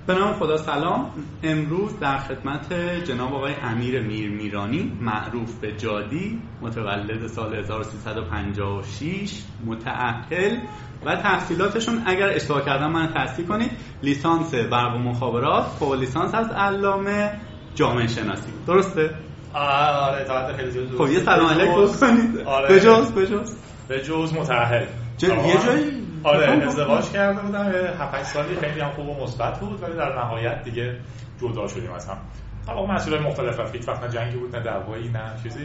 به نام خدا سلام. امروز در خدمت جناب آقای امیر میرمیرانی معروف به جادی، متولد سال 1356، متأهل و تحصیلاتشون اگر اشتباه کردم من تصحیح کنید، لیسانس برق و مخابرات، فوق لیسانس از علامه جامعه شناسی. درسته؟ آره تا خیلی زیاد. خب یه سلام علیک بکنید. آره. به جز متأهل. یه جایی ازدواج کرده بودم 7-8 سالی، خیلی هم خوب و مثبت بود، ولی در نهایت دیگه جدا شدیم از هم. طبعا مسائل مختلف رفت، هیچ وقت نه جنگی بود نه دعوایی نه چیزی.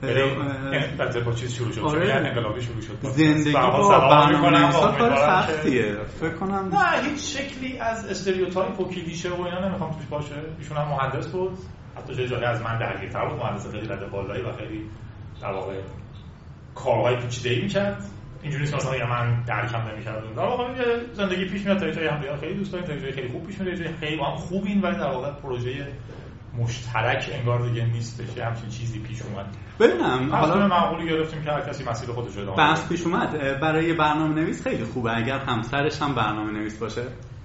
البته با چیز شروع شد، آره. انقلابی شروع شد. زندگی با برنامه‌نویسا کار سختیه فکر کنم. نه هیچ شکلی از استریوتایپ و کلیشه و اینا نمیخوام توش باشه. ایشون هم مهندس بود، حتی جایی از من درگیرتر بود، مهندس خیلی رده بالایی و خیلی در واقع کارهای پیچیده‌ای می‌کرد. اینجوری نیست مثلا من درکم نمی‌کردم. در واقع زندگی پیش میاد، تا جایی هم دیگه خیلی دوست داریم، تا جایی خیلی خوب پیش میاد، جایی خیلی هم خوبین، ولی در واقع پروژه مشترک انگار دیگه نیستش، همچین چیزی پیش اومد. ببینم حالا معقولی گرفتیم که هر کسی مسیر خودش رو ادامه بده. بحث پیش اومد برای برنامه‌نویس خیلی خوبه اگر همسرش هم برنامه‌نویس باشه.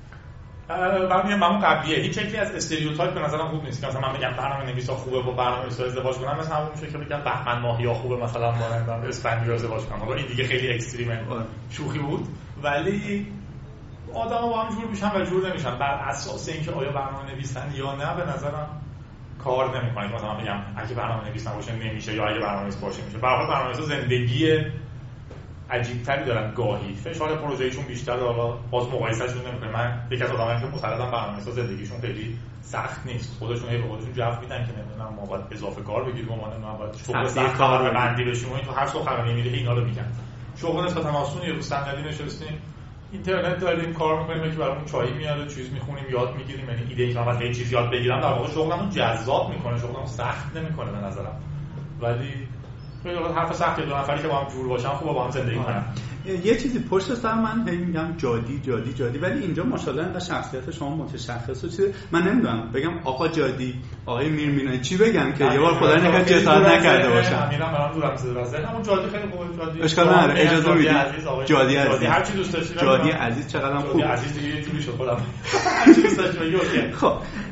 برمیگم به اون قبلیه، هیچ شکلی از استریوتایپ به نظرم خوب نیست که مثلا من بگم برنامه‌نویسا خوبه با برنامه‌نویسا ازدواج کنم، مثلا همون میشه که بگم بهمن ماهیا خوبه مثلا با اسفندیار ازدواج کنم. حالا این دیگه خیلی اکستریمه، شوخی بود، ولی آدم‌ها با هم جور میشن و جور نمیشن بر اساس اینکه آیا برنامه‌نویسن یا نه. به نظرم کار نمی‌کنه که مثلا بگم اگه برنامه‌نویس نباشه نمیشه یا اگه برنامه‌نویس باشه میشه. به هر حال برنامه‌نویسا زندگی عجیب‌تری دارن، گاهی فشار پروژه‌شون بیشتره، حالا باز مقایسه‌شون نمی‌کنه. من یک از آدمایی که مسلماً برنامه‌نویسا زندگیشون خیلی سخت نیست، خودشون به خودشون جو میدن که نمیدونم ما باید اضافه کار بگیریم، ما نمیدونم باید شغل سخت کار بندی بشیم. این تو هر سخنرانی میره اینا رو میگن. شغل نسبتاً آسونه، رو صندلی نشستیم، اینترنت داریم، کار می‌کنیم، که برامون چای میاره، چیز می‌خونیم، یاد می‌گیریم. یعنی ایده اینکه من باید یه چیز یاد بگیرم در واقع شغلمون جذاب می‌کنه، شغلمون سخت نمی‌کنه به نظرم. ولی خیلی حرف سختی، دو نفری که با هم جور باشن خوبه با هم زندگی کنن. یه چیزی پشت سر من میگم جادی، ولی اینجا ماشاءالله انقدر شخصیت شما متشخص و چیزی من نمیدونم بگم آقا جادی، آقای میرمیرانی، چی بگم که یه بار خدا نکنه جسارت نکرده باشم. میرم برام دورم زده واسه همون جادی خیلی خوبه. جادی اشکال نداره، اجازه میدید. جادی عزیز، هر چی دوست داشتی. جادی عزیز چقدرم خوب. جادی عزیز دیگه یه جوری شد خودم. هر چی دوست داشتی بگو. خب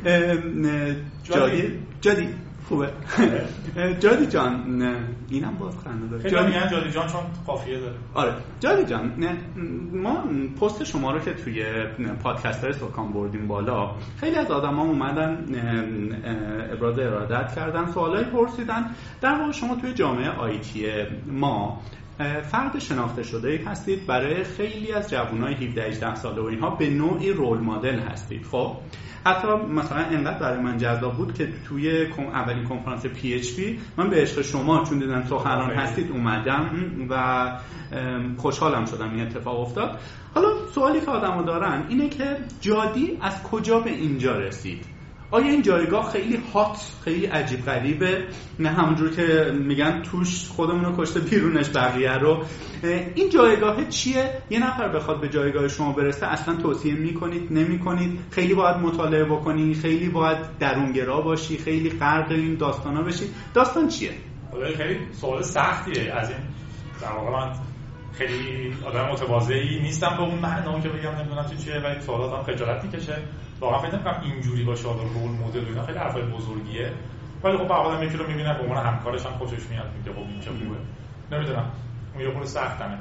جادی خوبه. جادی جان، اینم باز خنده داره. خیلی میگن جادی جان چون قافیه داره. آره جادی جان، ما پست شما رو که توی پادکست‌های سکان بردیم بالا، خیلی از آدم‌ها اومدن ابراز ارادت کردن، سوالای پرسیدن. در واقع شما توی جامعه آیتی ما فرد شناخته شده‌ای هستید، برای خیلی از جوانای 17-18 ساله و اینها به نوعی رول مدل هستید. خب حتی مثلا انقدر برای من جذاب بود که توی اولین کنفرانس PHP من به عشق شما چون دیدم سخنران هستید اومدم و خوشحالم شدم این اتفاق افتاد. حالا سوالی که آدم‌ها دارن اینه که جادی از کجا به اینجا رسید؟ آیا این جایگاه خیلی هات، خیلی عجیب غریبه، نه همونجور که میگن توش خودمون رو کشته بیرونش بقیه رو؟ این جایگاه چیه؟ یه نفر بخواد به جایگاه شما برسه اصلا توصیه میکنید نمیکنید؟ خیلی باید مطالعه بکنی، خیلی باید درونگرا باشی، خیلی غرق این داستانا بشی؟ داستان چیه؟ خیلی سوال سختیه. از این در واقع من خیلی آدم متواضعی نیستم به اون معنا که بگم نمیدونم چیه، ولی سوالاتم خجالت میکشه. واقعا فکر نمی‌کنم اینجوری باشه، آدم رول مدل اینا خیلی حرفای بزرگیه، ولی خب آدم یکی رو می‌بینه به عنوان همکارش هم خوشش میاد، میگه خب این چه خوبه. نمیدونم اون یه خورده سختمه،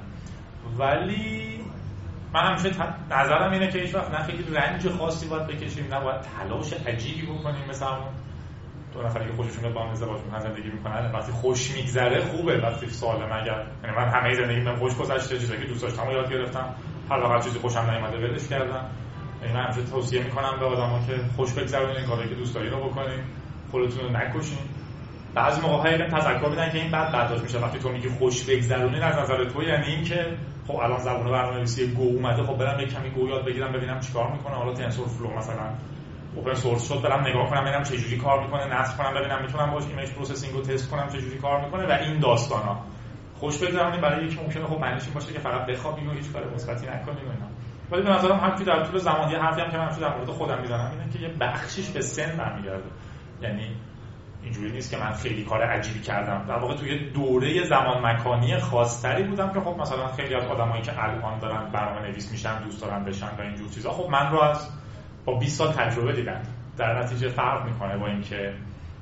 ولی من همیشه نظرم اینه که هیچ وقت نه خیلی رنج خاصی باید بکشیم، نه باید تلاش عجیبی بکنیم. مثلا دو نفری که خوششون میاد با هم ازدواج میکنن، زندگی میکنن، وقتی خوش میگذره خوبه، وقتی سالم. اگر یعنی من همه زندگیم خوش گذشته، چیزایی که دوست داشتم یاد گرفتم، هر چیزی خوشم نیومده ولش کردم. یعنی من همیشه توصیه میکنم به آدما که خوش بگذرونین، کاری که دوست دارین رو بکنین، خودتون رو نکشین. بعضی موقع‌ها این تذکر میدن که این بعد برداشت میشه. وقتی تو میگی خوش بگذرونین از نظر تو یعنی این که خب الان زبان برنامه‌نویسی گو اومده، خب برم یک کمی گو یاد بگیرم ببینم چیکار میکنه. حالا تنسور فلو مثلا اوپن سورس شد، برم نگاه کنم ببینم چه جوری کار میکنه، نصب کنم ببینم میتونم باش ایمیج پروسسینگ رو تست کنم چه جوری کار میکنه. و این داستانا خوش بگذرونین برای یکی ممکنه خب معنیش این باشه که فقط بخوابین و هیچ کار مثبتی نکنین و اینا. ولی به نظرم همین در طول زمان یه حرفی هم که من در مورد خودم میزنم اینه که یه بخشش به سن برمیگرده. یعنی اینجوری نیست که من خیلی کار عجیبی کردم، در واقع توی دوره زمان مکانی خاص‌تری بودم که خب مثلا خیلی از آدمایی که الان دارن برنامه‌نویس میشن دوست دارن بشن و اینجور چیزا، خب من رو از با 20 سال تجربه دیدن، در نتیجه فرق میکنه با اینکه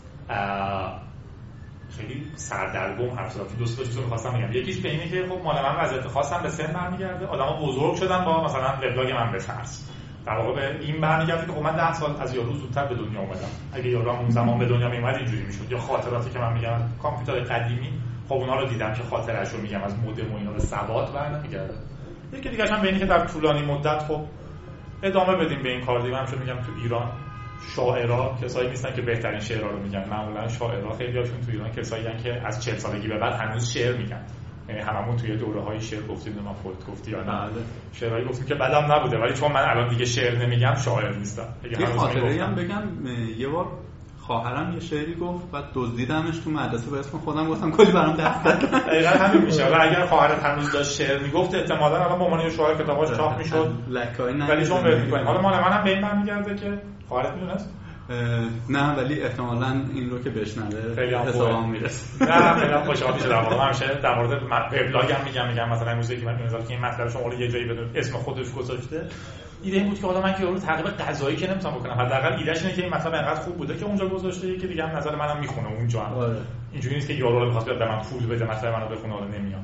خیلی سردرگم حرف زدم. دو تا چیزو می‌خواستم بگم. یکیش به اینه که خب مال من وضعیت خاصم به سن برمیگرده، آدما بزرگ شدن با مثلا وبلاگ من بترس. در واقع به این برمیگرده که خب من 10 سال از یارو زودتر به دنیا اومدم. اگه یارو اون زمان به دنیا میومد اینجوری میشد. یا خاطراتی که من میگم از کامپیوتر قدیمی، خب اونها رو دیدم که خاطره‌اشو میگم از مودم و اینا به ثبات برنمیگرده. یکی دیگه‌ش هم به اینه که در طولانی مدت خب ادامه بدیم به این کار. دیگه همش میگم تو ایران شاعرها کسایی نیستن که بهترین شعرها رو میگن. معمولا شاعرها خیلیاشون تو ایران کسایی هستن که از 40 سالگی به بعد هنوز شعر میگن. یعنی هممون توی دوره‌های شعر گفتیم، من خودت گفتی یا نه، شعرهایی گفتیم که بعدم نبوده، ولی چون من الان دیگه شعر نمیگم شاعر نیستم. یه خاطره‌ای هم بگم، یه بار خواهرم یه شعری گفت بعد دزدیدمش تو مدرسه، به اسم خودم گفتم کلی برام دست داد. دقیقاً همین میشه. حالا اگر خواهرت هنوز داشت شعر میگفت احتمالاً الان به عنوان یه شاعر کتاباش چاپ میشد. ولی چون ول می‌کنیم. حالا مال منم به این برمیگرده که خواهرت میدونست؟ نه، ولی احتمالاً این رو که بشنوه حسابم میرسه. نه خیلی خوشحال میشه. در واقع همیشه در مورد وبلاگم میگم مثلا موزیکی که من می‌نویسم که این مطلب شما یه جایی بدون اسم خودش گذاشته. ایده این بود که حالا من که رو تعقیب قضایی که نمیتونم بکنم، حداقل ایدهش اینه که این مطلب انقدر خوب بوده که اونجا گذاشته، یکی دیگه هم نظر منم میخونه اونجا. اینجوری نیست که یارو رو بخواد به من پول بده مطلب منو بخونه حالا نمیاد.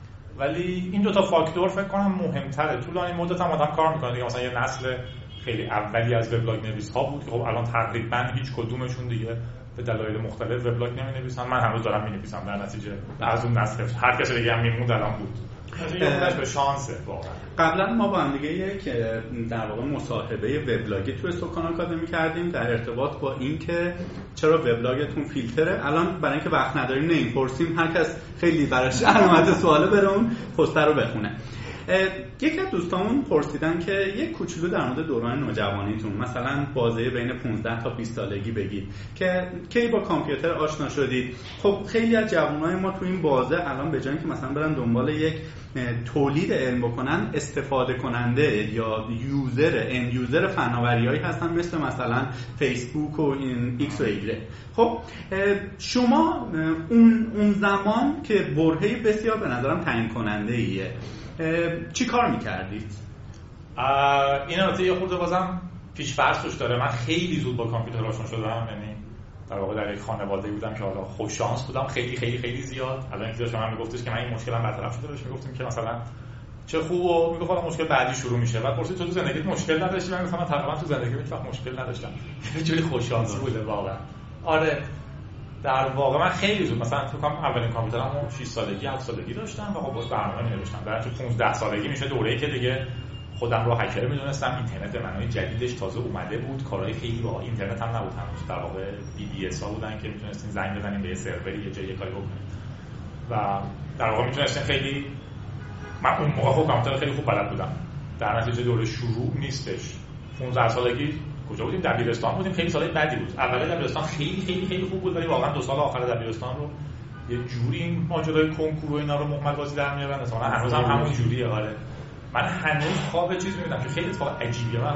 ولی این دو تا فاکتور فکر کنم مهم‌تره. طولانی مدت هم آدم کار میکنه دیگه. مثلا یه نسل خیلی اولی از وبلاگ نویس‌ها بود که خب الان تقریبا هیچ کدومشون دیگه به دلایل مختلف وبلاگ نمی‌نویسن. من هنوز دارم می‌نویسم. در نتیجه از اون نسل هر کسی دیگه هم میموند الان بود. یه به شانسه واقعا. قبلا ما با هم دیگه یک در واقع مصاحبه وبلاگی توی سکان آکادمی کردیم در ارتباط با اینکه چرا وبلاگتون فیلتره. الان برای اینکه وقت نداریم نمی‌پرسیم، هر کس خیلی براش علامت سواله بره اون پستر رو بخونه. یکی از دوستامون پرسیدن که یک کوچولو در مورد دوران نوجوانیتون، مثلا بازه بین 15 تا 20 سالگی بگید که کی با کامپیوتر آشنا شدید. خب خیلی از جوانای ما تو این بازه الان به جای اینکه مثلا برن دنبال یک تولید علم بکنن، استفاده کننده یا اند یوزر فناوری‌هایی هستن، مثلا فیسبوک و این ایکس و ایگرگ. خب شما اون زمان که برهه بسیار به نظرم تعیین کننده ایه، چی کار میکردید؟ این البته یه خورده بازم پیش فرض توش داره. من خیلی زود با کامپیوتر آشنا شدم. یعنی در واقع در یک خانواده بودم که حالا خوش شانس بودم، خیلی خیلی خیلی زیاد. الان اینکه داشتم میگفتش که من این مشکلم برطرف شده، بهش میگفتیم که مثلا چه خوبه، میگفت حالا مشکل بعدی شروع میشه. بعد پرسید تو زندگیت مشکل نداشتی؟ من گفتم تقریبا تو زندگی هیچ وقت مشکل نداشتم. یه جوری خوش شانسی بوده واقعا. آره در واقع من خیلی زود مثلا فکر کنم اولین کامپیوترمو 6 سالگی 7 سالگی داشتم و خب باز برنامه می‌نوشتم. در تو 15 سالگی میشه دوره‌ای که دیگه خودم رو هکر می‌دونستم. اینترنت منوی جدیدش تازه اومده بود، کارهای خیلی با اینترنت هم نبود هنوز. در واقع BBS ها بودن که می‌تونستین زنگ بزنین به یه سروری یه جایی کاری بکنید و در واقع می‌تونستین خیلی. من اون موقع خب کامپیوتر خیلی خوب بلد بودم. در نتیجه دوره شروع نیستش. 15 سالگی کجا بودیم؟ دبیرستان بودیم. خیلی سالای بدی بود. اول دبیرستان خیلی خیلی خیلی خوب بود، ولی واقعا 2 سال آخر دبیرستان رو یه جوری این ماجرای کنکور و اینا رو مهمل بازی در میارن. مثلا هنوز هم همون جوریه. آره من هنوز خواب چیز می‌بینم که خیلی اتفاق عجیبیه. من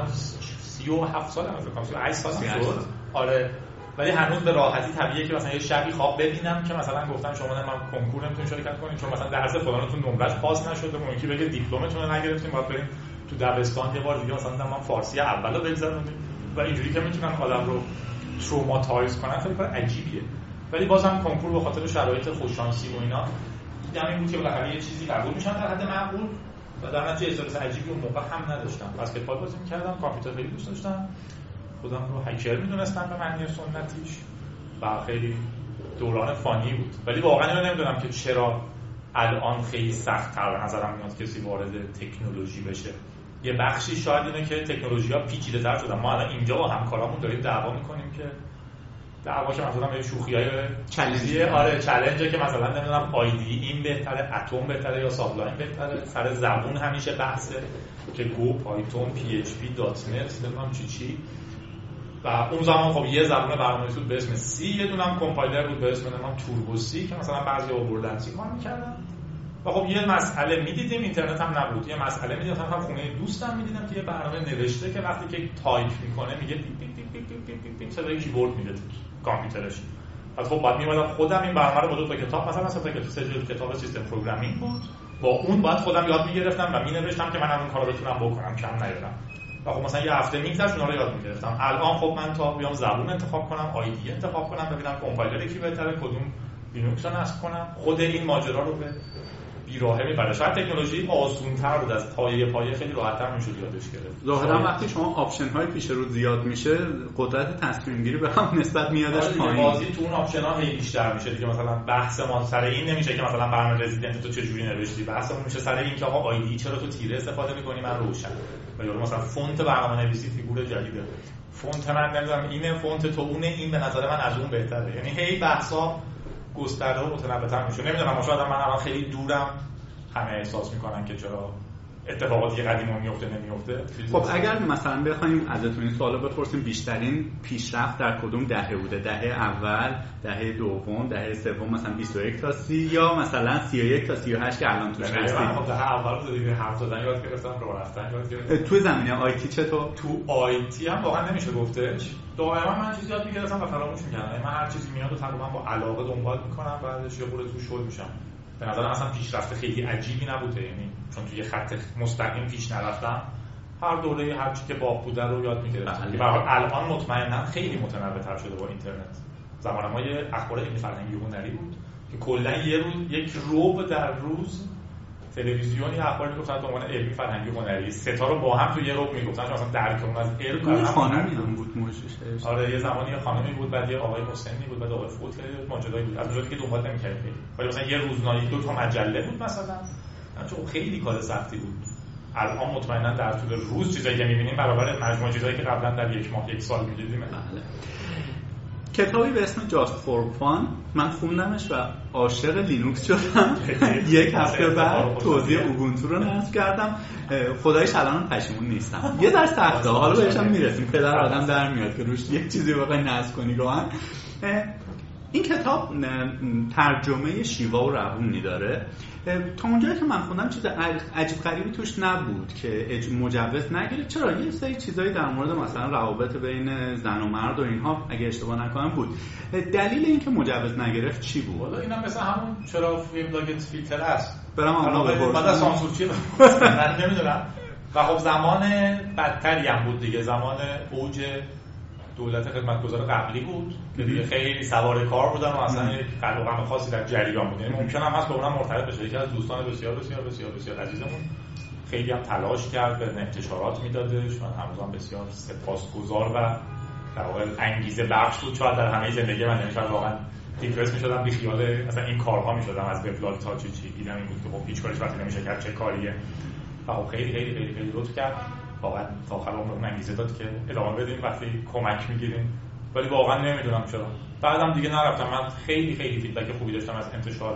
37 سالم، فکر کنم 38 سالم شد. آره ولی هنوز به راحتی طبیعیه که مثلا یه شبی خواب ببینم که مثلا گفتن شما من کنکور نمیتونید شرکت کنید چون مثلا درس فلانتون نمرش پاس نشده، ممکنه بگه دیپلمتون رو نگرفتین، باید بریم تو دبستان یه بار دیگه مثلا من فارسی اولو بگذرونیم و اینجوری که میتونن آدم رو تروماتایز کنن. خیلی کار عجیبیه. ولی بازم کنکور به خاطر شرایط خوششانسی و اینا دیدم این بود که بالاخره یه چیزی قبول میشن در حد معقول و در نتیجه احساس عجیبی اون موقع هم نداشتم. بسکتبال بازی می‌کردم، کامپیوتر خیلی دوست داشتم، خودم رو هکر می‌دونستم به معنی سنتیش و خیلی دوران فانی بود. ولی واقعا اینو نمیدونم که چرا الان خیلی سخت‌تر به نظرم میاد کسی وارد تکنولوژی بشه. یه بخشی شاید اینه که تکنولوژی‌ها پیچیده‌تر شدن. ما الان اینجا با همکارامون داریم دعوا می‌کنیم که دعوا که مثلا یه شوخیای چالنجیه. آره چالنجه که مثلا نمیدونم آیدی این بهتره، اتم بهتره یا سابلاین بهتره. سر زبون همیشه بحثه که گو، پایتون، پی اچ پی، دات نت، نمیدونم چی و اون زمان خب یه زبان برنامه‌نویسی بود به اسم سی، یه دونم کامپایلر بود به اسم نمیدونم توربو سی که مثلا بعضی آوردن سی کار می‌کردن. و خب یه مسئله می‌دیدیم، اینترنت هم نبود، یه مسئله می‌دیدم مثلا خونه دوستم می‌دیدم که یه برنامه نوشته که وقتی که تایپ می‌کنه میگه پیپ پیپ پیپ پیپ پیپ پیپ پیپ صدای کیبورد میده تو کامپیوترش. پس خب بعد می‌اومدم خودم این برنامه رو با دو تا کتاب مثلا سه جلد کتاب سیستم پروگرامینگ بود، با اون بعد خودم یاد می‌گرفتم و می‌نوشتم که منم این کارو بتونم بکنم، کم نیارم. و خب مثلا یه هفته میگذشت اونا رو یاد میگرفتم. الان خب من تا بیام زبون انتخاب کنم، آیدی انتخاب کنم، ببینم کامپایلر کی بهتره، کدوم لینوکس رو نصب کنم، خود این ماجرا رو به بیراهه میبره. شاید تکنولوژی آسان‌تر بود، از پایه خیلی راحت‌تر میشد یادش گرفت. ظاهرا وقتی شما آپشن های پیش رو زیاد میشه قدرت تصمیم گیری به هم نسبت میادش پایین. بازی تو اون آپشن ها هی بیشتر میشه دیگه. مثلا بحث ما سر این نمیشه که مثلا برنامه رزیدنت تو چه جوری نوشتی، بحثمون میشه سر این که آقا آیدی چرا تو تیره استفاده میکنی من روشن، یا مثلا فونت برنامه‌نویسی فیگور جدیده، فونت من نمیدونم اینه، فونت تو اونه، این به نظر من از اون بهتره. یعنی هی بحثا گسترده و متنوع‌تر میشه. نمیدونم شاید من الان خیلی دورم، همه احساس میکنن که چرا اتفاقاتی قدیمی میفته نمیفته. خب اگر مثلا بخوایم ازتون این سوالو بپرسیم بیشترین پیشرفت در کدوم دهه بوده؟ دهه اول، دهه دوم، دهه سوم، مثلا 21 تا 30 یا مثلا 31 تا 38 که الان توش هستیم؟ خب دهه اول رو دیگه حرف زدن یاد گرفتم، راه رفتن یاد گرفتم. تو زمینه آیتی چطور؟ تو آیتی هم واقعا نمیشه گفتش. دائما من چیزی یاد میگرفتم و فراموش میکردم. من هر چیزی میاد و تقریبا با علاقه دنبال میکنم، بعدش یه خورده توش شل میشم. به نظرم اصلا پیشرفت خیلی عجیبی نبوده، یعنی چون توی خط مستقیم پیش نرفتم، هر دوره هر چی که باب بوده رو یاد میگرفتم. به هر حال الان مطمئنا خیلی متنوع‌تر شده با اینترنت. زمان ما یه اخبار علمی فرهنگی و هنری بود که کلا یه روز یک ربع در روز تلویزیونی اخبار میگفتن به عنوان علمی فرهنگی و هنری، سه تا رو با هم تو یه ربع میگفتن، مثلا درک اون از علم خانمی هم بود موجودش. آره یه زمانی یه خانمی بود، بعد یه آقای مسنی بود، بعد آقای فوت کرد، ماجرایی بود. از اونجایی که دنبال نمی‌کردیم. ولی مثلا یه روزنامه دو تا مجله بود مثلا، چون خیلی کار سختی بود. الان مطمئنا در طول روز چیزایی که می‌بینیم برابر مجموعه چیزایی که قبلا در یک ماه یک سال می‌دیدیم. بله. کتابی به اسم Just for Fun من خوندمش و عاشق لینوکس شدم. یک هفته بعد توضیح اوبونتو رو نصب کردم. خداییش الان پشیمون نیستم. یه ذره سخته، حالا بهش هم میرسیم. پدر آدم در میاد که روش یک چیزی بخوای نصب کنی گاهن. این کتاب ترجمه شیوا و روونی داره. تا اونجایی که من خوندم چیز عجیب غریبی توش نبود که مجوز نگیره. چرا یه سری چیزایی در مورد مثلا روابط بین زن و مرد و اینها اگه اشتباه نکنم بود. دلیل اینکه مجوز نگرفت چی بود؟ والا اینم مثلا همون چرا فیلم لاگت فیلتر است. برام اون بعد از سانسور چی من نمیدونم. و خب زمان بدتری هم بود دیگه، زمان اوج دولت خدمتگزار قبلی بود که دیگه خیلی سوار کار بودن و اصلا یک قلقم خاصی در جریان بود. ممکن هم هست به اونم مرتبط بشه. یکی از دوستان بسیار بسیار بسیار بسیار عزیزمون خیلی هم تلاش کرد، به انتشارات میدادش. من هنوزم بسیار سپاسگزار و در واقع انگیزه بخش بود. شاید در همه زندگی من نمیشه واقعا دیپرس میشدم، بی خیال اصلا این کارها میشدم، از وبلاگ تا چی دیدم این بود که خب هیچ کارش وقتی نمیشه کرد چه کاریه. و خب خیلی خیلی خیلی خیلی لطف کرد واقعا، تا آخر عمرمون انگیزه داد که ادامه بدیم وقتی کمک میگیریم. ولی واقعا نمیدونم چرا بعدم دیگه نرفتم. من خیلی خیلی فیدبک خوبی داشتم از انتشار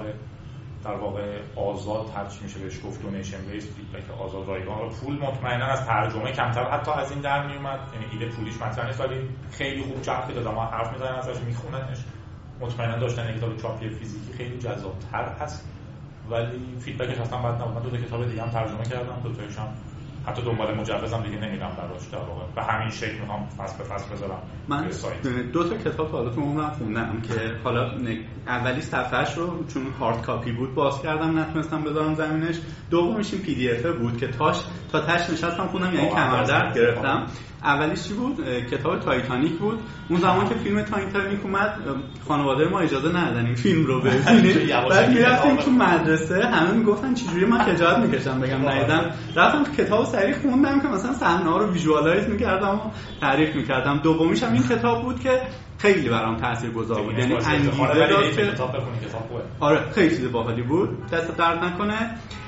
در واقع آزاد، هرچی میشه بهش گفت دونیشن بیس، فیدبک آزاد رایگان. و پول مطمئنا از ترجمه کمتر حتی از این در میومد، یعنی ایده پولیش مطرح نیست ولی خیلی خوب چاپ داد. ما حرف میزنن ازش میخوننش، مطمئنا داشتن کتاب چاپی فیزیکی خیلی جذاب‌تر هست. ولی فیدبکش اصلا بد نبود. من دو تا کتاب دیگه هم ترجمه کردم، دو تایشم حتی دنبال مجوزم دیگه نمیرم براش در واقع. به همین شکل میخوام فصل به فصل بذارم. من دو تا کتاب حالا تو عمرم خوندم که حالا اولی صفحه‌اش رو چون هارد کاپی بود باز کردم نتونستم بذارم زمینش. دومیش این پی دی اف بود که تا تاش نشستم خوندم، یعنی کمردرد گرفتم. اولیش چی بود؟ کتاب تایتانیک بود. اون زمان که فیلم تایتانیک اومد خانواده ما اجازه ندادن این فیلم رو ببینیم. بعد میرفتیم تو مدرسه همه میگفتن چجوری من خجالت میکشم بگم ندیدم. رفتم کتابو سریع خوندم که مثلا صحنه‌ها رو ویژوالایز می‌کردم و تعریف می‌کردم. دومیش هم این کتاب بود که خیلی برام تاثیرگذار بود. یعنی انگیزه داد که کتاب بخونی، کتاب خوبه. آره خیلی چیز باحالی بود. دست درد نکنه.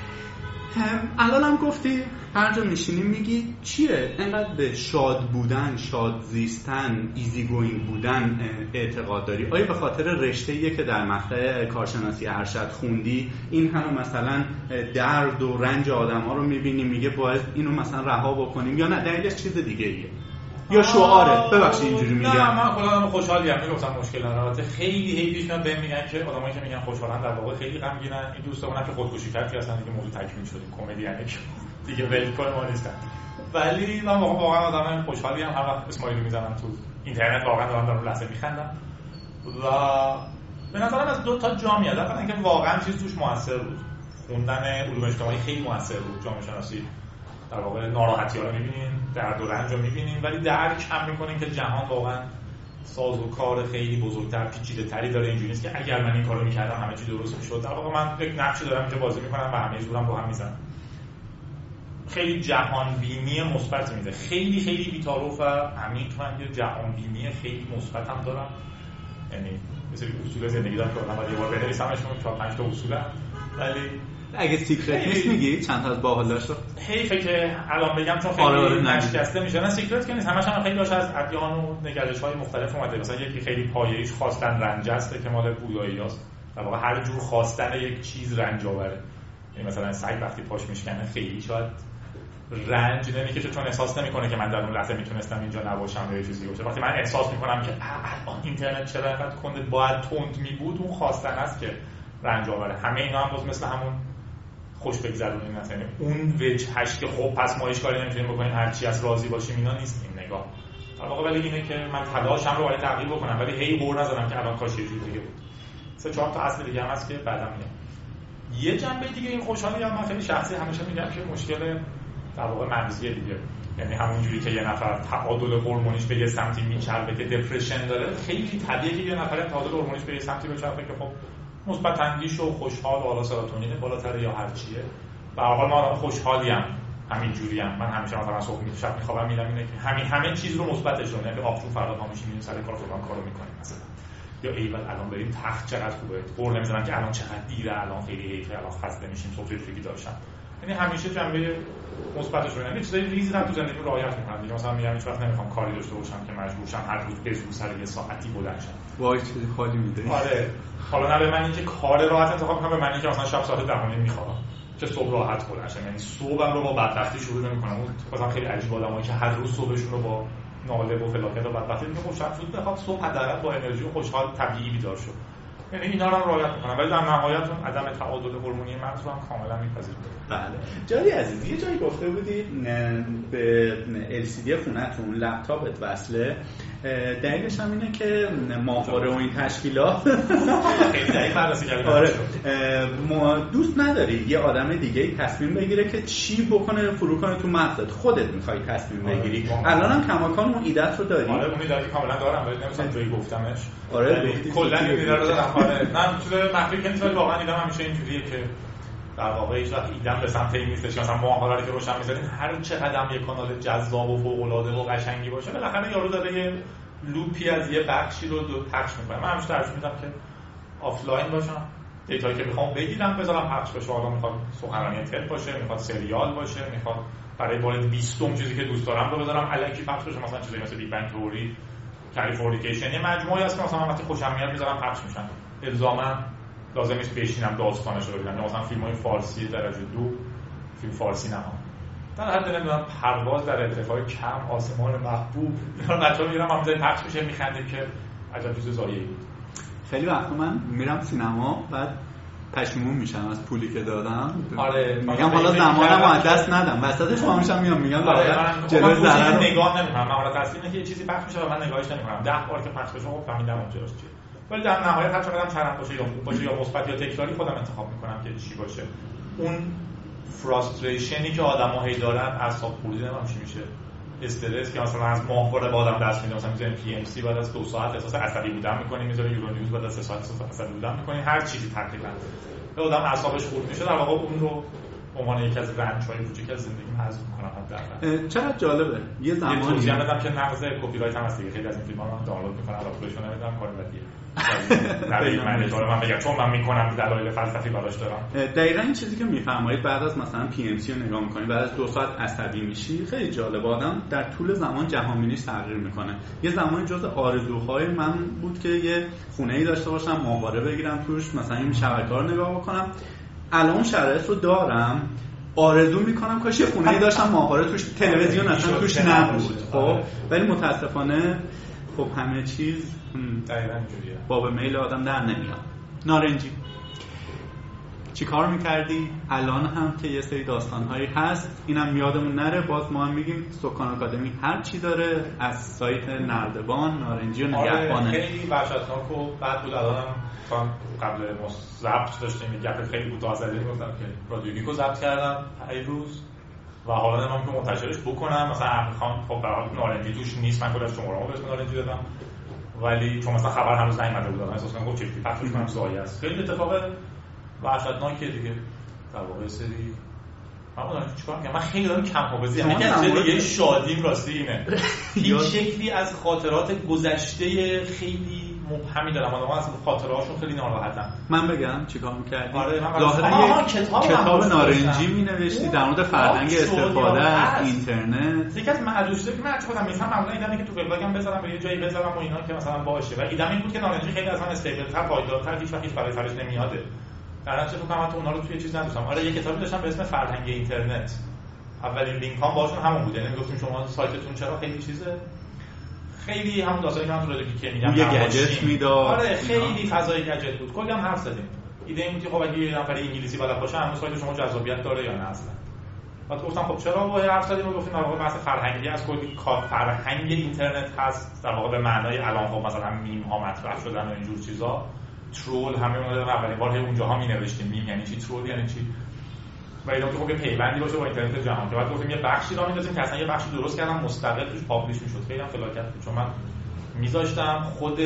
الانم گفتی هر جا میشینی میگی چیه اینقدر به شاد بودن، شاد زیستن، ایزی گوینگ بودن اعتقاد داری؟ آیا به خاطر رشته‌ایه که در مقطع کارشناسی ارشد خوندی این همه مثلا درد و رنج آدم‌ها رو میبینی میگه باید اینو مثلا رها بکنیم، یا نه دلیلش چیز دیگه ایه یا شعاره؟ ببخشید اینجوری میگم. نه من خودم خوشحالیم، میگفتم مشکل نداره. خیلی هی پیش میاد بهم میگن که آدمایی که میگن خوشحالن در واقع خیلی غمگینن. این دوستامون که خودکشی کردن اصلا دیگه موضوع تکمیل شد، کمدیانه که دیگه ولکن ما نیستن. ولی من واقعا آدم خوشحالیم، هر وقت اسمایلی میزنم تو اینترنت واقعا دارم در اون لحظه میخندم. و به نظرم از دو تا جا میاد. اولا اینکه واقعا چیز توش موثر بود، خوندن علوم اجتماعی خیلی موثر بود، جامعه شناسی در واقع ناراحتی‌ها رو می‌بینین، درد و رنج رو می‌بینین، ولی درک هم می‌کنین که جهان واقعا سازوکار خیلی بزرگتر، پیچیده‌تری داره. اینجوری نیست که اگر من این کارو می‌کردم همه چی درست می‌شد. در واقع من یک نقشی دارم که بازی می‌کنم و همه زورم با هم میزنم. خیلی جهان بینی مثبت میده، خیلی خیلی بی‌تعارف و عمیق. من یه جهان بینی خیلی مثبت هم دارم، یعنی مثل اصول زندگی دارم که من باید یه بار بنویسمشون 4-5 تا اصولم، ولی اگه سیکرت نیست میگی چند تا از باحال داشت؟ حیفه که الان بگم چون خیلی نشکسته میشه. نه سیکرت که نیست، همش هم خیلی داشت از ادیان و نگرش‌های مختلف اومده. مثلا یکی خیلی پایه‌ایش خواستن رنج است که مال بوداییاست، در واقع هر جور خواستن یک چیز رنج آوره. یعنی مثلا سگ وقتی پاش میشکنه خیلی شاید رنج نمیکشه چون احساس نمیکنه که من در اون لحظه میتونستم اینجا نباشم یا چیزی باشه. وقتی من احساس میکنم که الان اینترنت چرا اینقدر کنده باید تند میبود، اون خواستن است که رنج آوره. همه اینا هم باز مثل همون خوش بگذرونین، مثلا اون وجهش که خب پس ما هیچ کاری نمیتونیم بکنیم هر چی از راضی باشیم، اینا نیست این نگاه. در واقع ولی اینه که من تلاشم رو برای تغییر بکنم، ولی هی قور نزنم که الان کاش یه جور دیگه بود. 3-4 تا اصل دیگه هم هست که بعدم میگم. یه جنبه دیگه این خوشحالی هم من خیلی شخصی همیشه میگم که مشکل در واقع مغزی دیگه، یعنی همون جوری که یه نفر تعادل هورمونیش به یه سمتی میچربه که دپرشن داره، خیلی طبیعیه که یه نفر تعادل هورمونیش به یه سمتی بچربه که خب مثبت اندیش و خوشحال و حالا سروتونین بالاتر یا هر چیه. به هر حال من آدم خوشحالیم، همین جوریم. من همیشه مثلا صبح شب میخوابم میرم اینه که همه چیز رو مثبتش رو، یعنی آخرون فردا پا میشیم میریم سر کار فلان کارو میکنیم مثلا، یا ایول الان بریم تخت چقدر خوبه، قور نمیزنم که الان چقدر دیره، الان خیلی حیفه، الان خسته میشیم، صبح زودی داشتم. یعنی همیشه جنبه مثبتش رو، یعنی چیزای ریز رو تو زندگی رعایت میکنم دیگه. مثلا میگم هیچ وقت نمیخوام کاری داشته باشم که مجبور شم هر روز بزور سر یه ساعتی بلند شم. وای چیزی خالی میده. آره حالا نه به من اینکه کار راحت انتخاب کنم، به من اینکه مثلا شب ساعت 10 میخوام که صبح راحت بلند شم. یعنی صبحم رو با بدبختی شروع نمیکنم. اون مثلا خیلی عجیب آدمایی که هر روز صبحشون رو با ناله و فلاکت و بدبختی میگه خب شب زود بخواب صبح حداقل با انرژی و خوشحال طبیعی بیدار شو. یعنی اینا رو رعایت میکنم، ولی در نهایت اون عدم تعادل هورمونی مغز رو هم کاملا میپذیرم. بله. جاری عزیز یه جایی گفته بودی به LCD خونه‌تون لپتاپت وصله، دلیلش هم اینه که ماهواره و این تشکیلات خیلی دقیق بررسی کردیم. آره ما دوست نداری یه آدم دیگه تصمیم بگیره که چی بکنه فرو کنه تو مغزت، خودت میخوای تصمیم بگیری. الانم کماکان اون ایده‌ت رو داری. آره اون ایده کاملا دارم، ولی نمی‌تونم جایی گفتمش. آره کلا این ایده رو دارم. آره من چیز مخفی که نیست، واقعا ایده‌م همیشه اینجوریه که در واقع هیچ وقت ایده‌ام به سمت این نیستش مثلا ماهواره که روشن می‌ذارین هر چقدر یه کانال جذاب و فوق‌العاده و قشنگی باشه، بالاخره یارو داره یه لوپی از یه بخشی رو پخش می‌کنه. من همیشه ترجیح میدم که آفلاین باشم، دیتایی که می‌خوام بگیرم بذارم پخش بشه. حالا می‌خواد سخنرانی تد باشه، می‌خواد سریال باشه، می‌خواد برای بار 20م چیزی که دوست دارم رو بذارم الکی پخش بشه، مثلا چیزی مثل بیگ بنگ تئوری، کالیفرنیکیشن، یه مجموعه‌ای هست که مثلا وقتی خوشم میاد می‌ذارم پخش میشن. الزاما لازم نیست بشینم داستانش رو ببینم. مثلا فیلم‌های فارسی درجه 2، فیلم فارسی نما در حد نمیدونم پرواز در ارتفاع کم، آسمان محبوب، بچه‌ها میرم همونجا پخش میشه میخندیم که عجب چیز زایه‌ای بود. خیلی وقتا من میرم سینما بعد پشیمون میشم از پولی که دادم. آره میگم حالا زمانم رو از دست ندم، وسطش میشم میگم آره جلوی ضرر نگاه نمی‌کنم. من حالا تصمیم که یه چیزی پخش میشه و من نگاهش نمی‌کنم. 10 بار که پخش بشه خب فهمیدم اونجاش چیه. ولی در نهایت هر چقدر چرند باشه یا خوب باشه یا مثبت یا تکراری خودم انتخاب میکنم که چی باشه. اون فراستریشنی که آدم‌ها هی دارن اعصاب خوردن هم میشه، استرس که مثلا از ماهواره با آدم دست میده، مثلا میذاریم PMC بعد از 2 ساعت احساس عصبی بودن می‌کنیم، میذاریم یورو نیوز بعد از 3 ساعت احساس عصبی بودن می‌کنیم، هر چیزی تقریبا به آدم اعصابش خورد میشه. در واقع اون رو به عنوان یکی از رنج‌های کوچیک از زندگیم حذف می‌کنم. حداقل چقدر جالبه یه زمانی توضیح بدم که نقض کپی رایت هم هست دیگه. خیلی از این فیلم‌ها رو دانلود می‌کنن الان خودشون نمی‌دونم کار بدیه. من میگم چون من میکنم دلایل فلسفی براش دارم. دقیقاً این چیزی که میفرمایید بعد از مثلا PMC رو نگاه می‌کنی بعد از 2 ساعت عصبی میشی، خیلی جالب آدم در طول زمان جهانبینیش تغییر میکنه. یه زمانی جز آرزوهای من بود که یه خونه‌ای داشته باشم، ماهواره بگیرم توش، مثلا این شبکه‌ها رو نگاه بکنم. الان شرایط رو دارم، آرزو میکنم کاش یه خونه‌ای داشتم ماهواره توش، تلویزیون اصلا توش نبود. خب ولی متاسفانه خب همه چیز دقیقاً اینجوریه، باب میل آدم در نمیاد. نارنجی چی کار میکردی؟ الان هم که یه سری داستانهایی هست اینم یادمون نره، باز ما هم میگیم سکان آکادمی هر چی داره، از سایت نردبان، نارنجی و نگهبانه. خیلی وحشتناک و بعد بود. الانم قبل ما ضبط داشتیم یه گپ خیلی کوتاه زدیم، گفتم که رادیو گیکو ضبط کردم 5 روز و حالا نمیدونم که منتشرش بکنم، مثلا امیرخان خب به هر حال نارنجی توش نیست، من کلاش شماره‌مو به اسم نارنجی دادم، ولی چون مثلا خبر هنوز نیومده بود احساس کردم گفت چفتی پخش کنم زایی است. خیلی اتفاق وحشتناکه دیگه در واقع سری چیکار کنم. من خیلی دارم کم حافظی، یعنی یه شادیم راستی اینه هیچ شکلی از خاطرات گذشته خیلی مبهمی دارم، آدم‌ها از خاطره‌هاشون خیلی ناراحتن. من بگم چیکار می‌کردی؟ آره ظاهرا کتاب نارنجی می‌نوشتی در مورد فرهنگ استفاده از اینترنت. یکی از معدوداتی که من خودم می‌فهمم معمولا ایده‌ای که تو وبلاگم بذارم به یه جایی بذارم و اینا که مثلا باشه، و ایده‌م این بود که نارنجی خیلی از من استیبل‌تر، پایدارتر، هیچ وقت برای سرش نمیاده. در نتیجه فکر کنم تو اونا رو توی چیز نداشتم. آره یه کتابی داشتم به اسم فرهنگ اینترنت. اولین لینکام باشون همون بود، یعنی میگفتیم شما سایتتون چرا خیلی چیزه، خیلی همون داستانی که من تو رادیو که میگم یه گجت میداد. آره خیلی فضای گجت بود. کلی هم حرف زدیم. ایده این بود که خب اگه یه نفر انگلیسی بلد باشه همون سایت شما جذابیت داره یا نه اصلا. بعد گفتم خب چرا با حرف زدیم و گفتیم در واقع بحث فرهنگی از کلی فرهنگ اینترنت هست، در واقع به معنای الان خب مثلا میم ها مطرح شدن و اینجور چیزا، ترول همه اون رو اولین بار اونجاها می‌نوشتیم میم یعنی چی، ترول یعنی چی، و اینا که خب یه پیوندی باشه با اینترنت جهان. که بعد گفتیم یه بخشی را می‌ذاریم که اصلا یه بخشی درست کردم مستقل توش پابلش می‌شد. خیلی هم فلاکت بود چون من می‌ذاشتم خود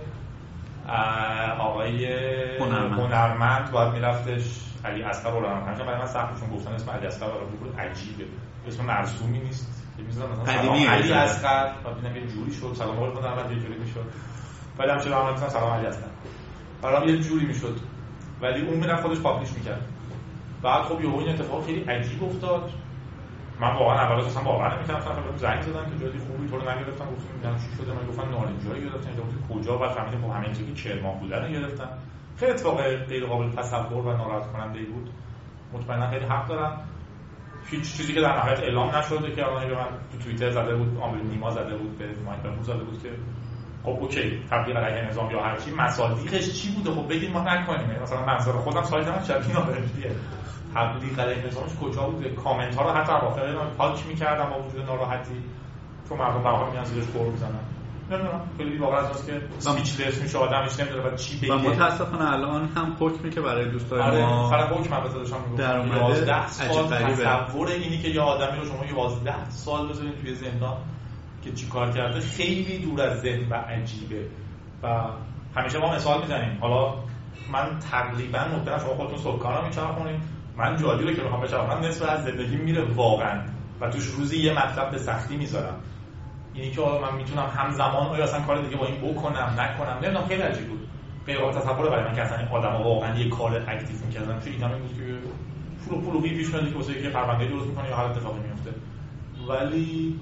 آقای هنرمند باید می‌رفتش علی اصغر رو هنرمند برای من سخت چون گفتن اسم علی اصغر رو بود عجیبه، اسم مرسومی نیست که می‌ذارم مثلا علی اصغر بعد ببینم یه جوری شد سلام علیکم هنرمند یه جوری می‌شد، بعدم چه رحمت مثلا سلام علی اصغر برام یه جوری می‌شد، ولی اون میرفت خودش پابلش می‌کرد. بعد خب یهو این اتفاق خیلی عجیب افتاد. من واقعا اول اصلا باور نمی‌کردم، خودم زنگ زدم که جدی خوبی تو رو نگرفتم، گفتم میگم چی شده، من گفتن نارنجی گرفتن، گفتم کجا، بعد فهمیدم خب همین چیزی که کرمان بودن رو گرفتن. خیلی اتفاق غیر قابل تصور و ناراحت کننده بود. مطمئنا خیلی حق دارم. هیچ چیزی که در نهایت اعلام نشده که الان به من تو توییتر زده بود، آمریکا نیما زده بود، به مایک بهمون زده بود که خب اوکی تبلیغ علیه نظام یا هر چی، مصادیقش چی بوده خب بگید ما نکنیم. مثلا منظور خودم سایت من شبیه نارنجیه، تبلیغ علیه نظامش کجا بوده؟ کامنت ها رو حتی اواخر من پاک می‌کردم با وجود ناراحتی، چون مردم به حال میان زیرش قور می‌زنن. نمیدونم خیلی واقعا از واسه که اسپیچلس میشه آدمش نمیدونه بعد چی بگه. و متاسفانه الان هم حکمی که برای دوستای ما فقط حکم البته داشتم میگم 11 سال تصور اینی که یه آدمی رو شما 11 سال بذارین توی زندان که چی کار کرده خیلی دور از ذهن و عجیبه. و همیشه ما مثال میزنیم، حالا من تقریبا مطمئنم شما خودتون سکانو میچرخونید، من جادی رو که میخوام بچرخونم نصف از زندگی میره واقعا و توش روزی یه مطلب به سختی میذارم. اینی که من میتونم همزمان آیا اصلا کار دیگه با این بکنم نکنم، نمیدونم خیلی عجیب بود. غیر قابل تصور برای من که اصلا این آدما واقعا یه کار اکتیو می‌کردن. چه اینا بود که فلوپی پیش میاد که واسه یه پرونده درست می‌کنه یا هر اتفاقی میفته. ولی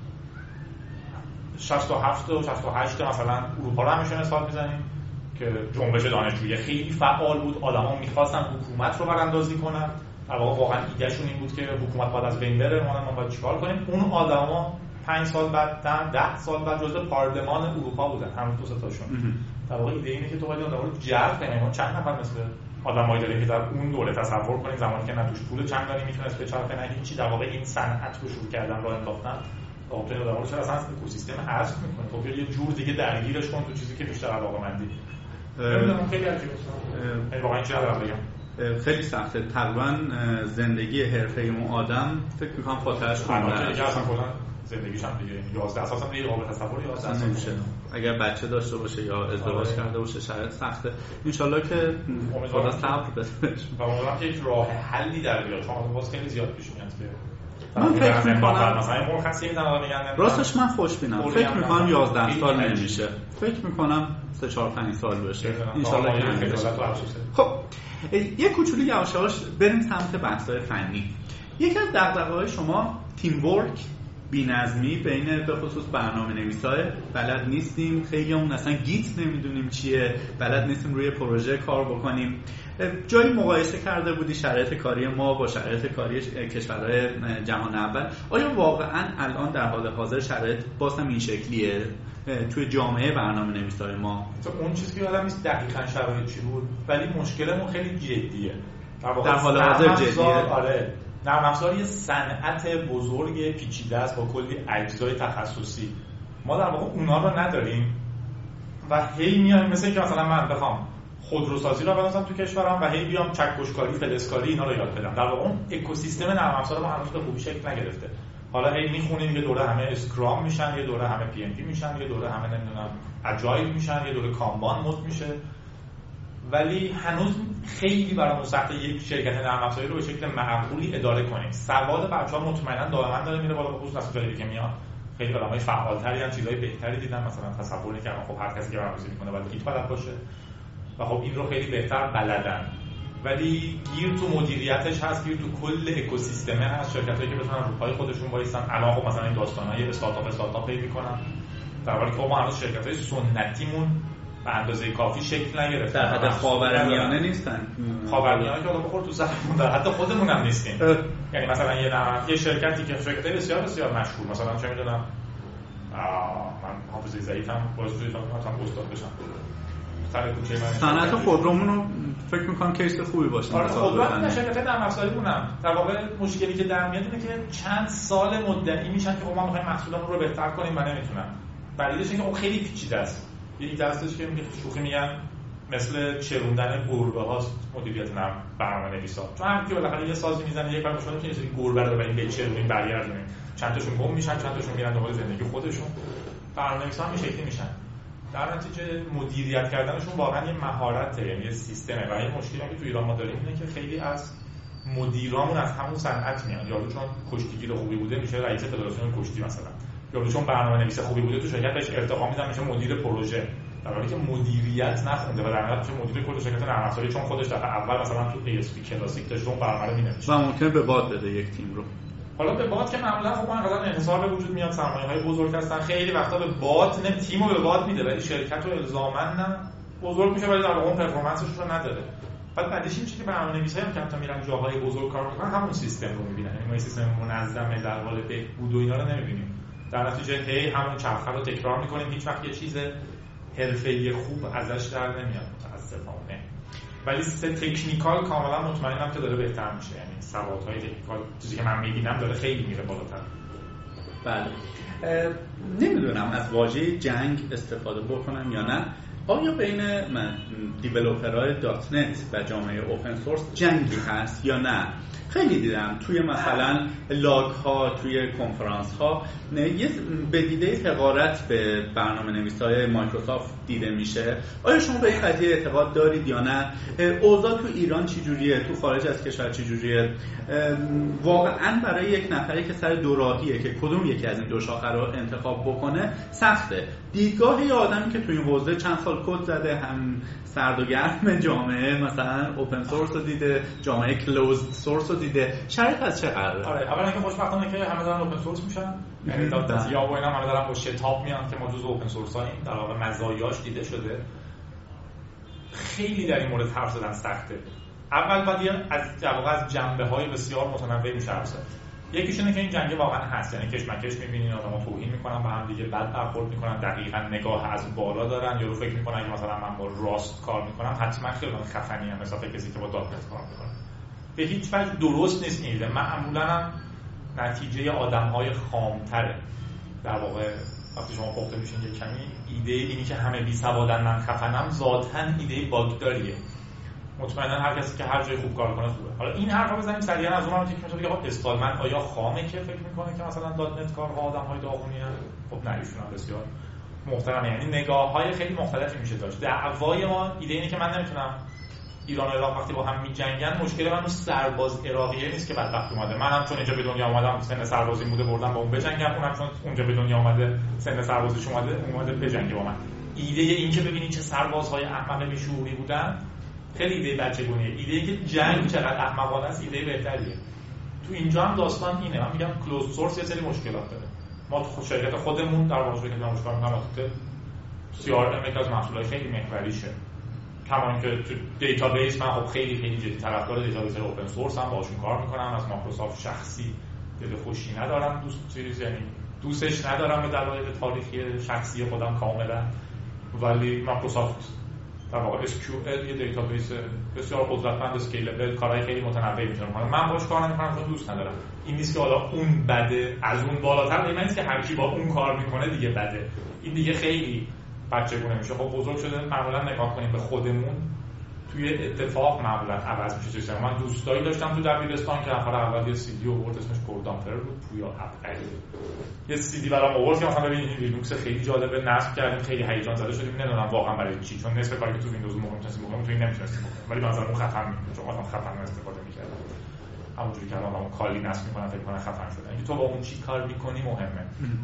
67 و 68 مثلا اروپا رو همیشه مثال میزنیم که جنبش دانشجویی خیلی فعال بود، آدما می‌خواستن حکومت رو براندازی کنن. در واقع واقعا ایدهشون این بود که حکومت باید از بین بره، ما باید چیکار کنیم. اون آدما 5 سال بعد 10 سال بعد جزء پارلمان اروپا بودن، همون دو سه تاشون. در واقع ایده اینه که تو باید آدما رو جذب کنی. ما چند نفر مثل آدمایی داریم که در اون دوره تصور کنیم زمانی که نه توش پول چندانی میتونست بچرخه نه هیچی، در واقع این صنعت رو شروع کردن راه انداختن. واقعا آدما رو چرا اصلا اکوسیستم حذف میکنه؟ خب یه جور دیگه درگیرش کن تو چیزی که بیشتر علاقه‌مندی. نمیدونم خیلی عجیبه. واقعا چه دارم بگم؟ خیلی سخته. تقریبا زندگی حرفه‌ای اون آدم فکر می‌کنم فاتحه‌اش خونده. زندگیش هم دیگه 11 اساسا دیگه قابل تصور 11 سال نمیشه. اگر بچه داشته باشه یا ازدواج کرده باشه شاید سخته. ان شاءالله که خدا صبر بده و امیدوارم که یک راه حلی در بیاد، چون واسه خیلی زیاد پیش میاد که من فکر می‌کنم مثلا مرخصی میدن میگن راستش من خوشبینم. فکر می‌کنم 11 سال نمیشه. فکر می‌کنم 3 4 5 سال بشه. ان شاءالله که بشه. خب یه کوچولو یواش یواش بریم سمت بحث‌های فنی. یکی از دغدغه‌های شما تیم ورک، بی‌نظمی بین به خصوص برنامه‌نویسای بلد نیستیم، خیلیمون اصلا گیت نمیدونیم چیه، بلد نیستیم روی پروژه کار بکنیم. جایی مقایسه کرده بودی شرایط کاری ما با شرایط کاری کشورهای جهان اول. آیا واقعا الان در حال حاضر شرایط باز هم این شکلیه توی جامعه برنامه‌نویسای ما؟ اون چیزی که یادم نیست دقیقاً شرایط چی بود، ولی مشکلمون خیلی جدیه. در حال حاضر جدیه. آره. نرم افزار یه صنعت بزرگ پیچیده است با کلی اجزای تخصصی. ما در واقع اونا رو نداریم و هی میایم مثل اینکه مثلا من بخوام خودروسازی رو بنازم تو کشورم و هی بیام چکشکاری، فلزکاری اینا رو یاد بدم. در واقع اون اکوسیستم نرم افزار ما هنوز به خوبی شکل نگرفته. حالا هی میخونیم یه دوره همه اسکرام میشن، یه دوره همه پی ام پی میشن، یه دوره همه نمیدونم اجایل میشن، یه دوره کانبان مود میشه، ولی هنوز خیلی برای سخت یک شرکت نرم افزاری رو به شکل معقولی اداره کنیم. سواد بچه‌ها مطمئنا دائما داره میره بالا، خصوصا جایی که میاد خیلی آدمای فعال‌تری ان، چیزای بهتری دیدن، مثلا تصور نمی‌کنم خب هر کسی که برنامه‌نویسی می‌کنه باید گیت بلد باشه و خب این رو خیلی بهتر بلدن، ولی گیر تو مدیریتش هست، گیر تو کل اکوسیستمه هست. شرکتایی که بتونن رو پای خودشون وایسن الان خب مثلا این داستانای استارتاپ پی می‌کنن، در حالی که ما هنوز شرکت‌های سنتیمون به اندازه کافی شکل نگرفته. در حد خاورمیانه نیستن. خاورمیانه که الان بخور تو زمین در حد خودمون هم نیستیم. یعنی مثلا یه شرکتی که شرکت بسیار بسیار مشهور، مثلا چه می‌دونم من حافظه ضعیفم باعث شده مثلا استاد بشم. سر کوچه من صنعت خودرومون رو فکر می‌کنم کیس خوبی باشه. آره خودرو شرکت نرم افزاریمونم در واقع مشکلی که در میاد اینه که چند سال مدعی میشن که ما می‌خوایم محصولمون رو بهتر کنیم و نمیتونن. دلیلش اینه که خیلی پیچیده است. یه دستش که شوخی میگن مثل چروندن گربه هاست مدیریت برنامه‌نویسا، چون هر کی بالاخره یه سازی میزنه یک کار مشابه که یه گربه رو ببریم بچرونیم برگردونیم، چند تاشون گم میشن، چند تاشون میرن دنبال زندگی خودشون. برنامه‌نویسا هم این شکلی میشن. در نتیجه مدیریت کردنشون واقعا یه مهارته، یعنی یه سیستمه. و یه مشکلی که تو ایران ما داریم اینه که خیلی از مدیرامون از همون صنعت میان، یا چون کشتیگیر خوبی بوده میشه رئیس فدراسیون کشتی مثلا، یا چون برنامه‌نویس خوبی بوده تو شرکت بهش ارتقا میدن میشه مدیر پروژه، در حالی که مدیریت نخونده و در نهایت میشه مدیر کل شرکت نرم افزاری، چون خودش دفعه اول مثلا تو ASP کلاسیک داشته اون برنامه رو مینوشت و ممکنه به باد بده یک تیم رو. حالا به باد که معمولا خب انقدر انحصار به وجود میاد، سرمایه‌های بزرگ هستن، خیلی وقتا به باد نه تیمو به باد میده ولی شرکت رو الزاما نه بزرگ میشه ولی در واقع اون پرفورمنسش رو نداره. بعد بعدش این چیزی که برنامه‌نویسا هم که تا میرن جاهای بزرگ کار میکنن همون سیستم رو میبینن، یعنی ما این سیستم منظم در حال بهبود و اینا رو نمیبینیم. در نتیجه هی همون چرخه رو تکرار میکنیم، هیچ وقت یه چیز حرفه‌ای خوب ازش در نمیاد متاسفانه. ولی تکنیکال کاملا مطمئنم که داره بهتر میشه، یعنی سوادهای تکنیکال چیزی که من میبینم داره خیلی میره بالاتر. بله نمیدونم از واژه جنگ استفاده بکنم یا نه، آیا بین دیولپرهای .NET و جامعه اوپن سورس جنگی هست یا نه؟ خیلی دیدم توی مثلا لاگ ها، توی کنفرانس ها یه بدیده حقارت به برنامه‌نویسای مایکروسافت دیده میشه. آیا شما به این قضیه اعتقاد دارید یا نه؟ اوضاع تو ایران چی جوریه؟ تو خارج از کشور چی جوریه؟ واقعا برای یک نفری که سر دوراهیه که کدوم یکی از این دو شاخه رو انتخاب بکنه سخته. دیدگاه یه آدمی که توی این حوزه چند سال کد زده، هم سرد و گرم جامعه مثلا اوپن سورس رو دیده، جامعه کلوزد سورس رو دیده، شرایط از چه قراره؟ آره اولا که خوشبختانه که همه دارن اوپن سورس میشن، یعنی دادیا و اینا همه دارن با شتاب میان که ما جزء اوپن سورس هاییم، در واقع مزایاش دیده شده. خیلی در این مورد حرف زدن سخته. اول باید از جنبه‌های بسیار متنوع میشه حرف زد. یکیش اینه که این جنگ واقعا هست، یعنی کشمکش می‌بینین آدم‌ها توهین می‌کنن به هم دیگه، بد برخورد می‌کنن، دقیقاً نگاه از بالا دارن، یا رو فکر می‌کنن که مثلا من با راست کار می‌کنم حتما خیلی خفنی ام، مثلا کسی که با دات نت کار می‌کنه. به هیچ وجه درست نیست این ایده. معمولاً هم نتیجه آدم‌های خام‌تره. در واقع وقتی شما پخته میشین یه کمی ایده اینی که همه بی‌سوادن من خفنم ذاتاً ایده باگداریه. مطمئنا هر کسی که هر جای خوب کار کنه خوبه. حالا این حرفا بزنیم سریعا از اونم که میشه بگه استالمن آیا خامه که فکر میکنه که مثلا دات نت کارها آدم‌های داغونی ان؟ خب نه، ایشون هم بسیار محترمه. یعنی نگاه‌های خیلی مختلفی میشه داشت. دعوای ما ایده اینه که من نمیتونم ایران و عراق وقتی با هم میجنگن، مشکل من اون سرباز عراقیه نیست که بدبخت اومده. منم چون اینجا به دنیا اومدم سن سربازی بوده بردم با اون بجنگم، اونم چون اونجا به دنیا اومده سن سربازیش اومده بجنگه با من. ایده این که ببینید چه سربازهای احمق بیشعوری بودن خیلی ایده بچگونیه. ایده که جنگ چقدر احمقانه است ایده بهتریه. تو اینجا هم داستان اینه. من میگم کلوز سورس یه سری مشکلات داره. ما تو شرکت خودمون در واقع شرکت نمایشگاه می‌کنم تو CRM یک از محصولات خیلی محوریشه. کما که تو دیتابیس من خب خیلی جدی طرفدار دیتابیس اوپن سورس هم باشون کار می‌کنم. از مایکروسافت شخصی دل خوشی ندارم، یعنی دوستش ندارم به دلایل تاریخی شخصی خودم کاملا، ولی مایکروسافت در واقع SQL یه دیتابیس بسیار قدرتمند، اسکیلبل، کارهای خیلی متنوعی می‌تونه کنه. من باهاش کار نمی‌کنم چون دوست ندارم. این نیست که حالا اون بده، از اون بالاتر این نیست که هر کی با اون کار می‌کنه دیگه بده. این دیگه خیلی بچگونه میشه. خب بزرگ شده معمولا نگاه کنیم به خودمون، توی اتفاق معمولا عوض میشه چیزا. من دوستایی داشتم تو دبیرستان که نفر اول یه سی دی آورد اسمش کوردامپر بود، پویا عبقری یه سی دی برام آورد که مثلا ببین این لینوکس خیلی جالبه، نصب کردیم، خیلی هیجان زده شدیم، نمیدونم واقعا برای چی، چون نصف کاری که تو ویندوز موقع می‌تونستیم بکنیم تو این نمی‌تونستیم بکنیم، ولی مثلا اون خفن می‌شد، چون مثلا خفن استفاده می‌کردم همونجوری که الان کالی نصب می‌کنن فکر کنم خفن شده. اینکه تو با اون چی کار می‌کنی مهمه.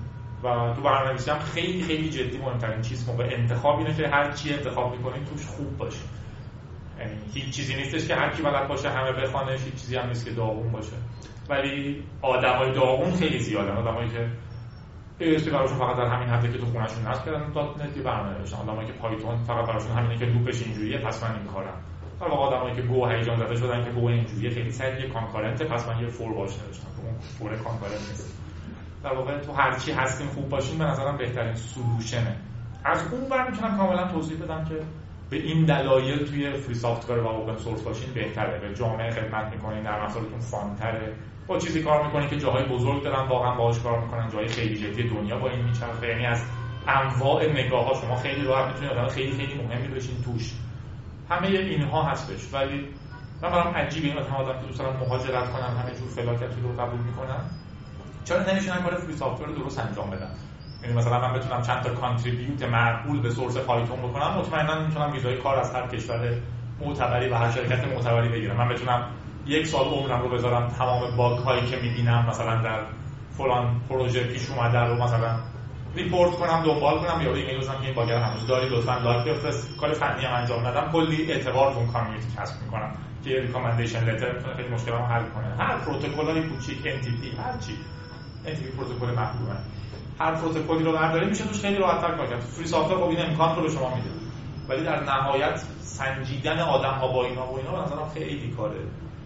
و تو برنامه‌نویسی هم خیلی خیلی جدی مهمترین چیز موقع انتخاب اینه که هر چی انتخاب می‌کنی توش خوب باشه. یعنی هیچ چیزی نیستش که هر کی بلد باشه همه بخوانش، هیچ چیزی هم نیست که داغون باشه. ولی آدمای داغون خیلی زیادن، آدمایی که ASP براشون فقط در همین حده که تو خونه‌شون نصب کردن دات نت برنامه نوشتن، آدمایی که پایتون فقط براشون همینه که لوپش اینجوریه پس من این کارم. در واقع آدمایی که گو هیجان زده شدن که گو اینجوریه خیلی سریع کانکورنت پس من یه فور باش نوشتم، اون فور کانکورنت نیست. در واقع تو هر چی هستیم خوب باشیم به نظرم بهترین سولوشنه. از اون ور میتونم کاملا توضیح بدم که به این دلایل توی فری سافت‌ور و اوپن سورس باشین بهتره، به جامعه خدمت میکنین، در افزارتون فان‌تره، با چیزی کار میکنین که جاهای بزرگ دارن واقعا باهاش کار میکنن، جای خیلی جدی دنیا با این میچرخه، یعنی از انواع نگاه‌ها شما خیلی راحت میتونید آدم خیلی خیلی مهمی بشین توش. همه اینها هستش، ولی من برام عجیبه این آدم که دوست دارن مهاجرت کنن همه جور فلاکتی رو قبول میکنن، چرا نمیشونن کار فری سافت‌ور رو درست انجام بدن؟ یعنی مثلا من بتونم چند تا کانتریبیوت معقول به سورس پایتون بکنم، مطمئنا میتونم ویزای کار از هر کشور معتبری و هر شرکت معتبری بگیرم. من بتونم یک سال عمرم رو بذارم تمام باگ هایی که میبینم مثلا در فلان پروژه پیش اومده رو مثلا ریپورت کنم، دنبال کنم، یا ایمیل بزنم که این باگ رو هنوز داری لطفاً لایک بفرست، کار فنی هم انجام ندم، کلی اعتبار تو اون کامیونیتی کسب میکنم که یه ریکامندیشن لتر میتونه خیلی مشکلامو حل کنه. هر پروتکلای کوچیک NTP هر چی NTP پروتکل محدوده، هر پروتکلی رو برداریم میشه توش خیلی راحت‌تر کار کرد. فری سافت‌ور خب این امکان رو به شما میده، ولی در نهایت سنجیدن آدم‌ها با اینا و اینا به نظرم خیلی کاره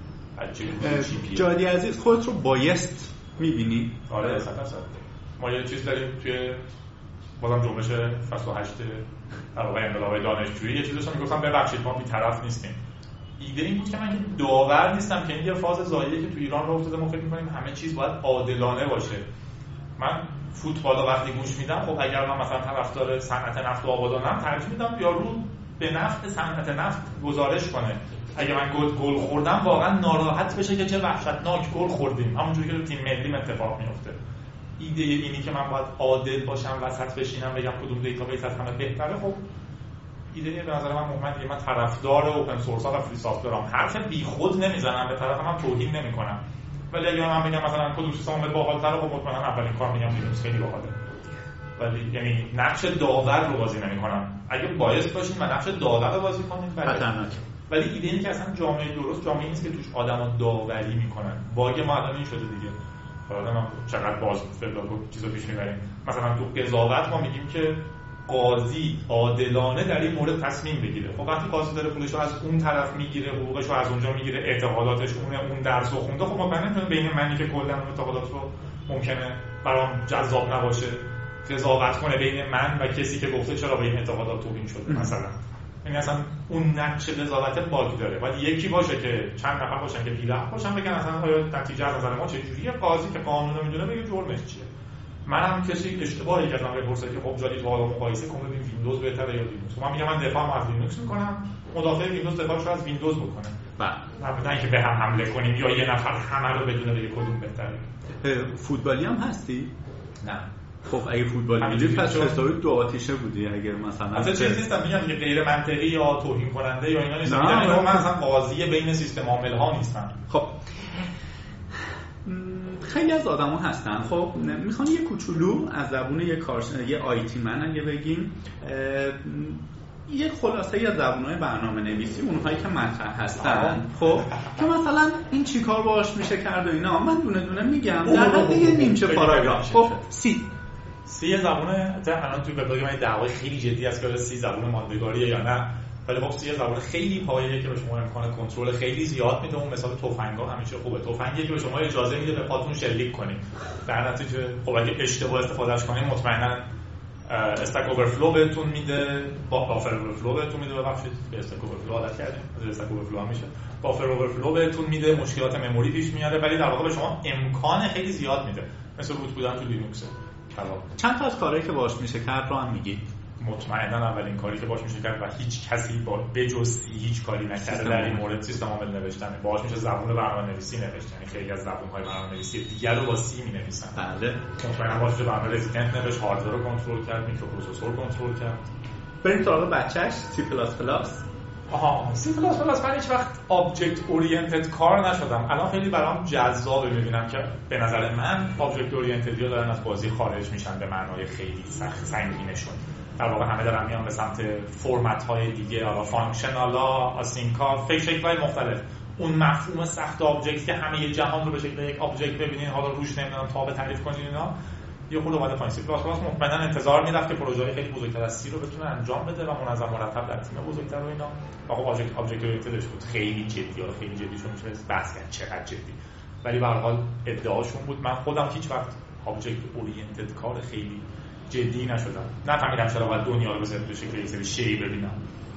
عجیبه. جادی عزیز خودت رو بایست می‌بینی؟ آره 100%. ما یه چیز داریم توی بازم جنبش فصل 8 در واقع انقلاب دانشجویی، یه چیزی داشتم میگفتم ببخشید ما بی‌طرف نیستیم. ایده این بود که من که داور نیستم که این یه فاز زاییه که تو ایران راه افتاده، ما فکر می‌کنیم همه چیز باید عادلانه باشه. من فوتبال وقتی گوش میدم، خب اگر من مثلا طرفدار صنعت نفت و آبادانم ترجیح میدم یارو به نفت صنعت نفت گزارش کنه. اگه من گل خوردم واقعا ناراحت بشه که چه وحشتناک گل خوردیم، همونجوری که تو تیم ملی اتفاق میفته. ایده اینی که من باید عادل باشم وسط بشینم بگم کدوم دیتابیس از همه بهتره، خب ایده به نظر من مهمه. من طرفدار اوپن سورس ها و فری سافت‌ورام، حرف بیخود نمیزنم، به طرف من توهین نمیکنم، ولی اگه من بگم مثلا کدوم سیستم باحال‌تره، خب مطمئنا اولین کار میگم لینوکس خیلی باحاله. ولی یعنی نقش داور رو بازی نمی‌کنم. اگه باعث باشین و نقش داور رو بازی کنید خطرناکه. ولی ایده اینه که اصلا جامعه درست جامعه نیست که توش آدما داوری میکنن. باگ ما الان این شده دیگه. حالا ما چقدر باز فلوگو چیزا پیش میبریم. مثلا تو قضاوت ما میگیم که قاضی عادلانه در این مورد تصمیم بگیره. خب وقتی قاضی داره پولش رو از اون طرف میگیره، حقوقش رو از اونجا میگیره، اعتقاداتش اون درس رو خونده، خب مطمئنا بین منی که کلا اعتقادات رو ممکنه برام جذاب نباشه قضاوت کنه بین من و کسی که گفته چرا به این اعتقادات توهین شده مثلا. یعنی اصلا اون نقش قضاوت باگ داره. باید یکی باشه که چند نفر باشن که بی‌رحم باشن بگن اصلا آیا نتیجه از نظر ما چه جوریه، قاضی که قانون رو میدونه بگه جرمش چیه. منم کسی اشتباهی کردم بپرسه که خب جادی تو حالا مقایسه کن ببین ویندوز بهتره یا لینوکس. من میگم من دفاعم از لینوکس میکنم، مدافع ویندوز دفاعش رو از ویندوز بکنه. نه اینکه به هم حمله کنیم یا یه نفر همه رو بدونه بگه کدوم بهتره. فوتبالی هم هستی؟ نه. خب اگه فوتبالی بودی پس حسابی دو آتیشه بودی. اگر مثلا اصلا چیزی نیستم میگم که غیر منطقی یا توهین کننده یا اینا نیستم. میگم من اصلا قاضی بین سیستم عامل ها نیستم. خب خیلی از آدما هستن خب میخوان یه کوچولو از زبون یه آیتی من اگه بگیم یه خلاصه از زبونهای برنامه نویسی اونهایی که مطرح هستن خب که مثلا این چیکار باهاش میشه کرد و اینا من دونه دونه میگم در حد یه نیمچه پاراگراف. خب سی زبونه الان توی وبلاگ من دعوای خیلی جدی است که سی زبون ماندگاریه یا نه، ولی خب سی زبون خیلی پایه‌ایه که به شما امکان کنترل خیلی زیاد میده. اون مثال تفنگا همیشه خوبه. تفنگی که به شما اجازه میده به پاتون شلیک کنید. در نتیجه خب اگه اشتباه استفادهش کنید مطمئنا استک اورفلو بهتون میده، بافر اورفلو بهتون میده. ببخشید به استک اورفلو عادت کردیم، استک اورفلو هم میشه. بافر اورفلو بهتون میده، مشکلات مموری پیش میاره، ولی در واقع به شما امکان خیلی زیاد میده. مثل روت بودن تو لینوکس. چند تا از کارهایی که باهاش میشه کرد رو هم میگید؟ مطمئنا اولین کاری که باهاش میشه کرد و هیچ کسی بجز سی هیچ کاری نکرده در این مورد سیستم عامل نوشتن. باهاش میشه زبون برنامه‌نویسی نوشت، یعنی خیلی از زبون‌های برنامه‌نویسی دیگر رو با سی می‌نویسن. بله. مطمئنا باهاش برنامه رزیدنت نوشت، هاردور رو کنترل کرد، میکروپروسسور کنترل کرد. بریم سراغ بچه‌ش سی پلاس پلاس. سی پلاس پلاس من هیچ وقت آبجکت اورینتد کار نشدم. الان خیلی برام جذابه می‌بینم که به نظر من آبجکت اورینتدیا دارن از بازی خارج میشن به معنای خیلی سنگینشون. در واقع همه دارن میان به سمت فرمت‌های دیگه، حالا فانکشنالا، آسینکا، شکل‌های مختلف. اون مفهوم سخت آبجکت که همه جهان رو به شکل یک آبجکت ببینین، حالا روش نمیدونم تابع تعریف کنین اینا، یه خود اومده پایین. سی پلاس پلاس مطمئنا انتظار میرفت که پروژه‌های خیلی بزرگتر از سی رو بتونه انجام بده و منظم مرتب در تیم بزرگتر و اینا. واقعا آبجکت اورینتدش بود، خیلی جدی، حالا خیلی جدی چون میشه بحث کرد چقدر جدی، ولی به هر حال ادعاشون بود. من خودم هیچ وقت آبجکت اورینتد کار خیلی جدی نشدم، نفهمیدم چرا باید دنیا رو به شکل یک سری شی ببینم.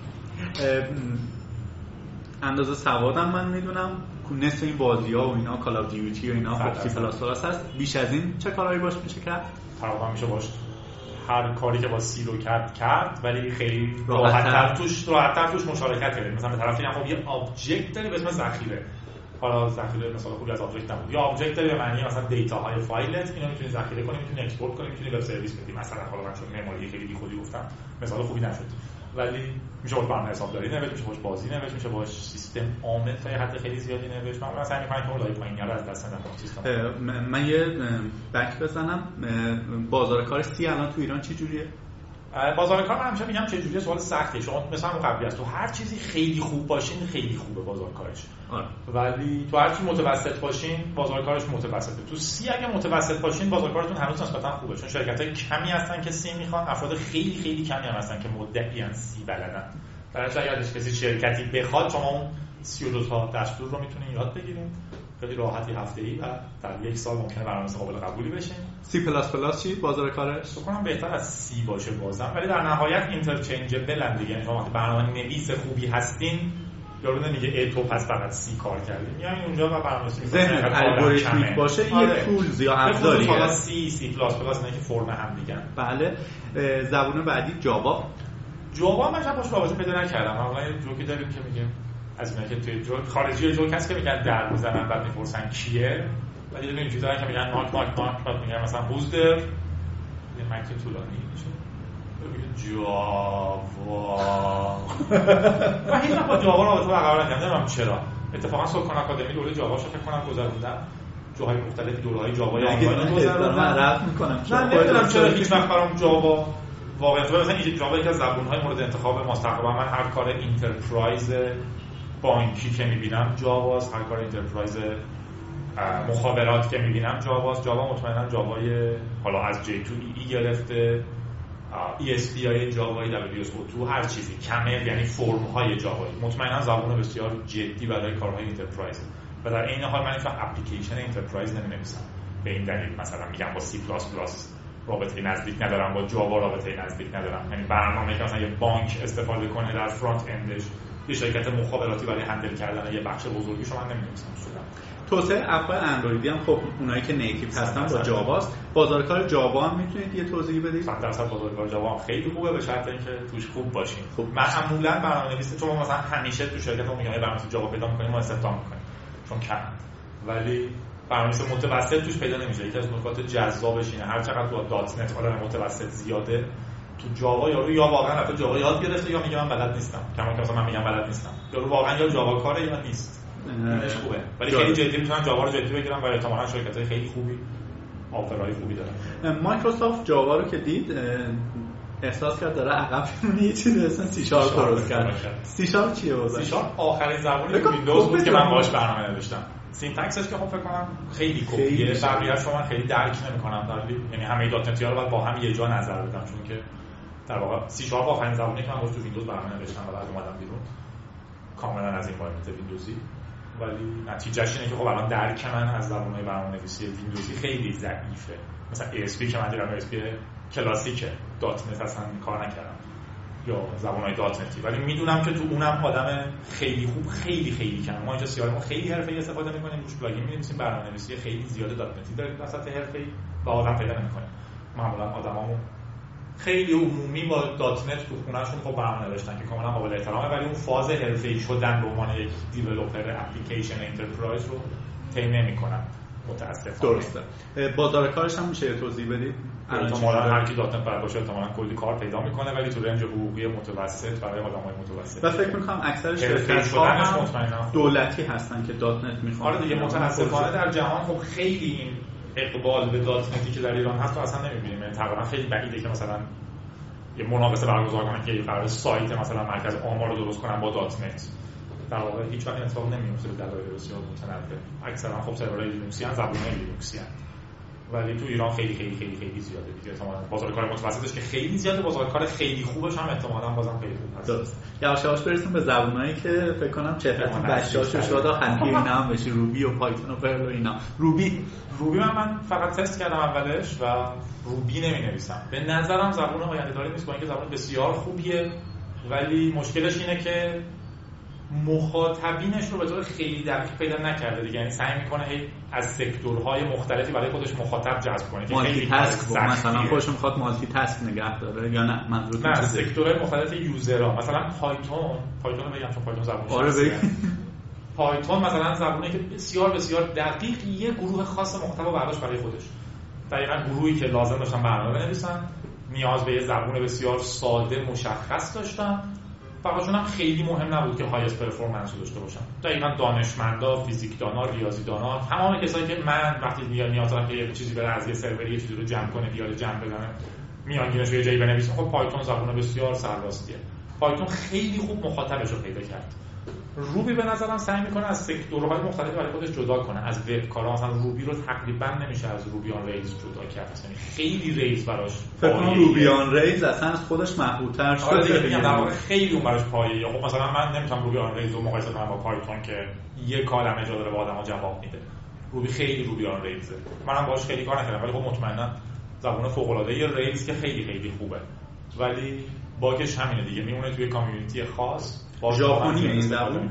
اندازه سوادم من میدونم نصف این بازی‌ها و اینا، کال آف دیوتی و اینا خب سی پلاس پلاس هست. بیش از این چه کارهایی باش میشه کرد؟ تقریبا میشه باش هر کاری که با سی رو کرد، ولی خیلی راحت‌تر توش مشارکت کنید. مثلا به طرفی هم خب یه آبجکت داری به اسم ذخیره، حالا ذخیره مثلا خوبی از آبجکت نبود، یا آبجکت داری به معنی مثلا دیتاهای فایلت، اینو میتونی ذخیره کنی، میتونی اکسپورت کنی، میتونی وب سرویس بدی. مثلا حالا من چون مموری خیلی بیخودی گفتم مثال خوبی نشد، ولی میشه باش برنامه حسابداری نوشت، میشه باش بازی نوشت، میشه باش سیستم عامل تا حد خیلی زیادی نوشت. من سعی می‌کنم که اون لایه پایین‌ها رو از دست ندم سیستم. من یه بک بزنم، بازار کار سی الان تو ایران چه جوریه؟ بازار کار من همیشه میگم چه جوریه، سوال سختیه. شما مثلا قبلی است تو هر چیزی خیلی خوب باشین خیلی خوبه بازار کارش، ولی تو هر چی متوسط باشین بازار کارش متوسطه. تو سی اگه متوسط باشین بازار کارتون هنوز نسبتا خوبه، چون شرکت‌های کمی هستن که سی میخوان، افراد خیلی خیلی کمی هم هستن که مدعیان سی بلدن. برای اگر کسی شرکتی بخواد شما اون 32 تا دستور رو میتونین یاد بگیرین خیلی راحتی هفته‌ای و در یک سال ممکنه برنامه‌نویس قابل قبولی بشین. سی پلاس پلاس چی بازار کارش؟ فکر کنم بهتر از سی باشه بازم، ولی در نهایت اینترچنجبل هم دیگه. یعنی شما وقتی برنامه‌نویس خوبی هستین یارو نمیگه ای تو پس فقط سی کار کردی، میایم اونجا و برنامه‌نویسی می‌کنید. الگوریتمیک باشه یه تولز یا ابزاری هست. سی پلاس پلاس نه که فرم هم دیگه. بله. زبان بعدی جاوا. جاوا من چند باش رابطه پیدا نکردم. واقعا یه جوکی داریم که میگیم از اینکه توی جو خارجی جو کسی که میگن در میزنن بعد میپرسن کیه، ولی دیگه اینجوری دارن که میگن ماک بعد میگن مثلا بوزدر یه مک طولانی میشه جاوا. من هیچ وقت با جاوا رابطه برقرار نکردم، نمیدونم چرا. اتفاقا سوکان آکادمی دوره جاوا شو فکر کنم گذروندم، جاهای مختلفی دوره‌های جاوا یا آنلاین گذروندم. رد می‌کنم من نمیدونم چرا هیچ وقت برام جاوا واقعا مثلا این جاوا یکی از زبون‌های مورد انتخاب ماست. تقریبا من هر کار انترپرایز بانکی که می‌بینم جاواست، هر کار انترپرایز مخابرات که می‌بینم جاواست. جاوا مطمئنا جاوای حالا از J2EE گرفته ESP جاوای WSO2 هر چیزی کمل، یعنی فرم‌های جاوایی مطمئنا زبان بسیار جدی برای کارهای انترپرایز و در عین حال من هیچ وقت اپلیکیشن انترپرایز نمی‌نویسم. به این دلیل مثلا میگم با C++ رابطه نزدیک ندارم، با جاوا رابطه نزدیک ندارم. یعنی برنامه‌ای که مثلا یه بانک استفاده کنه در فرانت اندش، یه شرکت مخابراتی برای هندل کردن یه بخش بزرگی شما نمی‌نویسم اصولا. توسعه اپ‌های اندرویدی هم خب اونایی که نیتیو هستن با جاواست. بازار کار جاوا هم میتونید یه توضیح بدید؟ 100% بازار کار جاوا هم خیلی خوبه به شرط اینکه توش خوب باشین. خب معمولاً برنامه‌نویس چون مثلا همیشه تو شرکت‌ها میگن برنامه‌نویس جاوا پیدا می‌کنیم ما استخدام می‌کنیم چون کمند، ولی برنامه‌نویس متوسط توش پیدا نمیشه. یکی از نکات جذابش اینه هر چقدر تو دات نت آدم متوسط زیاده، تو جاوا یارو یا واقعا رفته جاوا یاد گرفته یا میگه من بلد نیستم. کما که مثلا من میگم بلد نیستم، یارو واقعا یا جاوا کاره یا نیست. اینش خوبه، ولی خیلی جدی میتونن جاوا رو جدی بگیرن و احتمالاً شرکت‌های خیلی خوبی آفرای خوبی دارن. مایکروسافت جاوا رو که دید احساس کرد داره عقب میمونه، یه چیزی مثلا سی شارپ درست کرد. سی شارپ چیه واسه؟ سی شارپ آخرین زبانی ویندوز بود که من باهاش برنامه نوشتم. سینتکسش که خب فکر کنم خیلی کپیه، بقیه‌اش رو من خیلی درک نمی‌کنم. یعنی همه دات نت‌ها رو باید با هم یه جا نظر بدم، چون که در واقع سی شارپ آخرین زبانی که من باهاش تو ویندوز برنامه نوشتم و بعد اومدم بیرون کاملا از این وایرمنت ویندوزی. ولی نتیجهش اینه که خب الان درک من از زبان‌های برنامه‌نویسی ویندوزی خیلی ضعیفه. مثلا ASP که من دیدم ASP کلاسیکه، دات نت اصلا کار نکردم یا زبان‌های دات نتی، ولی میدونم که تو اونم آدم خیلی خوب خیلی کم. ما اینجا سیارمون خیلی حرفه‌ای استفاده می‌کنیم، روش پلاگین می‌نویسیم، برنامه‌نویسی خیلی زیاد دات نتی داریم وسط حرفه‌ای و آدم پیدا نمی‌کنیم. معمولا آدمامون خیلی عمومی با دات نت تو خونه‌شون خب برنامه نوشتن که کاملا قابل احترامه، ولی اون فاز حرفه‌ای شدن به عنوان یک دیولپر اپلیکیشن انترپرایز رو طی نمی‌کنن متأسفانه. درسته. بازار کارش هم میشه توضیح بدید؟ احتمالاً هر کی دات نت بلد باشه احتمالاً کلی کار پیدا می‌کنه، ولی تو رنج حقوقی متوسط برای آدمای متوسط. و فکر می‌کنم اکثر شرکت‌ها هم دولتی هستن که دات نت می‌خوان. آره دیگه، متأسفانه در جهان خب خیلی این اقبال به دات نتی که در ایران هست رو اصلا نمی‌بینیم. یعنی تقریبا خیلی بعیده که مثلا یه مناقصه برگزار کنن که قرار سایت مثلا مرکز آمار رو درست کنن با دات نت. در واقع هیچ وقت اتفاق نمیفته به دلایل بسیار متنوع. اکثرا خب سرورهای لینوکسی ان، زبون‌های لینوکسی ان. ولی تو ایران خیلی خیلی خیلی خیلی زیاده دیگه. احتمالاً بازار کار متوسطش که خیلی زیاده، بازار کار خیلی خوبش هم احتمالاً بازم خیلی خوب هست. درست. یواش یواش برسیم به زبونایی که فکر کنم چهره‌تون بشاشو شد و خنده اینا هم بشه، روبی و پایتون و پرل و اینا. روبی من فقط تست کردم اولش و روبی نمی‌نویسم. به نظرم زبون آینده‌داری نیست، با اینکه زبون بسیار خوبیه، ولی مشکلش اینه که مخاطبینش رو به طور خیلی دقیق پیدا نکرده دیگه. یعنی سعی میکنه از سکتورهای مختلفی برای خودش مخاطب جذب کنه که خیلی تاسک مثلا خودش میخواد مالتی تاسک نگه داره یا نه منظور نه سکتورهای مختلف یوزرها. مثلا پایتون رو بگم چون پایتون زبونش پایتون مثلا زبونی که بسیار بسیار دقیق یه گروه خاص مخاطب برداشت برای خودش. دقیقاً گروهی که لازم داشتن برنامه بنویسن، نیاز به یه زبون بسیار ساده مشخص داشتن. فقطشون هم خیلی مهم نبود که هایست پرفورمنس رو داشته باشن. دقیقاً دانشمندا، فیزیکدانا، ریاضیدانا، تمام کسایی که من وقتی نیاز دارم که یه چیزی بره از یه سروری یه چیزی رو جمع کنه، بیاره جمع بزنه، میانگینش رو یه جایی بنویسه. خب پایتون زبون بسیار سرراستیه. پایتون خیلی خوب مخاطبش رو پیدا کرد. روبی به نظرم سعی میکنه از سکتورهای مختلف برای خودش جدا کنه. از وب کارا مثلا روبی رو تقریبا نمیشه از روبی آن ریلز جدا کرد. یعنی خیلی ریلز براش فکر کنم روبی آن ریلز اصلا از خودش محبوب‌تر شده. آره دیگه، در واقع خیلی اون براش پایه‌ایه. خب مثلا من نمیتونم روبی آن ریلز رو مقایسه کنم با پایتون که یک کلمه جا داره به آدم‌ها جواب میده. روبی خیلی روبی آن ریلزه. منم باهاش خیلی کار نکردم، ولی خب مطمئنا زبان فوق‌العاده ریلز که خیلی خیلی خوبه. ولی باگش همینه دیگه، میمونه توی کامیونیتی خاص. ژاپنی این زبان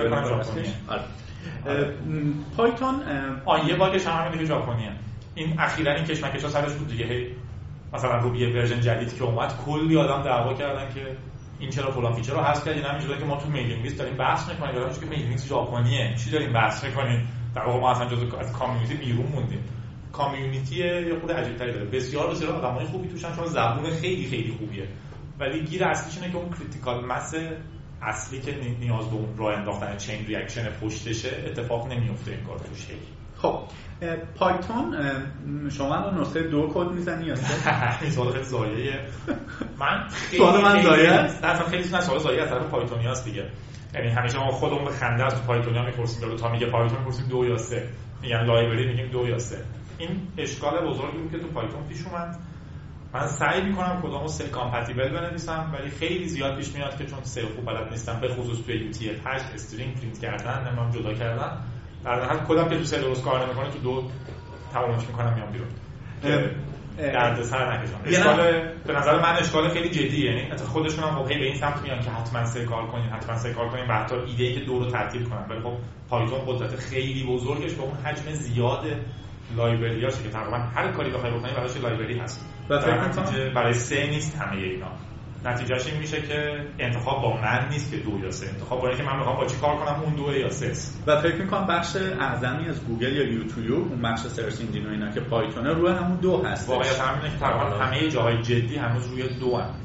پایتون یه باگش هم همینه که ژاپنیه. این اخیراً این کشمکشا سرش بود دیگه. مثلا روبی ورژن جدید که اومد کلی آدم دعوا کردن که این چرا فلان فیچر رو حذف کردین. همینجوریه که ما تو میلینگ لیست داریم بحث می‌کنیم، یادم میاد که میلینگ لیست ژاپنیه، چی داریم بحث می‌کنیم؟ در واقع ما اصلا جزء از کامیونیتی بیرون موندیم. کامیونیتی یه خود عجیب‌تری داره. بسیار بسیار آدمای خوبی توشن، چون زبون خیلی خیلی خوبیه. ولی گیر اصلیش اینه که اون کریتیکال مس اصلی که نیاز به اون راه انداختن چین ریاکشن پشتشه اتفاق نمیفته این کار توش. خب پایتون شما الان نسخه 2 کد میزنی یا 3؟ این سوال خیلی زاییه. من زاییه است. اصلا خیلی سوال زاییه از طرف پایتونیاست دیگه. یعنی همیشه ما خودمون به خنده از پایتونیا میپرسیم، تا میگه پایتون میپرسیم 2 یا 3، میگن لایبرری میگیم 2 یا 3. این اشکال بزرگی بود که تو پایتون پیش اومد. من سعی میکنم کدامو سه کامپتیبل بنویسم، ولی خیلی زیاد پیش میاد که چون سه خوب بلد نیستم، به خصوص توی UTF-8 استرینگ پرینت کردن، نمیدونم جدا کردن، در حال کدام که تو سه درست کار نمیکنه تو 2 تمامش میکنم میام بیرون. درد سر نکشم. اشکال به نظر من اشکال خیلی جدیه. یعنی حتی خودشون هم خب به این سمت میان که حتما سه کار کنین، و حتی ایده ای که 2 رو ترتیب کنن. ولی خب پایتون قدرت خیلی بزرگش با اون حجم زیاد لایبرریاشه که تقریبا هر کاری بخوای بکنی براش لایبرری هست. و نتیجه برای 3 نیست همه اینا. نتیجهش این میشه که انتخاب با من نیست که 2 یا 3، انتخاب با اینکه من میخوام با چی کار کنم، اون 2 یا 3 است. و فکر میکنم بخش اعظمی از گوگل یا یوتیوب، اون بخش سرچ انجین و اینا که پایتونه روی همون 2 هست. واقعیت همینه که تقریبا همه جاهای جدی هنوز روی 2 هست.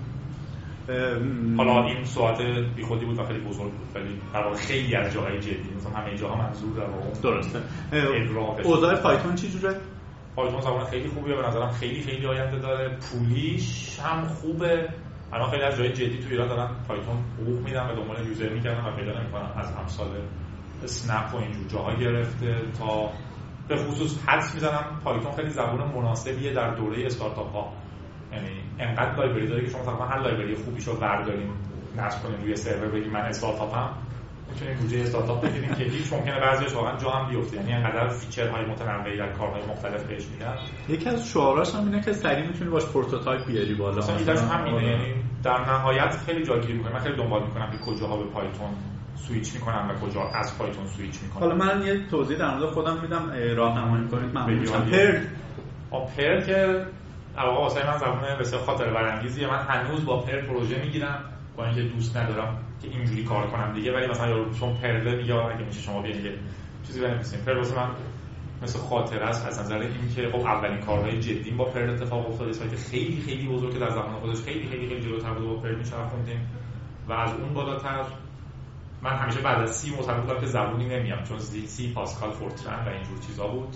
حالا این سوال بیخودی بود و خیلی بزرگ بود، ولی در واقع خیلی از جاهای جدی، مثلا همه جاها منظور در واقع درسته. اوضاع پایتون چی جوره؟ پایتون زبان خیلی خوبیه، به نظرم خیلی خیلی آینده داره. پولیش هم خوبه. الان خیلی از جای جدی تو ایران دارن پایتون حقوق میدن و دنبال یوزر میگردن و پیدا نمیکنن، از امثال اسنپ و اینجور جاها گرفته تا به خصوص حدس میزنم پایتون خیلی زبان مناسبیه در دوره استارتاپ ها. یعنی انقدر لایبرری داره که شما تقریبا هر لایبرری خوبیشو بردارین نصب کنین روی سرور، بگید من استارتاپم، میتونید بودجه استارتاپ بگیرین که هیچ ممکنه بعضیش واقعا جا هم بیفته. یعنی انقدر فیچرهای متنوعی در کارهای مختلف بهش میدن. یکی از شعاراش هم اینه که سریع میتونی باش پروتوتایپ بیاری بالا. مثلا ایدهش همینه. یعنی در نهایت خیلی جاگیری میکنه. من خیلی دنبال میکنم که کجاها به پایتون سویچ میکنم و کجا از پایتون سویچ میکنم. حالا من یه توضیح در مورد خودم میدم، راهنمایی کنید. من پرل که واقعا واسه من زبون بسیار خاطره برانگیزیه. من هنوز با پر پروژه میگیرم با اینکه دوست ندارم که اینجوری کار کنم دیگه، ولی مثلا یارو چون پرله میگه اگه میشه شما بیاین یه چیزی بنویسین. پر واسه من مثل خاطره است از نظر اینکه خب اولین کارهای جدی با پر اتفاق افتاد، سایت خیلی خیلی بزرگ در زمان خودش خیلی خیلی خیلی جلوتر بود با پر میچرخوندیم و از اون بالاتر من همیشه بعد از سی معتقد بودم که زبونی نمیام چون سی پاسکال فورترن و اینجور چیزا بود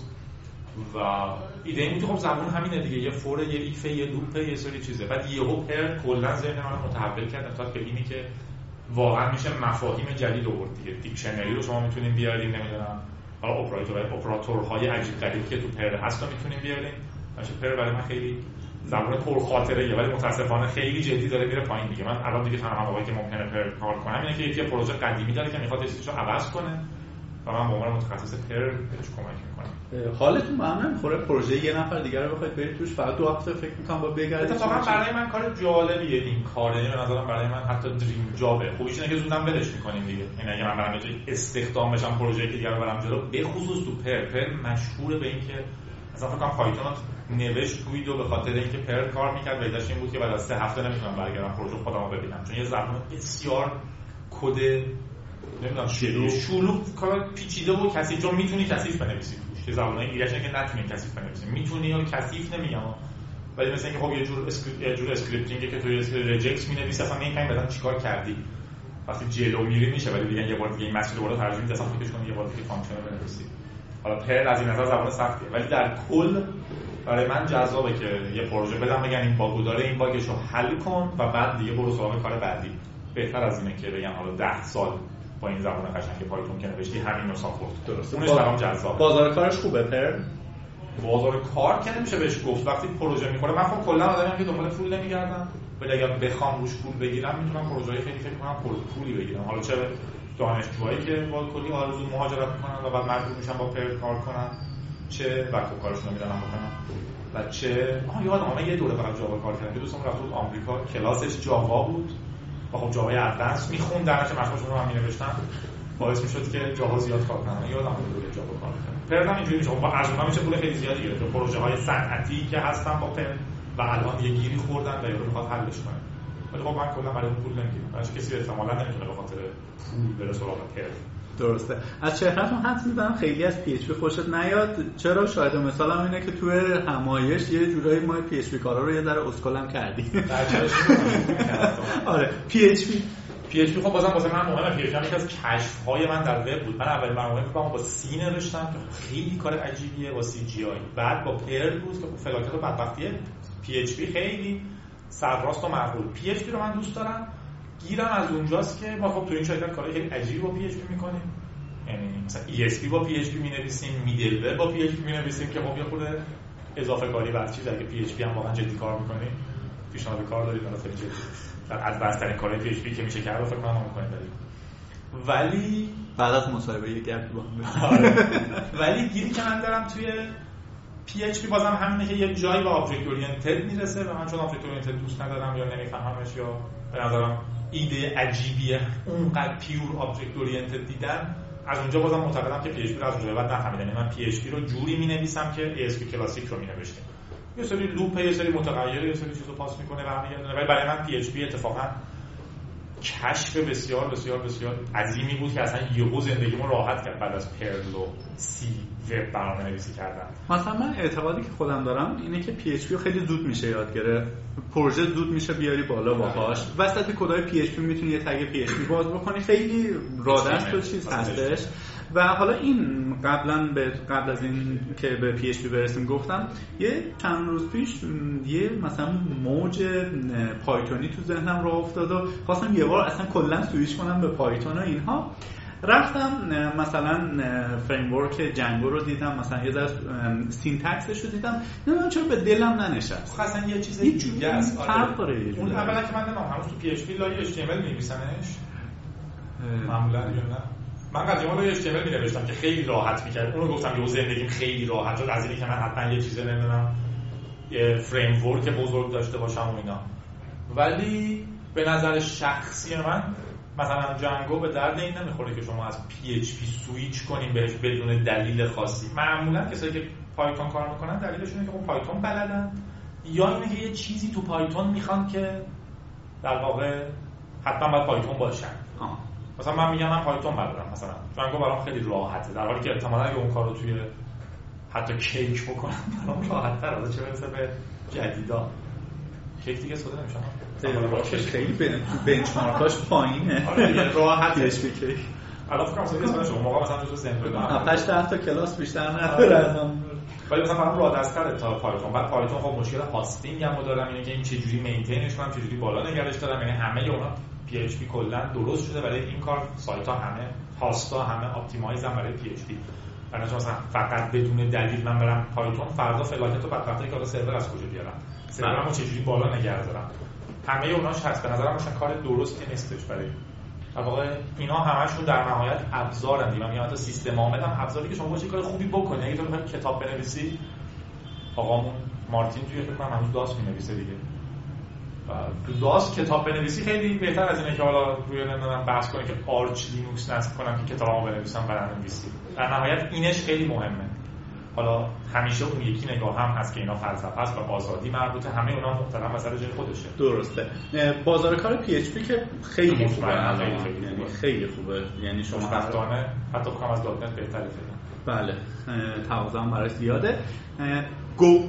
و ایده این بود که خب زبون همینه دیگه، یه فور یه ایف یه لوپ یه سری چیزه. بعد یهو پر کلا ذهن من متحول کرد تا به اینی که واقعا میشه مفاهیم جدید آورد دیگه. دیکشنری رو شما میتونین بیارین، نمیدونم حالا اپراتورهای عجیب غریبی که تو پر هست رو میتونین بیارین. باشه پر برای من خیلی زبون پر خاطره ولی متاسفانه خیلی جدی داره میره پایین دیگه. من الان دیگه تنها موقعی که ممکنه پر کار کنم اینه که یکی پروژه قدیمی داره که میخواد چیزشو عوض کنه و من به عنوان متخصص پر بهش کمک میکنم. حالتون به هم نمیخوره پروژه یه نفر دیگه رو بخواید برید توش فقط 2 هفته فکر میکنم با بگردید؟ اتفاقا برای من کار جالبیه این کار، یعنی به نظرم برای من حتی دریم جابه. خوبیش اینه که زودم ولش میکنیم دیگه. یعنی اگه من برام یه استخدام بشم پروژه دیگه رو برام جلو، به خصوص تو پر مشهوره به اینکه مثلا فکر کنم پایتون نوشت توی به خاطر اینکه پر کار میکرد ویداش این بود که بعد از 3 هفته نمیتونم برگردم پروژه خودمو ببینم چون یه زبان بسیار کد نمیدونم شلوغ کار پیچیده و کثیف، چون میتونی کثیف بنویسی توش. که زبانای دیگه که نتونی کثیف بنویسی، میتونی یا کثیف نمیگم ولی مثلا اینکه خب یه جور اسکریپتینگی که توی رجکت مینویسی اصلا نمیفهمی بعدن چیکار کردی. وقتی جلو میری میشه ولی دیگه یه بار دیگه این مسئله رو ترجمه میدی اصلا فکرش کنی یه بار دیگه فانکشن بنویسی. حالا پر از این نظر زبان سختیه ولی در کل برای من جذابه که یه پروژه بدم بگن این باگو داره این باگشو حل کن و بعد دیگه برو سراغ کار بعدی. بهتر از اینه که بگن حالا 10 سال با این زبان قشنگ پایتون که نوشتی همین رو ساپورت. درسته. اونش برام جذابه. بازار کارش خوبه پر؟ بازار کار که نمیشه بهش گفت. وقتی پروژه میکنه من خب کلا آدمیم که دنبال پول نمیگردم ولی اگر بخوام روش پول بگیرم میتونم پروژه‌ای خیلی فکر کنم پولی بگیرم. حالا چه دانشجوهایی که با کلی آرزو مهاجرت میکنن و بعد مجبور میشن با پر کار کنن، چه وقت کارشون رو میدونم بکنن و چه یادم من یه دوره فقط جاوا کار کردم که دوستم رفت بود آمریکا، کلاسش جاوا بود و خب جاوای ادوانس میخوندن که مشغولشون رو هم مینوشتن، باعث میشد که جاوا زیاد کار کنن. یادم بود دوره جاوا کار کردم. پر هم اینجوری میشه با ارزش میشه پول خیلی زیادی گرفت. پروژه های صنعتی که هستن با پر و الان یه گیری خوردن و یارو میخواد حلش کنه. ولی خب من کلا برای پول نمیگیرم. هیچ کسی احتمالاً نمیتونه به خاطر پول بره سراغ پر. درسته. از چهرهتون حدس می‌زنم خیلی از پی اچ پی خوشت نیاد. چرا؟ شاید مثلا اینه که توی همایش یه جورایی ما پی اچ پی کارا رو یه ذره اسکلم کردیم. آره پی اچ پی خب بازم واسه من مهمه. پی اچ پی یکی از کشف‌های من در وب بود. من اول برنامه فکرام با سی نوشتم که خیلی کار عجیبیه با سی جی آی. بعد با پرل بود که فلاکت و بدبختیه پی اچ پی خیلی سرراست و معقول. پی اچ پی رو من دوست دارم. گیرم از اونجاست که ما خب تو این شرکت کارهای خیلی عجیبی با پی اچ پی می‌کنیم. یعنی مثلا ESP با PHP می‌نویسیم، میدل با PHP می‌نویسیم که خب یه خورده اضافه کاری بر چیز اگه PHP هم واقعا جدی کار می‌کنیم پیشنهاد کار دارید مثلا جدی در ادوانس ترین کارهای PHP که میشه کرد فکر کنم می‌کنیم ولی بعد از مصاحبه یک گپ با ولی گیری که من دارم توی PHP بازم همینه که یه جایی به آبجکت اورینتد میرسه و من چون آبجکت اورینتد دوست ندارم یا نمیفهممش یا به نظرم ایده عجیبیه اونقدر پیور آبجکت اورینتد دیدن، از اونجا بازم معتقدم که PHP رو از اونجا بعد نفهمیدم. من PHP رو جوری می‌نویسم که ASP کلاسیک رو می‌نوشتم. یه سری لوپ، یه سری متغیر، یه سری چیزو پاس می‌کنه برمیگردونه. ولی برای من PHP اتفاقا کشف بسیار بسیار بسیار عظیمی بود که اصلا یهو زندگیمو راحت کرد بعد از پرل و سی وب برنامه‌نویسی کردن. مثلا من اعتقادی که خودم دارم اینه که PHP رو خیلی زود میشه یاد گرفت. پروژه زود میشه بیاری بالا باهاش. وسط کدای PHP میتونی یه تگ PHP باز بکنی، خیلی رادست و چیز هستش. و حالا این قبل از این که به PHP برسیم گفتم یه چند روز پیش یه مثلا موج پایتونی تو ذهنم راه افتاد و خواستم یه بار اصلا کلا سویچ کنم به پایتون و اینها. رفتم مثلا فریم ورک جنگو رو دیدم، مثلا یه ذره سینتکسش رو دیدم، نمیدونم چرا به دلم ننشست. اصلا یه چیز دیگه است. فرق داره یه اون اولا که من نمیدونم هنوز تو PHP لای HTML می‌نویسنش معمولا یا نه. من قدیما روی HTML می‌نوشتم که خیلی راحت می‌کرد. اونو گفتم یه زندگیم خیلی راحت شد از اینکه من حتما یه چیزی نمیدونم یه فریم ورک بزرگ داشته باشم و اینا. ولی به نظر شخصی من مثلا جنگو به درد این نمیخوره که شما از PHP سویچ کنین بهش بدون دلیل خاصی. معمولا کسایی که پایتون کار میکنن دلیلشون اینه که خب پایتون بلدن یا اینه که یه چیزی تو پایتون میخوان که در واقع حتما باید پایتون باشه. مثلا من میگم من پایتون بلدم، مثلا جانگو برام خیلی راحته، در حالی که احتمالاً اگه اون کارو توی حتی کیک بکنم برام راحت‌تر از چه برسه به جدیدا. کیک دیگه سوده نمیشه، خیلی بنچمارکاش پایینه. آره راحتش کیک. الان فکر کنم اسمش اون موقع مثلا جزو زنده دارم 8 تا کلاس بیشتر نداره از اون، ولی مثلا برام راحت‌تره تا پایتون. بعد پایتون خب مشکل هاستینگ هم دارم، اینه که این چه جوری مینتینش کنم، چه جوری بالا نگرش دارم. یعنی همه اونا پی اچ پی کلا درست شده برای این کار، سایت‌ها همه هاست‌ها همه آپتیمایزن برای پی اچ پی. برای مثلا فقط بدون دلیل من برم پایتون فردا فلاکت رو بدبختی که سرور از کجا بیارم، سرورمو چه جوری بالا نگه دارم، همه اوناش هست. به نظرم مثلا کار درستی نیستش برای در واقع اینا همشون در نهایت ابزارن دیگه. من میگم حتی سیستم عامل هم ابزاری که شما باشه کار خوبی بکنی. اگه تو بخوای کتاب بنویسی، آقامون مارتین توی فکر کنم هنوز داس می‌نویسه دیگه، و تو داس کتاب بنویسی خیلی بهتر از اینه که حالا روی نمیدونم بحث کنی که آرچ لینوکس نصب کنم که کتابمو بنویسم برنامه‌نویسی. در نهایت اینش خیلی مهمه. حالا همیشه اون یکی نگاه هم هست که اینا فلسفه است و آزادی مربوطه، همه اونا محترم و سر جای خودشه. درسته. بازار کار پی اچ پی که خیلی خوبه، خیلی خوبه. یعنی شما خوشبختانه حتی بخوام از دات نت بهتره فعلا. بله، تقاضا هم براش زیاده. گو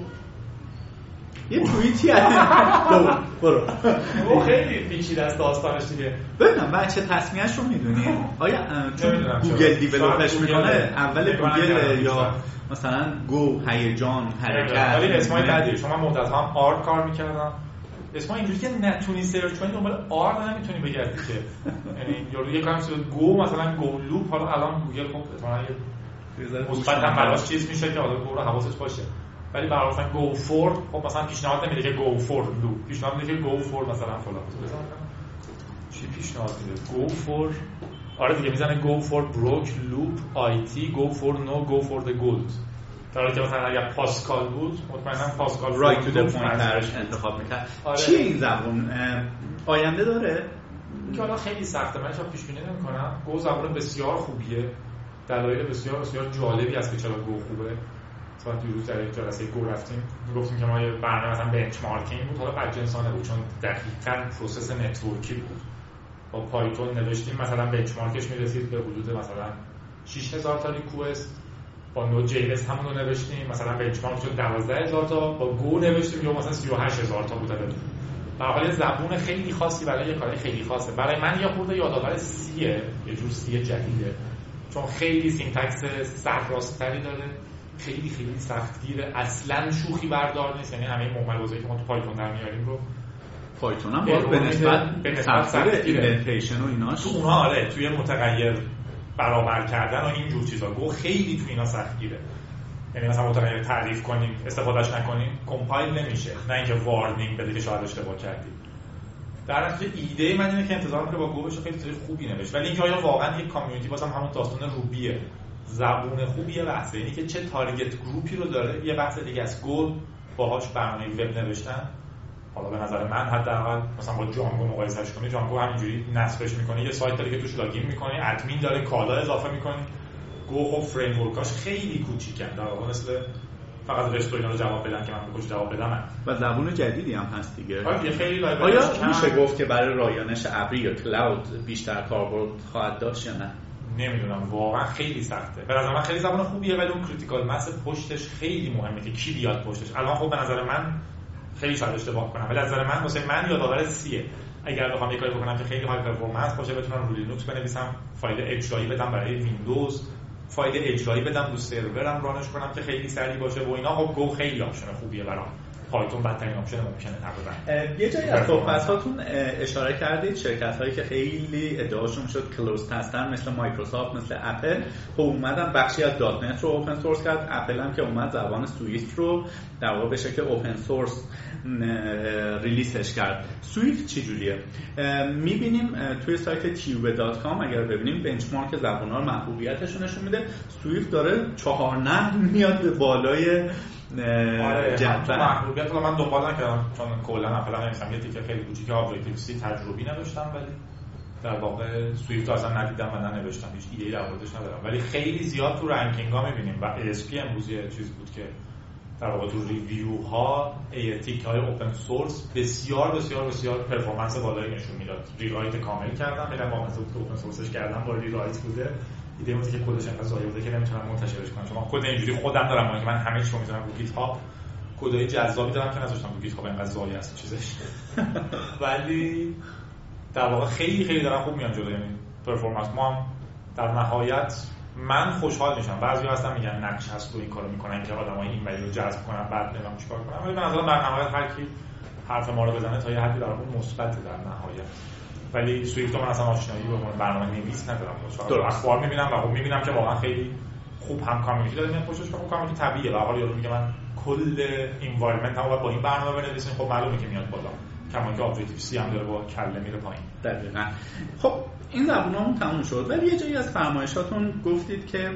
یه توییتی هست. برو. او خیلی پیچیده است داستانش دیگه. ببینم بچه تصمیه‌اش رو میدونی؟ آیا چون گوگل دیولپش میکنه اول گوگل یا مثلا گو هیجان حرکت، ولی اسمای بعدی شما مدت هم آر کار میکردم، اسما اینجوری که نتونی سرچ کنی دنبال آر نمیتونی بگردی که یعنی یارو یه کاری مثل گو مثلا گو لوپ، حالا الان گوگل خب احتمالاً یه مثبت هم براش چیز میشه که حالا گو رو حواسش باشه، ولی برای مثلا گو فور خب مثلا پیشنهاد نمیده که گو فور لوپ، پیشنهاد میده که گو فور مثلا فلان چی پیشنهاد میده گو فور. آره دیگه میزنه گو فور بروک لوپ آی تی، گو فور نو، گو فور د گولد. در حالی که مثلا اگر پاسکال بود مطمئنا پاسکال رایت تو د پوینت انتخاب میکرد. چیه این زبون؟ آینده داره؟ که حالا خیلی سخته، من پیش بینی نمی‌کنم. گو زبان بسیار خوبیه، دلایل بسیار بسیار جالبی هست که چرا گو خوبه. مثلا دیروز در یک جلسه گو رفتیم گفتیم که ما یه برنامه مثلا بنچمارکینگ بود، حالا بجنسانه بود چون دقیقاً پروسس نتورکی بود. با پایتون نوشتیم مثلا بنچمارکش میرسید به حدود مثلا 6000 تا ریکوست، با نود جی اس همون رو نوشتیم مثلا بنچمارک شد 12000 تا، با گو نوشتیم یا مثلا 38000 تا بوده. در حال زبون خیلی خاصی برای یه کار خیلی خاصه. برای من یه خورده یادآور سیه، یه جور سی جدیده، چون خیلی سینتکس سرراستری داره، خیلی خیلی سختگیره، اصلا شوخی بردار نیست. یعنی همه مهمل‌بازی که ما تو پایتون در میاریم رو پایتون هم باز به نسبت سختگیره، ایندنتیشن و ایناش تو اونها آره توی متغیر برابر کردن و این جور چیزا گو خیلی تو اینا سختگیره. یعنی مثلا متغیر تعریف کنیم استفادهش نکنیم کامپایل نمیشه، نه اینکه وارنینگ بده که شاید اشتباه کردیم. در نتیجه ایده من اینه که انتظارم که با گو بشه خیلی خوبی نوشت، ولی اینکه آیا واقعا یک کامیونیتی بازم همون داستان روبیه، زبون خوبیه بحثه، اینی که چه تارگت گروپی رو داره یه بحث دیگه است. گو باهاش برنامه وب نوشتن حالا به نظر من حداقل مثلا با جانگو مقایسهش کنی، جانگو همینجوری نصبش می‌کنی، یه سایت داره که توش لاگین می‌کنی، ادمین داره، کالا اضافه می‌کنی. گو خب فریم ورکاش خیلی کوچیکن، در واقع مثل فقط رست اینا رو جواب بدن که من بهش جواب بدم و زبون جدیدی هم هست دیگه. آره خیلی آیا میشه گفت که برای رایانش ابری یا کلاود بیشتر کاربرد خواهد داشت یا نه؟ نمیدونم، واقعا خیلی سخته. به نظر من خیلی زبان خوبیه ولی اون کریتیکال مس پشتش خیلی مهمه که کی بیاد پشتش. الان خب به نظر من خیلی شاید اشتباه کنم ولی از نظر من واسه من یادآور سیه. اگر بخوام یه کاری بکنم که خیلی های پرفورمنس باشه، بتونم رو لینوکس بنویسم، فایل اجرایی بدم برای ویندوز، فایل اجرایی بدم رو سرورم رانش کنم که خیلی سریع باشه و اینا، خب گو خیلی آپشن خوبیه برام. پایتون بدترین آپشن ممکنه تقریبا. یه جایی از صحبتاتون اشاره کردید شرکت‌هایی که خیلی ادعاشون شد کلوزد هستن مثل مایکروسافت، مثل اپل، خب اومدن بخشی از دات نت رو اوپن سورس کرد. اپل هم که اومد زبان سویفت رو در واقع به شکل اوپن سورس ریلیزش کرد. سویفت چجوریه؟ می‌بینیم توی سایت tube.com اگر ببینیم بنچمارک زبان‌ها محبوبیتشون نشون میده. سویفت داره 4 میاد به بالای جنبه محبوبیت رو من دنبال نکردم چون کلا اپل نمی‌شم یه تیکه خیلی کوچیک ابجکتیو سی تجربی نداشتم، ولی در واقع سویفت اصلا ندیدم و ننوشتم، هیچ ایده‌ای در موردش ندارم، ولی خیلی زیاد تو رنکینگ‌ها می‌بینیم و ASP امروز یه چیز بود که در واقع تو ریویو ها ایتیک های اوپن سورس بسیار بسیار بسیار پرفورمنس بالایی نشون میداد. ریرایت کامل کردم، میرم با مثلا تو اوپن سورسش کردم با ریرایت بوده. ایده اون که کدش انقدر ضایع بوده که نمیتونم منتشرش کنم. چون کد اینجوری خودم دارم که من همه چیزو میذارم رو گیت هاب. کدای جذابی دارم که نذاشتم رو گیت هاب، انقدر ضایع است چیزش. ولی در واقع خیلی خیلی دارم خوب میان جلو. یعنی پرفورمنس ما در نهایت من خوشحال میشم. بعضیا هستن میگن نقش هست تو این کارو میکنن که آدمای این ولی رو جذب کنن، بعد نمیدونم چیکار کنن. ولی به نظر من در نهایت هر کی حرف ما رو بزنه تا یه حدی در اون مثبت در نهایت. ولی سویفت من اصلا آشنایی به برنامه نویس ندارم. فقط اخبار میبینم و خب میبینم که واقعا خیلی خوب هم کامیونیتی داره میاد پشتش. خب کامیونیتی طبیعیه. به هر حال یارو میگه من کل انوایرمنت هم با این برنامه بنویسیم، خب معلومه که میاد بالا. کما که ابجکتیو سی هم داره با کله میره پایین. دقیقاً. خب این زبونمون تموم شد، ولی یه جایی از فرمایشاتون گفتید که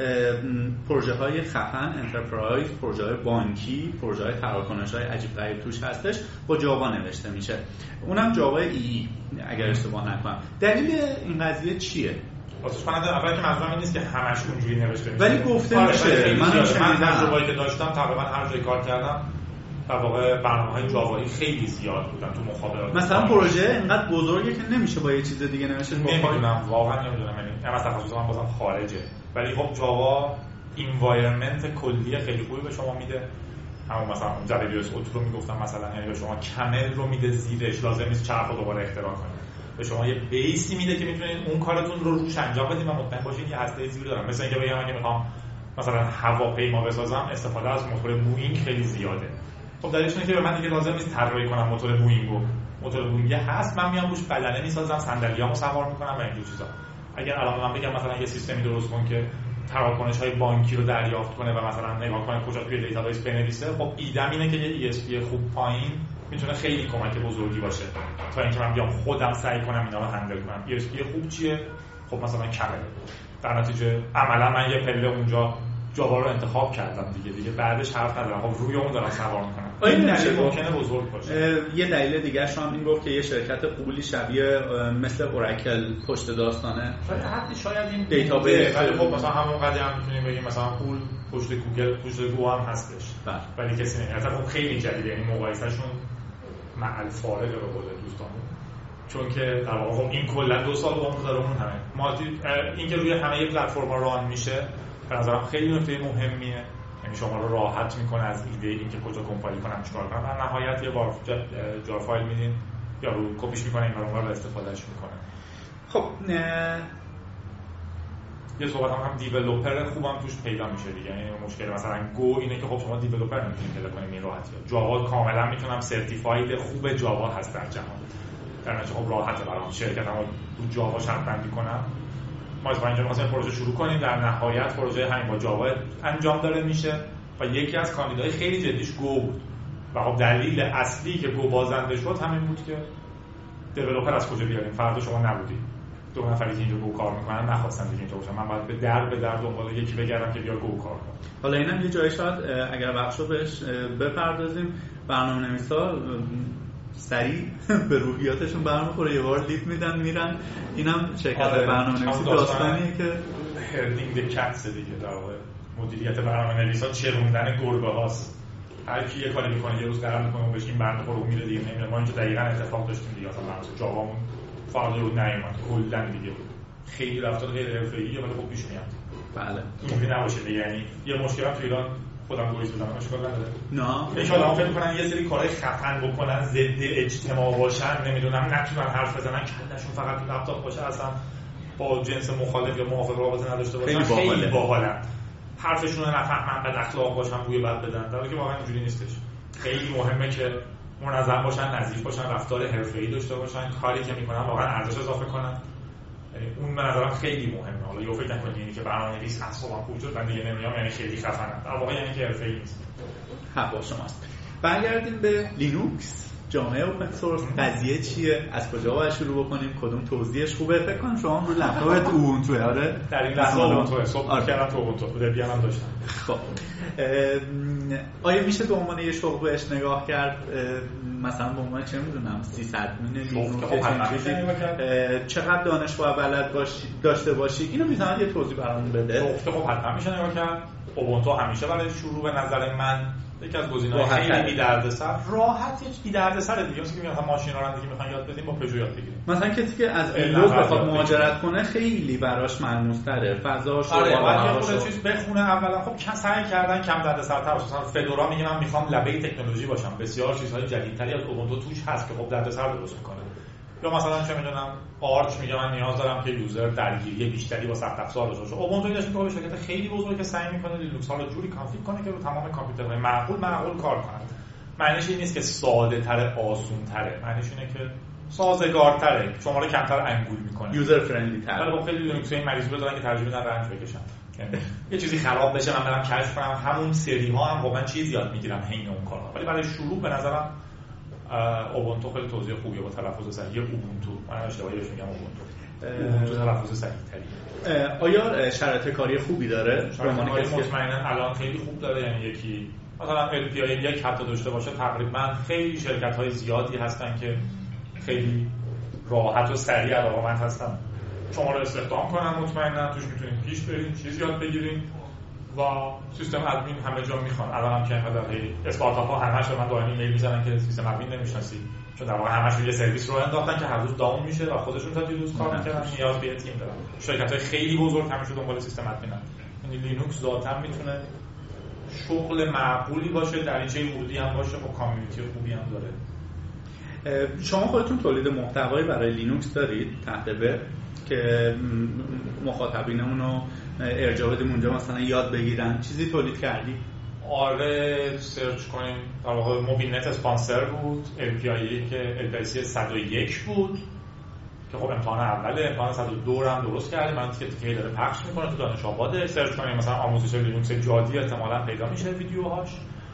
پروژه‌های خفن انترپرایز، پروژه‌های بانکی، پروژه‌های تراکنش‌های عجیب غریب توش هستش با جاوا نوشته میشه. اونم جاوا ای اگر اشتباه نکنم. دلیل این قضیه چیه؟ واسه من اول که منظورم این نیست که همش اونجوری نوشته میشه. ولی گفته میشه. من تجربه‌ای که داشتم تقریبا هر جای کار کردم در واقع برنامه‌های جاوایی خیلی زیاد بودن تو مخابرات. مثلا پروژه اینقدر بزرگه که نمیشه با یه چیز دیگه نمیشه. نمیدونم، واقعا نمیدونم. یعنی مثلا تخصص من بازم خارجه، ولی خب جاوا انوایرمنت کلی خیلی خوبی به شما میده. همون مثلا JWS اوت رو میگفتم مثلا، یعنی به شما کمل رو میده زیرش، لازم نیست چرخ رو دوباره اختراع کنید. به شما یه بیسی میده که میتونید اون کارتون رو روش انجام بدید و مطمئن باشید که هسته زیر دارم. مثلا اینکه بگم اگه میخوام مثلا هواپیما بسازم، استفاده از موتور بوئینگ خیلی زیاده. خب دلیلش اینه که به من دیگه لازم نیست طراحی کنم موتور بوئینگو. موتور بوئینگ هست، من میام روش بدنه میسازم، صندلیامو سوار میکنم و این چیزا. اگر الان من بگم مثلا یه سیستمی درست کن که تراکنش‌های بانکی رو دریافت کنه و مثلا نگاه کنه کجا توی دیتابیس بنویسه، خب ایدم اینه که یه ESP خوب پایین میتونه خیلی کمک بزرگی باشه تا اینکه من بیام خودم سعی کنم اینا رو هندل کنم. ESP خوب چیه؟ خب مثلا کمله. در نتیجه عملا من یه پله اونجا جاوا رو انتخاب کردم دیگه بعدش حرف ندارم. خب روی اون دارم سوار میکنم. این دلیل ممکنه بزرگ باشه. یه دلیل دیگه هم این گفت که یه شرکت قولی شبیه مثل اوراکل پشت داستانه. شاید این دیتابیس، ولی خب مثلا همون قضیه هم میتونیم بگیم مثلا پول پشت گوگل، پشت گو هم هستش. ولی کسی نمی‌دونه. خب خیلی جدیده، یعنی مقایسهشون مع الفارق به قول دوستامون. چون که در واقع خب این کلا 2 سال عمر داره اون همه. این که روی همه پلتفرم‌ها ران میشه به نظرم خیلی نکته مهمیه. یعنی شما رو راحت میکنه از ایده اینکه کجا کمپایل کنم چیکار کنم. در نهایت یه بار جار فایل میدین یا رو کپیش میکنه این رو استفادهش میکنه. خب یه صحبت هم دیولپر خوبم توش پیدا میشه دیگه. یعنی مشکل مثلا گو اینه که خب شما دیولپر نمیتونید پیدا کنید این راحتی. جاوا کاملا میتونم سرتیفاید خوب جاوا هست در جهان. در نتیجه خب راحته برام شرکتمو رو جاوا شرط بندی کنم. ما از اینجا مثلا پروژه شروع کنیم، در نهایت پروژه همین با جاوا انجام داره میشه و یکی از کاندیدای خیلی جدیش گو بود. و خب دلیل اصلی که گو بازنده شد همین بود که دیولپر از کجا بیاریم؟ فردا شما نبودید. 2 نفری که اینجا گو کار میکنن نخواستن دیگه اینجا باشن. من باید به در دنبال یکی بگردم که بیا گو کار کنه. حالا اینم یه جایی شاید اگر بخشو بهش بپردازیم، برنامه‌نویسا سریع به روحیاتشون برمیخوره، یه بار لیت میدن میرن. اینم شرکت برنامه‌نویسی داستانیه که هردینگ د کتس دیگه. در واقع مدیریت برنامه‌نویسا چروندن گربه هاست. هر کی یه کاری میکنه یه روز قرار میکنه اون بهش این برنامه رو میره دیگه. نمیدونم ما اینجا دقیقاً اتفاق داشتیم دیگه. مثلا جاوامون فعال رو نیومد کلا دیگه. خیلی رفتار غیر حرفه‌ایه ولی خب پیش میاد. بله اینجوری نباشه دیگه. یعنی یه مشکلی تو ایران خودم گویز بودم اشکال نداره. نه ان شاءالله فکر کنن یه سری کارهای خفن بکنن، ضد اجتماع باشن، نمیدونم نتونن حرف بزنن، کلشون فقط تو لپتاپ باشه، اصلا با جنس مخالف یا موافق رابطه نداشته باشن، خیلی باحالن. حرفشون رو نفهمن، بد اخلاق باشن، بوی بد بدن. در حالی که واقعا اینجوری نیستش. خیلی مهمه که منظم باشن، نظیف باشن، رفتار حرفه‌ای داشته باشن، کاری که میکنن واقعا ارزش اضافه کنن. یعنی اون به نظرم خیلی مهمه. حالا یه فکر نکنید اینی که برنامه‌نویس اصلا خوب شد من دیگه نمیام یعنی خیلی خفنم. در واقع یعنی که حرفه‌ای نیست. حق با شماست. برگردیم به لینوکس. جامعه اوپن سورس قضیه چیه؟ از کجا باید شروع بکنیم؟ کدوم توضیحش خوبه؟ فکر کنم شما رو لپتاپت اوبونتو آره؟ در این لحظه اوبونتو صبح کردم تو اوبونتو دبیان هم داشتم. خب آیا میشه به عنوان یه شغل بهش نگاه کرد؟ مثلا به عنوان چه میدونم 300 لینوکس چقدر دانش باید بلد داشته باشی؟ اینو میتونید یه توضیح برامون بده؟ خب حتما میشه نگاه کرد. اوبونتو همیشه برای شروع به نظر من یکی از گزینه‌های خیلی بی‌دردسر، راحت یک بی‌دردسر دیگه است که مثلا ماشین رانندگی می‌خواین یاد بدیم با پژو یاد بگیریم. مثلا کسی که از ویندوز بخواد مهاجرت کنه خیلی براش ملموس‌تره، فضاش رو باید خود چیز بخونه اولا. خب سعی کردن کم دردسرتر باشه. مثلا فدورا میگه من می‌خوام لبه تکنولوژی باشم، بسیار چیزهای جدیدتری از اوبونتو توش هست که خب دردسر درست می‌کنه. یا مثلا چه می‌دونم آرچ میگه من نیاز دارم که یوزر درگیری بیشتری با سخت افزار داشته باشه. اوبونتو داشت که به شرکت خیلی بزرگی که سعی می‌کنه لینوکس ها رو جوری کانفیگ کنه که رو تمام کامپیوترهای معقول کار کنه. معنیش این نیست که ساده‌تر، آسان‌تره. معنیش اینه که سازگارتره، شما رو کمتر انگول می‌کنه، یوزر فرندلی تر. ولی خب خیلی لینوکس این مریض رو دارن که ترجیح میدن رنج بکشن. یه چیزی خراب بشه من برم کشف کنم، همون سری ها هم واقعا چیز یاد میگیرم حین اون کارا. ولی برای شروع به نظرم اوبونتو خیلی توضیح خوبیه با تلفظ صحیح اوبونتو. من اشتباهی بهش میگم اوبونتو تلفظ صحیح تریه. آیا شرایط کاری خوبی داره؟ شرایط کاری مطمئنا الان خیلی خوب داره. یعنی یکی مثلا LPI 1 حتی داشته باشه تقریبا خیلی شرکت‌های زیادی هستن که خیلی راحت و سریع علاقه‌مند هستن شما رو استخدام کنن. مطمئنا توش میتونید پیش برید، چیز یاد بگیرید و سیستم ادمین همه جا میخوان. الان هم که اینقدر استارتاپ ها همش به من دائما ایمیل میزنن که سیستم ادمین نمیشناسی، چون در واقع همش یه سرویس رو انداختن که هر روز داون میشه و خودشون تا دیروز کار می‌کردن نیاز به تیم دارن. شرکت‌های خیلی بزرگ همیشه دنبال سیستم ادمینن. یعنی لینوکس ذاتاً میتونه شغل معقولی باشه، دریچه ورودی هم باشه، با کامیونیتی خوبی هم داره. شما خودتون تولید محتوایی برای لینوکس دارید تحت وب که مخاطبینمون رو ارجاع بدیم اونجا مثلا یاد بگیرن؟ چیزی تولید کردی؟ آره سرچ کنیم در واقع موبیلنت اسپانسر بود، LPI که LPI 101 بود که خب امتحان اوله، امتحان 102 رو هم درست کردیم. من که داره پخش میکنه تو دانش آباد. سرچ کنیم مثلا آموزش لینوکس جادی احتمالاً پیدا میشه ویدیوهاش.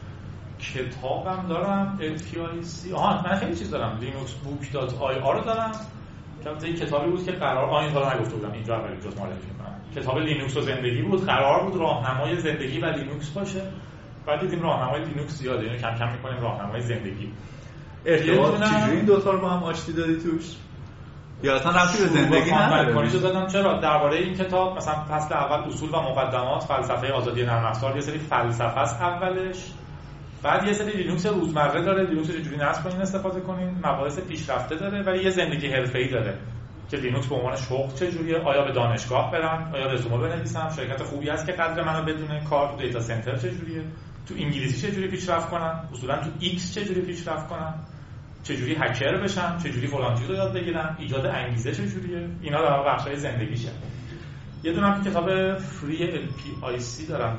کتابم دارم LPIC. من خیلی چیز دارم. linuxbook.ir رو دارم که این کتابی بود که قرار این حالا نگفته بودم اینجا ولی جز معرفی می‌کنم. کتاب لینوکس و زندگی بود، قرار بود راهنمای زندگی و لینوکس باشه. بعد دیدیم راهنمای لینوکس زیاده، یعنی کم کم می‌کنیم راهنمای زندگی. ارتباط چجوری این دو تا رو با هم آشتی دادی توش؟ یا اصلا رفتی به زندگی نداره؟ کاریشو دادم. چرا درباره این کتاب مثلا فصل اول اصول و مقدمات، فلسفه آزادی نرم افزار، یه سری فلسفه است اولش. بعد یه سری لینوکس روزمره داره، لینوکس چجوری نصب کنین استفاده کنین، مباحث پیشرفته داره، ولی یه زندگی حرفه‌ای داره که لینوکس به عنوان شغل چجوریه، آیا به دانشگاه برم، آیا رزومه بنویسم، شرکت خوبی هست که قدر منو بدونه، کار تو دیتا سنتر چجوریه، تو انگلیسی چجوری پیشرفت کنم، اصولا تو ایکس چجوری پیشرفت کنم، چجوری هکر بشم، چجوری فلان چیزو یاد بگیرم، ایجاد انگیزه چجوریه. اینا در واقع بخشای زندگیشه. یه دونه هم کتاب فری LPIC دارم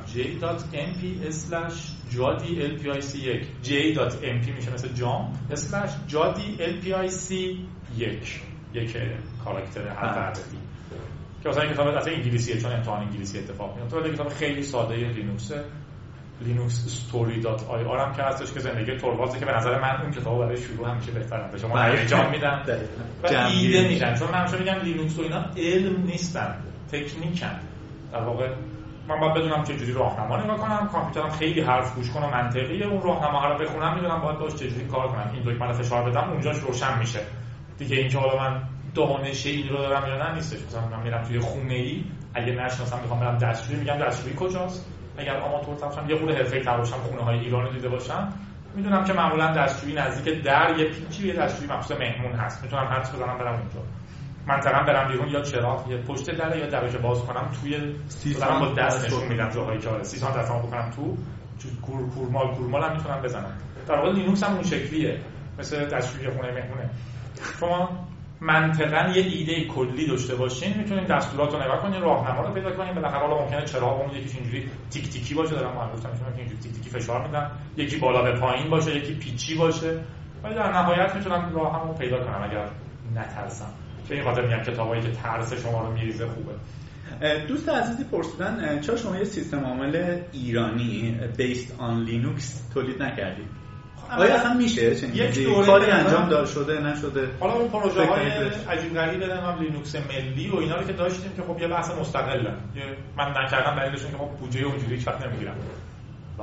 j.mp/jadi_lpic1 j.mp میشه مثل جام /jadi lpic 1 کاراکتر حرف عددی که مثلا کتاب از انگلیسیه چون امتحان انگلیسی اتفاق میفته. ولی کتاب خیلی ساده لینوکسه. linuxstory.ir هم که هستش که زندگی توروالزه که به نظر من اون کتابو برای شروع همیشه بهتره. به شما انجام میدن و ایده میدن، چون من همیشه میگم لینوکس و اینا علم نیستن، تکنیکن. در واقع من باید بدونم چه جوری راهنما نگاه کنم، کامپیوترم خیلی حرف گوش کنه منطقیه، اون راهنما رو بخونم میدونم باید باش چه جوری کار کنم. این دکمه رو فشار بدم اونجاش روشن میشه دیگه. اینکه حالا من دانش این رو دارم یا نه نیستش. مثلا من میرم توی خونه‌ای اگه نشناسم میخوام برم دستشویی، میگم دستشویی کجاست. اگر آماتور باشم یه خورده حرفه‌ای تر باشم، خونه‌های ایران رو دیده باشم، میدونم که معمولا دستشویی نزدیک در یه پیچی یه دستشویی مخصوص مهمون هست، میتونم حدس بزنم برم اونجا. منطقه برم بیرون یا چراغ یا پشت در یا درو باز کنم توی مثلا با دست نشون میدم جاهایی که 30 دفعه بکنم تو کورمال هم میتونم بزنم. در واقع لینوکس هم اون شکلیه، مثل دستشویی خونه مهمونه. شما منطقاً یه ایده کلی داشته باشین، میتونین دستورات رو نگاه کنین، راهنما رو پیدا کنین. بالاخره حالا ممکنه چراغمون یکیش اینجوری تیک تیکی باشه، دارم معلومه میتونم اینجوری تیک تیکی فشار میدم، یکی بالا به پایین باشه، یکی پیچی باشه، ولی در نهایت میتونم راهمو پیدا کنم اگر نترسم. به این خاطر میگم کتابایی که ترس شما رو میریزه خوبه. دوست عزیزی پرسیدن چرا شما یه سیستم عامل ایرانی based on Linux تولید نکردید؟ آیا اصلا میشه چنین کاری انجام داده شده نشده؟ حالا اون پروژه های عجیب غریب هم لینوکس ملی و اینا رو که داشتیم که خب یه بحث مستقله، من نکردم دلیلشون که خب بودجه اونجوری هیچ وقت نمیگیرم و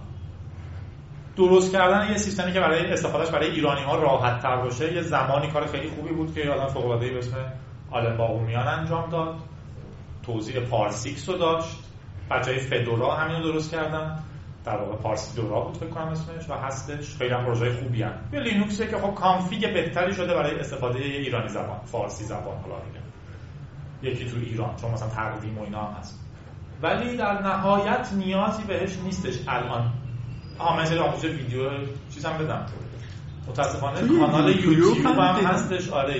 درست کردن یه سیستمی که برای استفادهش برای ایرانی‌ها راحت‌تر باشه. یه زمانی کار خیلی خوبی بود که یادم فوق‌العاده‌ای به اسم آلن باقومیان انجام داد، توزیع پارسیکس رو داشت، بچه‌های فدورا همین رو درست کردن در واقع پارسی دورا بود فکر کنم اسمش و هستش. خیلی هم پروژه خوبی ان. یه لینوکسه که خب کانفیگ بهتری شده برای استفاده ایرانی زبان، فارسی زبان حالا میگم. یکی تو ایران چون مثلا تقویم و اینا هم هست. ولی در نهایت نیازی بهش نیستش الان. مثلا آموزش ویدیو چیزام بدم. متاسفانه کانال یوتیوب هم هستش. آره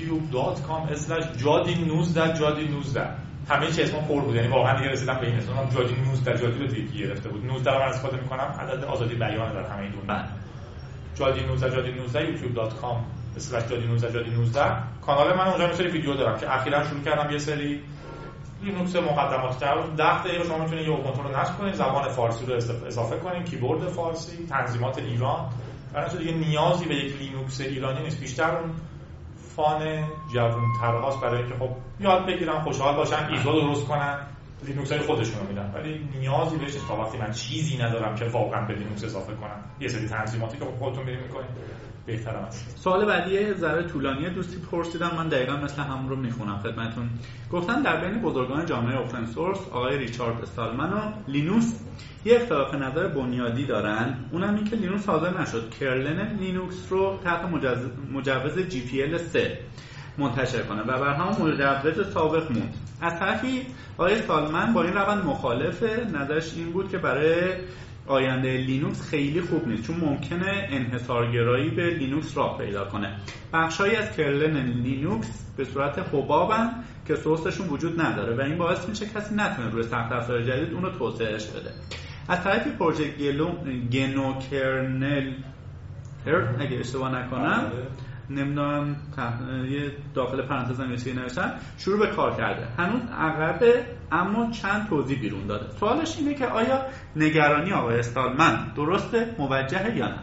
youtube.com/jadi19 همه چی اسمم پر بود، یعنی واقعا دیگه رسیدم به این اسمم جادی 19 جادی رو دیگه گرفته بود. 19 رو من استفاده می‌کنم، عدد آزادی بیان در همه دنیا. جادی 19 youtube.com/jadi19 کانال من اونجا مثلا ویدیو دارم که اخیراً شروع کردم یه سری لینوکس مقدمات کردم. 10 دقیقه شما میتونید یه اوبونتو رو نصب کنید، زبان فارسی رو اضافه کنید، کیبورد فارسی، تنظیمات ایران. برای دیگه نیازی به یک لینوکس ایرانی نیست، بیشتر اون فان جوان‌ترهاست برای اینکه خب یاد بگیرن، خوشحال باشن، ایزو درست کنن، لینوکس های خودشون رو میدن. ولی نیازی بهش نیست تا وقتی من چیزی ندارم که واقعا به لینوکس اضافه کنم. یه سری تنظیماتی که خودتون می‌رید می‌کنید بهتره. سوال بعدی ذره طولانیه، دوستی پرسیدن، من دقیقاً مثل همون رو میخونم خدمتتون. گفتن در بین بزرگان جامعه اوپن سورس آقای ریچارد استالمن و لینوکس یه اختلاف نظر بنیادی دارن، اونم این که لینوکس حاضر نشد کرلن لینوکس رو تحت مجوز GPL 3 منتشر کنه و بر همون مجوز سابق موند. از طرفی آقای استالمن با این روند مخالفه، نظرش این بود که برای آینده لینوکس خیلی خوب نیست چون ممکنه انحصارگرایی به لینوکس راه پیدا کنه. بخشایی از کرلن لینوکس به صورت حبابن که سورسشون وجود نداره و این باعث میشه کسی نتونه روی سخت افزار جدید اون رو توسعهش بده. از طرفی پروژه گنو کرنل اگه اشتباه نکنم، نمیدونم یه داخل پرانتز هم یه نوشتن، شروع به کار کرده. هنوز عقبه اما چند توضیح بیرون داده. سوالش اینه که آیا نگرانی آقای استالمن درسته موجهه یا نه؟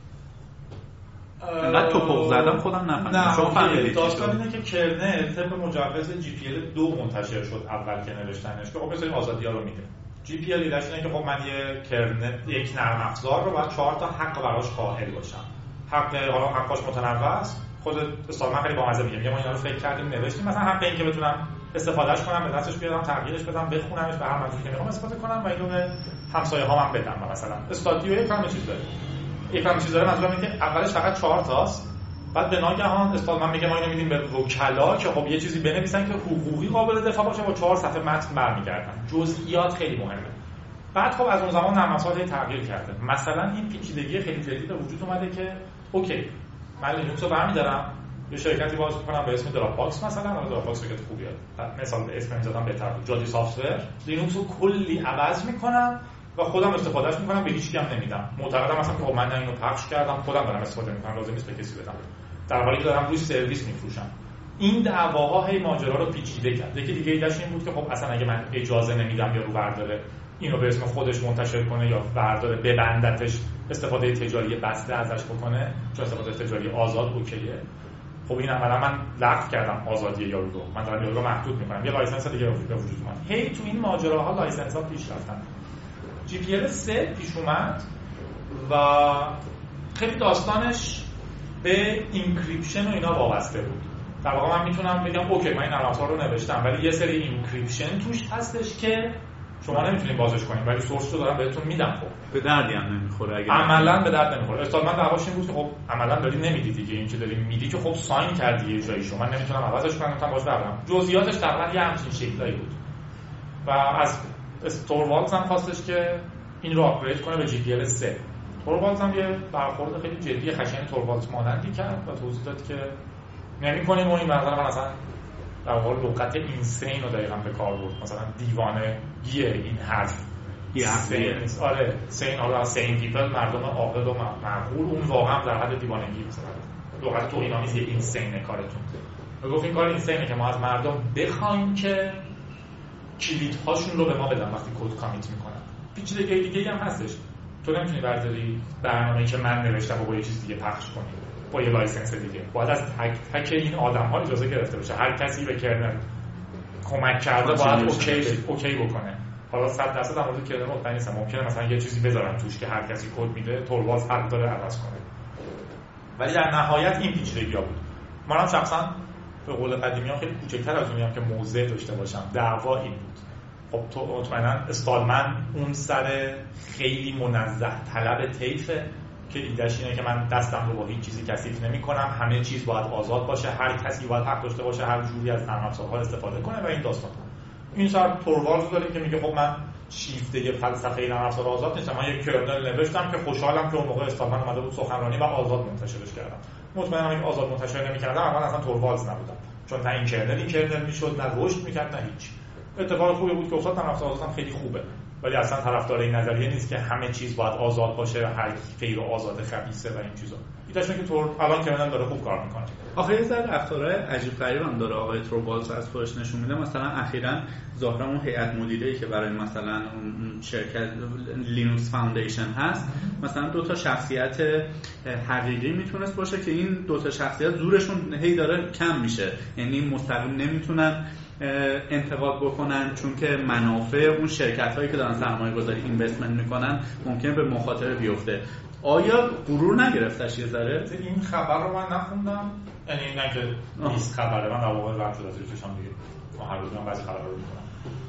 اینقدر توپق زدم خودم نفهمیدم. داستان اینه که کرنل طبق مجوز GPL 2 منتشر شد اول که نوشتنش که خب بسیاری آزادی‌ها رو میده. GPL ایدهش اینه که خب من یه کرنل، یک نرم افزار رو باید 4 تا حق براش قائل باشم. حقاش متنوع است. خود استالمن خیلی بامزه میگه ما اینا رو فکر کردیم نوشتیم، مثلا حق این که بتونم استفادهش کنم، به دستش بیارم، تغییرش بدم، بخونمش، به هر منظوری که میخوام استفاده کنم و اینو به همسایه‌هام هم بدم. مثلا استادیو یکم چیز داره. یکم چیز داره، منظورم اینه که اولش فقط 4 تاست، بعد به ناگهان استالمن میگه ما اینو میدیم به وکلا که خب یه چیزی بنویسن که حقوقی قابل دفاع باشه و 4 صفحه متن برمیگردن. جزئیات خیلی مهمه. بعد خب از اون زمان نرم افزار تغییر کرده. مثلا این پیچیدگی خیلی جدید به وجود اومده که اوکی من لینوکس رو برمی‌دارم، یه شرکتی باز می‌کنم به اسم دراپ باکس، مثلا دراپ باکس شرکت خوبیه، مثلا اسم می‌ذارم بهتر بود، جادی سافت‌ور، لینوکس رو کلی عوض می‌کنم و خودم استفادهش می‌کنم، به هیچ کی هم نمیدم. معتقدم مثلا که من اینو پخش کردم، خودم دارم استفاده می‌کنم، لازم نیست به کسی بدم، در حالی که دارم روی سرویس می‌فروشم. این دعواها هی ماجرا رو پیچیده کرد. یکی دیگه ایدهش این بود که خب اصلا اگه من اجازه نمیدم یا رو برداره اینو به اسم خودش منتشر کنه یا برداره ببندتش، استفاده تجاری بسته ازش بکنه، چون استفاده تجاری آزاد اوکیه. خب این عملا من لغو کردم آزادی یارو رو، من دارم یارو رو محدود میکنم، یه لایسنس دیگه به وجود اومد. هی تو این ماجراها لایسنس ها پیش رفتن. GPL 3 پیش اومد و خیلی داستانش به اینکریپشن و اینا وابسته بود. در واقع من میتونم بگم اوکی من این نرم افزار رو نوشتم ولی یه سری اینکریپشن توش هستش که شما نمیتونید بازش کنید، ولی سورس رو دارم بهتون میدم. خب به دردی هم نمیخوره، اگه عملاً به درد نمیخوره. استالمن دعواش این بود که خب عملاً داری نمیدی دیگه، این که داری میدی که خب ساین کردی یه جایی، شما نمیتونم عوضش کنم، میتونم باش برم. جزئیاتش تقریبا یه همچین شکلی بود و از توروالدز هم خواستش که این رو آپگرید کنه به GPL 3. توروالدز هم یه برخورد خیلی جدی خشن توروالدز مانندی کرد و توضیح داد که نمی‌کنیم و این مثلا من اصلا در واقع لغت اینسین رو دقیقاً به کار برد، مثلا دیوانگیه این حرف. نیست. آره سین، حالا سین پیپل، مردم عاقل و معقول، اون واقعا در حد دیوانگی مثلا لغت توهین‌آمیز اینسینه کارتون. و گفت این کار اینسینه که ما از مردم بخوایم که کلیدهاشون رو به ما بدن وقتی کد کامیت میکنن. پیچیدگی دیگه هم هستش، تو نمیتونی برداری برنامه‌ای که من نوشتم و با یه چیز دیگه پخش کنی با یه لایسنس دیگه، باید از تک تک این آدم‌ها اجازه گرفته بشه. هر کسی به کرنل کمک کرده باید اوکی بکنه. حالا 100% در مورد کرنل مطمئن نیستم، ممکنه مثلا یه چیزی بذارم توش که هر کسی کد میده توروالدز حق داره عوض کنه، ولی در نهایت این پیچیدگی‌ها بود. منم شخصا به قول قدیمی‌ها خیلی کوچکتر از اونیم که موضع داشته باشم. دعوا این بود خب تو مطمئنا استالمن اون سر خیلی منزه طلب طیفه که ایدهش اینه که من دستم رو با هیچ چیزی کثیف نمی‌کنم، همه چیز باید آزاد باشه، هر کسی باید حق داشته باشه هر جوری از نرم افزارها استفاده کنه و این داستان. این سر توروالدز داره که میگه خب من شیفته فلسفه نرم افزار آزاد نیستم، من یک کرنل نوشتم که خوشحالم که اون موقع استالمن اومده بود سخنرانی و آزاد منتشرش کردم. مطمئنم اگه آزاد منتشر نمی‌کردم اول اصلا توروالدز نبودم، چون تا این کرنل میشد، نه رشد می‌کرد نه هیچ. اتفاق خوبی بود که افتاد. نرم افزار آزاد خیلی خوبه، ولی اصلا طرفدار این نظریه نیست که همه چیز باید آزاد باشه و هر غیر آزاد خبیثه و این چیزا. ایتاشون که طور الان کرنل داره خوب کار میکنه. آخه یه ذره رفتارهای عجیب غریب هم داره آقای توروالدز از خودش نشون میده. مثلا اخیراً ظاهرا اون هیئت مدیره‌ای که برای مثلا اون شرکت لینوکس فاوندیشن هست، مثلا دو تا شخصیت حقیقی میتونست باشه که این دو تا شخصیت زورشون هی داره کم میشه، یعنی مستقیم نمیتونن انتقاد بکنن چون که منافع اون شرکت هایی که دارن سرمایه گذاری اینوستمنت میکنن ممکنه به مخاطره بیفته. آیا غرور نگرفتش یه ذره؟ این خبر رو من نخوندم، یعنی نه که نیست خبره، من در واقع رفت شده چشم دیگه هر روز من بعضی خبرها رو میکنم.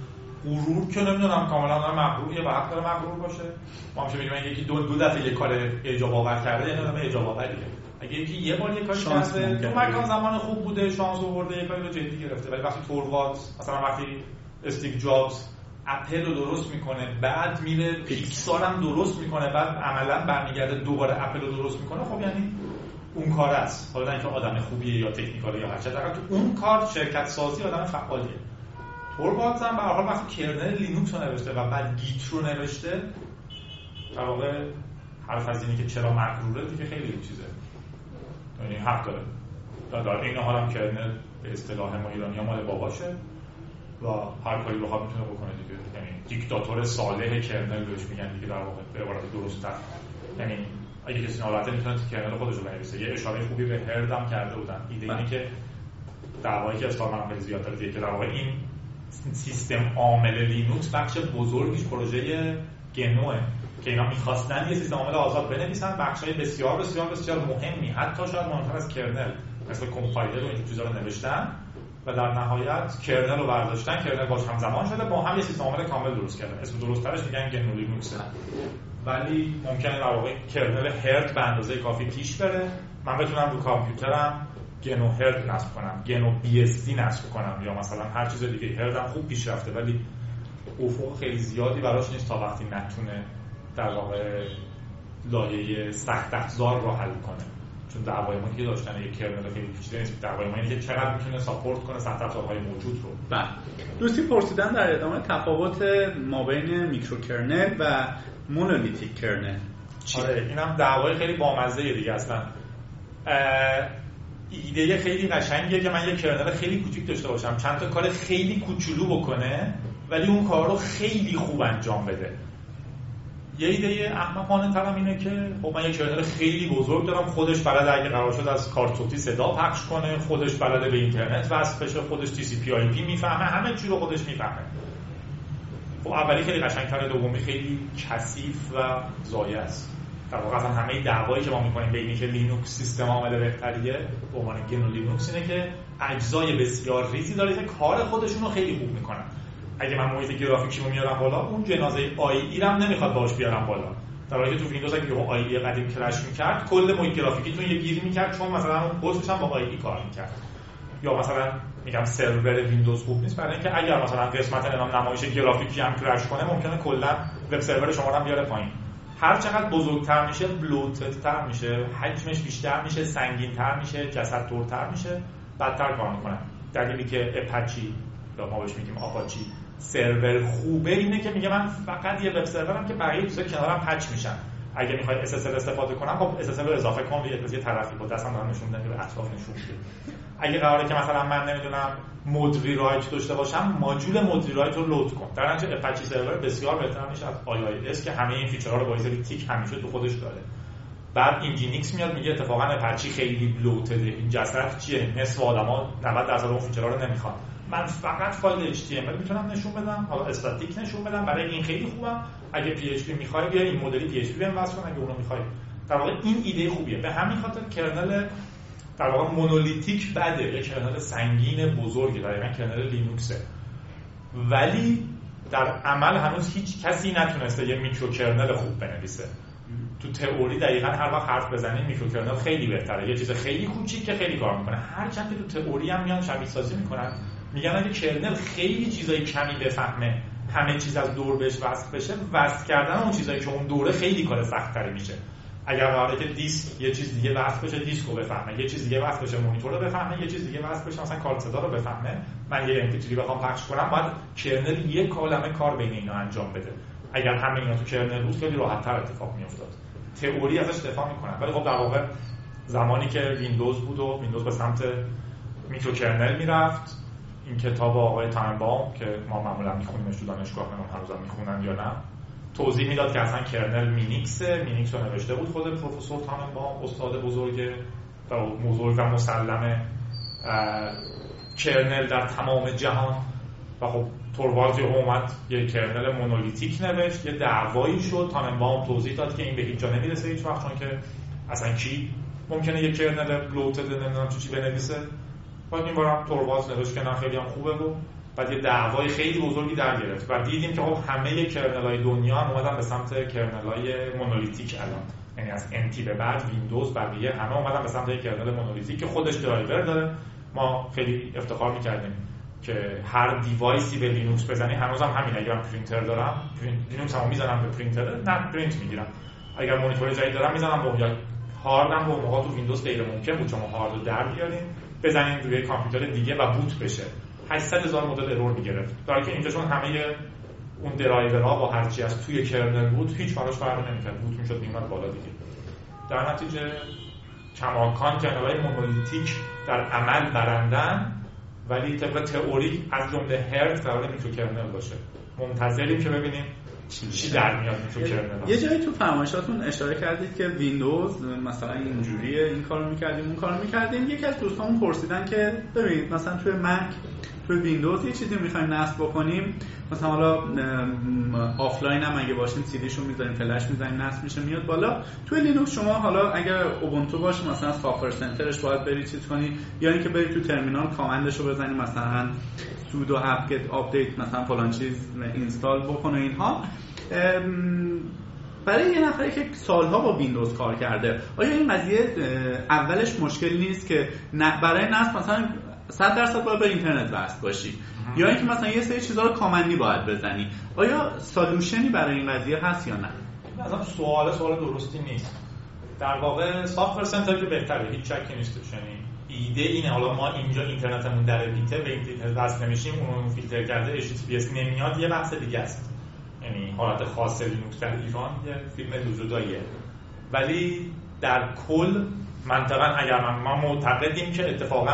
غرور که نمیدونم، کاملا داره مغروریه و حق داره مغرور باشه. ما همیشه میگیم یکی دو دفعه یه کار اعجاب آور کرده یعنی آدم اعجاب آوریه. اگه یه بار یه کاری کرده تو مکان زمان خوب بوده، شانس آورده، یه کاری رو جدی گرفته، ولی وقتی توروالدز مثلا وقتی استیو جابز اپل رو درست میکنه، بعد میره پیکسار هم درست میکنه، بعد عملا برمیگرده دوباره اپل رو درست میکنه، خب یعنی اون کار است. حالا اینکه آدم خوبیه یا تکنیکاله یا هر چه، در تو اون کار شرکت سازی آدم فعالیه. توروالدز هم به هر حال وقتی کرنل لینوکس رو نوشته و بعد گیت رو نوشته، در واقع حرف از اینه که چرا مغروره دیگه خیلی چیزه، یعنی حق داره. در این حال هم کرنل به اصطلاح ما ایرانی‌ها مال باباشه و هر کاری بخواد میتونه بکنه دیگه. یعنی دیکتاتور صالح کرنل بهش میگن دیگه، در واقع به عبارت درست‌تر. یعنی اگه کسی ناراحته میتونه کرنل خودش رو بنویسه. یه اشاره خوبی به هرد هم کرده بودن. ایده اینه که دعوایی که استالمن خیلی زیاد داره دیگه، که در واقع این سیستم عامل لینوکس بخش بزرگیش پروژه گنوه که اینا می‌خواستن یه سیستم عامل آزاد بنویسن، بخشای بسیار بسیار بسیار مهمی، حتی شاید مهمتر از کرنل، مثل کامپایلر و این چیزا رو نوشتن و در نهایت کرنل رو برداشتن، کرنل باش همزمان شده با هم یه سیستم عامل کامل درست کردن. اسم درست‌ترش میگن گنو لینوکس، ولی ممکنه در واقع کرنل هرد به اندازه کافی پیش بره، من بتونم رو کامپیوترم گنو هرد نصب کنم، گنو بی اس دی نصب کنم یا مثلا هر چیز دیگه. هردم خوب پیشرفته ولی افق خیلی زیادی براش نیست تا وقتی نتونه در واقع لایه سخت افزار رو حل کنه، چون دعوای ما که داشتن یک کرنل خیلی پیچیده نیست، دعوای ما اینه که چقدر میتونه ساپورت کنه سخت افزارهای موجود رو. بله. دوستی پرسیدن در ادامه تفاوت مابین میکرو کرنل و مونولیتیک کرنل چیه؟ آره اینم دعوای خیلی بامزه دیگه. اصلا ایده خیلی قشنگیه که من یک کرنل خیلی کوچیک داشته باشم، چند تا کار خیلی کوچولو بکنه ولی اون کار رو خیلی خوب انجام بده. یه ایده احمقانه ترم اینه که خب من یک کرنل خیلی بزرگ دارم، خودش بلده اگه قرار شد از کارت صوتی صدا پخش کنه، خودش بلده به اینترنت وصل بشه، خودش تی سی پی آی پی میفهمه، همه چی رو خودش میفهمه. خب اولی خیلی قشنگ‌تره، دومی خیلی کثیف و ضایع است. در واقع اصلا همه دعوایی که ما می‌کنیم بین اینکه لینوکس سیستم عامل بهتریه به عنوان گنو لینوکس اینه که اجزای بسیار ریزی داره که کار خودشون رو خیلی خوب میکنن. اگه من محیط گرافیکیمو میارم بالا، اون جنازه آی ای رم نمیخواد باهاش بیارم بالا. در حالی که تو ویندوز اگه یهو آی ای قدیم کرش میکرد، کل محیط گرافیکیتون یه گیری میکرد، چون مثلا اون پستش هم با آی ای کار میکرد. یا مثلا میگم سرور ویندوز خوب نیست برای اینکه اگر مثلا قسمت نمایش گرافیکی هم کرش کنه، ممکنه کلا وب سرور شما رو بیاره پایین. هر چقدر بزرگتر میشه، بلوتتر میشه، حجمش بیشتر میشه، سنگین‌تر میشه، جسددارتر میشه، بدتر کار میکنه. دلیلی که اپاچی یا ما بهش میگیم آپاچی سرور خوبه اینه که میگه من فقط یه وب سرورم که بقیه چیزا کنارم پچ میشن. اگه میخوای SSL استفاده کنم، خب SSL رو اضافه کن به یه طرفی با دستم دارم نشون میدم که به اطراف نشون میده. اگه قراره که مثلا من نمیدونم مود ریرایت داشته باشم، ماژول مود ریرایت رو لود کن. در نتیجه اپاچی سرور بسیار بهتر میشه از IIS که همه این فیچرها رو با یه تیک همیشه تو خودش داره. بعد اینجینیکس میاد میگه اتفاقا اپاچی خیلی بلوتده، این جسد چیه، نصف آدما 90% اون فیچرها رو نمیخوان، من فقط فایل HTML میتونم نشون بدم، حالا استاتیک نشون بدم، برای این خیلی خوبم. اگه PHP میخوای بیا این مدلی PHP بهم وصل کن، اگه اونو میخوای. در واقع این ایده خوبیه. به همین خاطر کرنل در واقع مونولیتیک بده، یک کرنل سنگین بزرگه، دقیقاً کرنل لینوکسه، ولی در عمل هنوز هیچ کسی نتونسته یه میکروکرنل خوب بنویسه. تو تئوری دقیقاً هر وقت حرف بزنید میکروکرنل خیلی بهتره، یه چیز خیلی کوچیک که خیلی کار میکنه. هر چند که تو تئوری هم میان شبیه سازی میکنن، میگن اگه کرنل خیلی چیزای کمی بفهمه، همه چیز از دور بهش وصل بشه، وصل کردن اون چیزایی که اون دوره خیلی کار سخت‌تری میشه. اگر قراره که دیسک یه چیز دیگه وصل بشه، دیسک رو بفهمه، یه چیز دیگه وصل بشه، مانیتور رو بفهمه، یه چیز دیگه وصل بشه مثلا کارت صدا رو بفهمه، من یه MP3 بخوام پخش کنم، باید کرنل یک کلمه کار بین اینا انجام بده. اگر همه اینا تو کرنل بود خیلی راحت‌تر اتفاق میافتاد. تئوری ازش دفاع میکنن، ولی خب در واقع زمانی که ویندوز بود و ویندوز به سمت میکروکرنل میرفت، این کتاب آقای تاننباوم که ما معمولا میخونیمش تو دانشگاه، هنوزم میخونن یا نه، توضیح میداد که اصلا کرنل مینیکسه. مینیکس رو نوشته بود خود پروفسور تاننباوم، استاد بزرگ و مسلم کرنل در تمام جهان. و خب توروالدز اومد یه کرنل مونولیتیک نوشت، یه دعوایی شد. تاننباوم توضیح داد که این به هیچ جا نمیرسه هیچ وقت، چون که اصلا کی ممکنه یه کرنل بلوتد نمیدونم چی بنویسه. بعد این بارم توروالدز نوشت که نه خیلی هم خوبه بود. بعد یه دعوای خیلی بزرگی در گرفت و دیدیم که خب همه کرنل‌های دنیا اومدن به سمت کرنل‌های مونولیتیک الان، یعنی از NT به بعد ویندوز بقیه همه اومدن به سمت یک کرنل مونولیتیک که خودش درایور داره. ما خیلی افتخار می‌کردیم که هر دیوایسی به لینوکس بزنی، هنوزم همین. اگر من پرینتر دارم، لینوکسمو میزنم به پرینتر، نه پرینت میگیرم. اگر مانیتور جدید دارم میزنم به اون، یا هاردم به اون موقع تو ویندوز غیر ممکن بود چون هارد رو در بیارین بزنین روی کامپیوتر دیگه و بوت بشه. 800,000 مدل ارور میگرفت. در حالی که اینجا چون همه اون درایورها با هر چی از توی کرنل بود، هیچ براش فرقی نمی‌کرد، بوت میشد میومد بالا دیگه. در نتیجه کماکان کرنل‌های مونولیتیک در عمل برندن، ولی طبق تئوری از جمله هرت قرار میکروکرنل باشه. منتظریم که ببینیم چی در میاد میکروکرنل. یه جایی تو فرمایشاتون اشاره کردید که ویندوز مثلا اینجوریه، این کارو می‌کردیم اون کارو می‌کردیم. یکی از دوستامون پرسیدن که ببینید مثلا توی مک، توی ویندوز یه چیزی می‌خوایم نصب بکنیم، مثلا حالا آفلاین هم اگه باشین سیدیشو می‌ذاریم، فلش می‌زنیم، نصب میشه میاد بالا. توی لینوکس شما حالا اگر اوبونتو باشه مثلا سافر سنترش باید بری چیز کنی، یا اینکه بری تو ترمینال کامندشو بزنی مثلا سودو apt-get آپدیت مثلا فلان چیز اینستال بکنه. اینها برای یه نفری که سالها با ویندوز کار کرده، آیا این قضیه اولش مشکل نیست که برای نصب مثلا 100% باید به اینترنت وصل باشی، یا اینکه مثلا یه سری چیزا رو کامندی باید بزنی؟ آیا سالوشنی برای این قضیه هست یا نه؟ مثلا سوال درستی نیست. در واقع سافر سنتر که بهتره، هیچ شکی نیست. یعنی ایده اینه حالا ما اینجا اینترنتمون در بیته، به اینترنت وصل نمیشیم، اون رو فیلتر کرده HTTPS نمیاد، یه بحث دیگه است. یعنی حالت خاص لینوکس در ایران یه فیلم جداییه. ولی در کل منطقاً اگر ما معتقدیم که اتفاقاً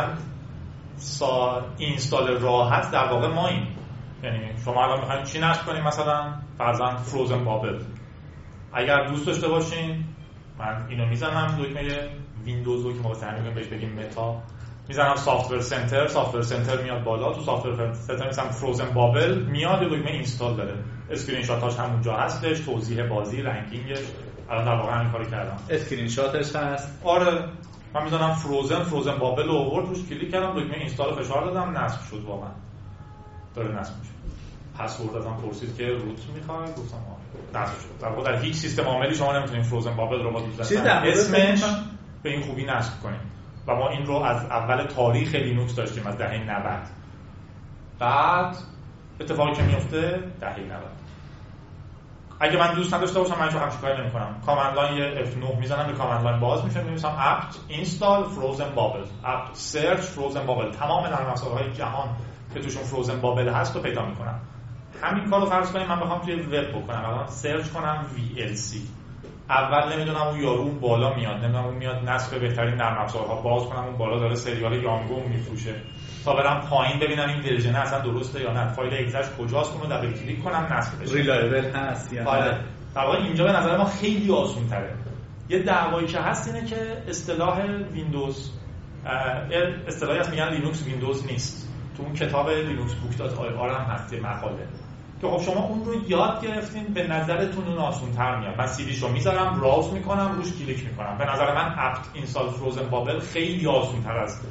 اینستال راحت در واقع ما این، یعنی شما الان میخواین چی نصب کنیم، مثلا فرضاً فروزن بابل، اگر دوست داشته باشین من اینو میزنم دکمه ویندوز رو که ما تعریف بهش بگیم متا، میزنم سافتور سنتر میاد بالا، تو سافتور سنتر میزنم فروزن بابل میاد، یه دکمه اینستال داره، اسکرین شاتاش همونجا هستش، توضیح بازی، رنکینگش. الان در واقع همین کارو کردم، اسکرین شاتش هست. آره من میزنم فروزن بابل رو آورد، روش کلیک کردم، دکمه اینستال فشار دادم، نصب شد. واقعا داره نصب میشه. پسورد ازم پرسید که روت میخوای، گفتم نصب شد. در واقع در هیچ سیستم عاملی شما نمیتونید فروزن بابل رو با اسمش به این خوبی نصب کنیم و ما این رو از اول تاریخ لینوکس داشتیم، از دهه 90. بعد اتفاقی که میفته دهه 90، اگه من دوست نداشته باشم من همچین کاری نمی‌کنم، کامند لاین یه F9 میزنم، به کامند لاین باز میشه، می‌نویسم apt install frozen bubble apt search frozen bubble، تمام نرم افزارهای جهان که توشون frozen bubble هست رو پیدا می‌کنم. همین کارو فرض کنیم من بخوام توی وب بکنم، الان سرچ کنم VLC، اول نمیدونم اون یارو اون بالا میاد، نمیدونم اون میاد نصب بهترین نرم افزارها، باز کنم اون بالا داره سریال یانگو میفروشه، تا برم پایین ببینم این ورژن اصلا درسته یا نه، فایل اگزش کجاست، اونو دبل کلیک کنم نصب بشه، ریلایبل هست یا نه. در واقع اینجا به نظر ما خیلی آسان تره. یه دعوایی که هست اینه که اصطلاح ویندوز، اصطلاحی هست میگن لینوکس ویندوز نیست. تو اون کتاب linux.book.ir هم هست یه مقاله که خب شما اون رو یاد گرفتین، به نظرتون اون آسان‌تر میاد. من سیدیشو میذارم، براوز میکنم، روش کلیک میکنم. به نظر من apt install frozen bubble خیلی آسان‌تر از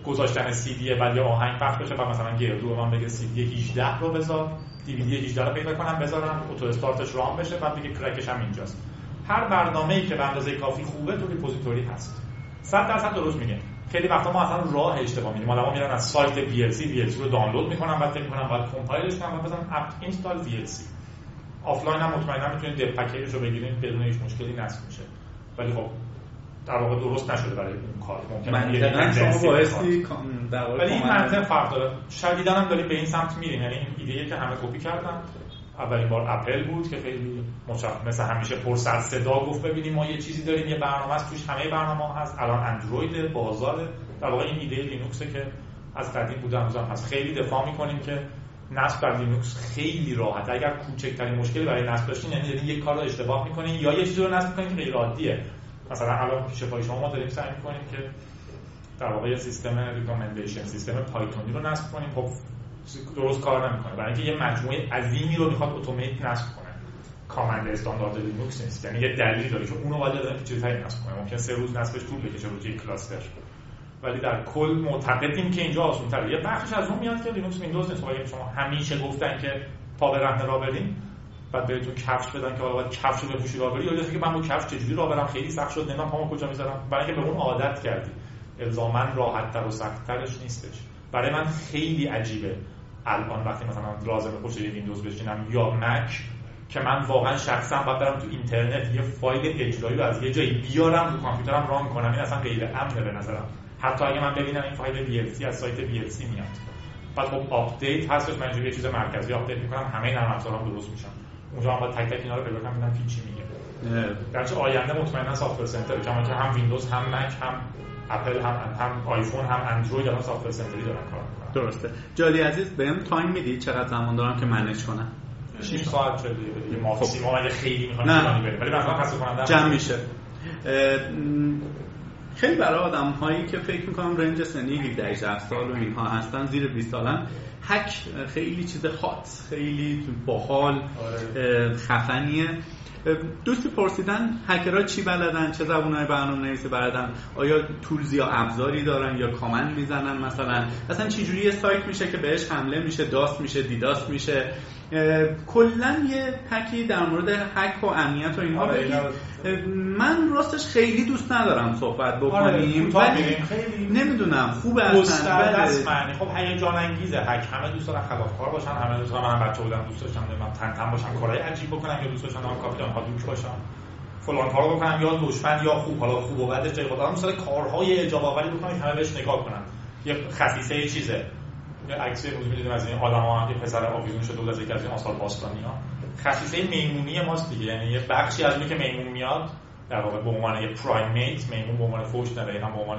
گذاشتن CD بعد یا آهنگ پخش بشه و مثلا گردو من بگه CD 18 رو بذار، DVD 18 رو پیدا کنم بذارم، اتو استارتش رام بشه، بعد دیگه کرکش هم اینجاست. هر برنامه‌ای که به اندازه کافی خوبه تو ریپوزیتوری هست. 100% درست میگه. خیلی وقتا ما اصلا راه اشتباه میدیم. آدم‌ها میرن از سایت VLC رو دانلود میکنن، بعد فکر میکنن باید کامپایلش کنن و بزنن اپ اینستال VLC. آفلاین هم مطمئنا میتونید دپ پکیج رو بگیرید بدون هیچ مشکلی نصب میشه. ولی خب در واقع درست نشده برای اون کار. ممکنه شما بایستی ولی این منطق فرق داره. شدیداً هم داریم به این سمت میریم. یعنی این ایده‌ای که همه کپی کردن اولین بار اپل بود که خیلی مثل همیشه پر سر صدا گفت ببینیم ما یه چیزی داریم، یه برنامه است توش همه برنامه‌ها هست. الان اندروید بازار، در واقع این ایده لینوکسه که از قدیم بوده هنوز هم هست. خیلی دفاع می‌کنیم که نصب بر لینوکس خیلی راحته. اگر کوچکترین مشکلی برای نصب داشتین یعنی یک کار رو اشتباه می‌کنین یا یه چیزی رو نصب می‌کنین که غیر عادیه. مثلا الان پیش پای شما ما داریم سعی می‌کنیم که در واقع یه سیستم ریکامندیشن، سیستم پایتونی رو نصب کنیم. خب درست کار نمی‌کنه برای اینکه یه مجموعه عظیمی رو می‌خواد اتومات نصب کنه. کامند استاندارد لینوکس نیست، یعنی یه دلیلی داره که اونو باید آدم پیچیده‌تری نصب کنه. ممکن 3 روز نصبش طول بکشه روی یک کلاستر. ولی در کل معتقدیم که اینجا آسان‌تره. یه بخشش از اون میاد که لینوکس ویندوز نیست. اگه شما همیشه گفتن که پا به رهن راه بریم، بعد بهتون کفش بدن که حالا باید کفش رو بپوشی راه بری، یا اینکه من با کفش چجوری راه برم خیلی سخت شد، نمیدونم پامو کجا میذارم. برای اینکه به اون عادت کردی. الزاماً راحت‌تر و سخت‌ترش نیستش. برای من خیلی عجیبه الان وقتی مثلا لازمه پشت یه ویندوز بشینم یا مک که من واقعا شخصا باید برم تو اینترنت یه فایل اجرایی رو از یه جایی بیارم رو کامپیوترم ران کنم. این اصلا غیر امنه به نظرم. حتی اگه من ببینم این فایل VLC از سایت VLC میاد، بعد خب آپدیت هستش، من یه چیز مرکزی آپدیت میکنم همه نرم افزارام درست میشن. اونجا من باید تک تک اینا رو پیدا کنم ببینم چی میگه. درچه آینده مطمئنا سافتور سنتر که هم ویندوز هم مک هم اپل هم آیفون هم اندروید الان سافتور سنتری دارن کار میکنن. درسته. جالی عزیز بهم تایم میدی چقدر زمان دارم که منیج کنم؟ 6 ساعت شده دیگه ماکسیمم اگه خیلی میخوام طولانی بریم، ولی مثلا خاصه کننده جمع میشه. خیلی برای آدم هایی که فکر میکنم رنج سنی 18 سال و اینها هستن، زیر 20 سالن، هک خیلی چیز هات، خیلی باحال، خفنیه. دوستی پرسیدن هکرها چی بلدن، چه زبونهای برنامه‌نویسی بلدن، آیا تولز یا ابزاری دارن یا کامند میزنن، مثلا اصلا چه جوری سایت میشه که بهش حمله میشه، داست میشه، دیداست میشه. کلا یه تکی در مورد هک و امنیت و اینها بگید. من راستش خیلی دوست ندارم صحبت بکنیم ولی نمیدونم خوبه اصلا. خب هیجان انگیزه هک، همه دوست دارن خلافکار باشن، همه دوست دارن، من بچه بودم دوست داشتم من تن باشم، کارهای عجیب بکنم، یا دوست داشتم من کاپیتان هادوک باشم، فلان کارو بکنم، یا دشمن یا خوب. حالا خوب و بدش جای خودم مثلا کارهای اجاب آوری بکنم همه بهش نگاه کنن. یه خصیصه چیزه. یه عکس روز می‌دیدیم از این آدم‌ها، یه پسر آویزون شده بود از یک از این آثار باستانی‌ها. خصیصه میمونی ماست دیگه، یعنی یه بخشی از اون که میمون میاد در واقع به عنوان یه پرایمیت، میمون به عنوان فوش نداره، هم به عنوان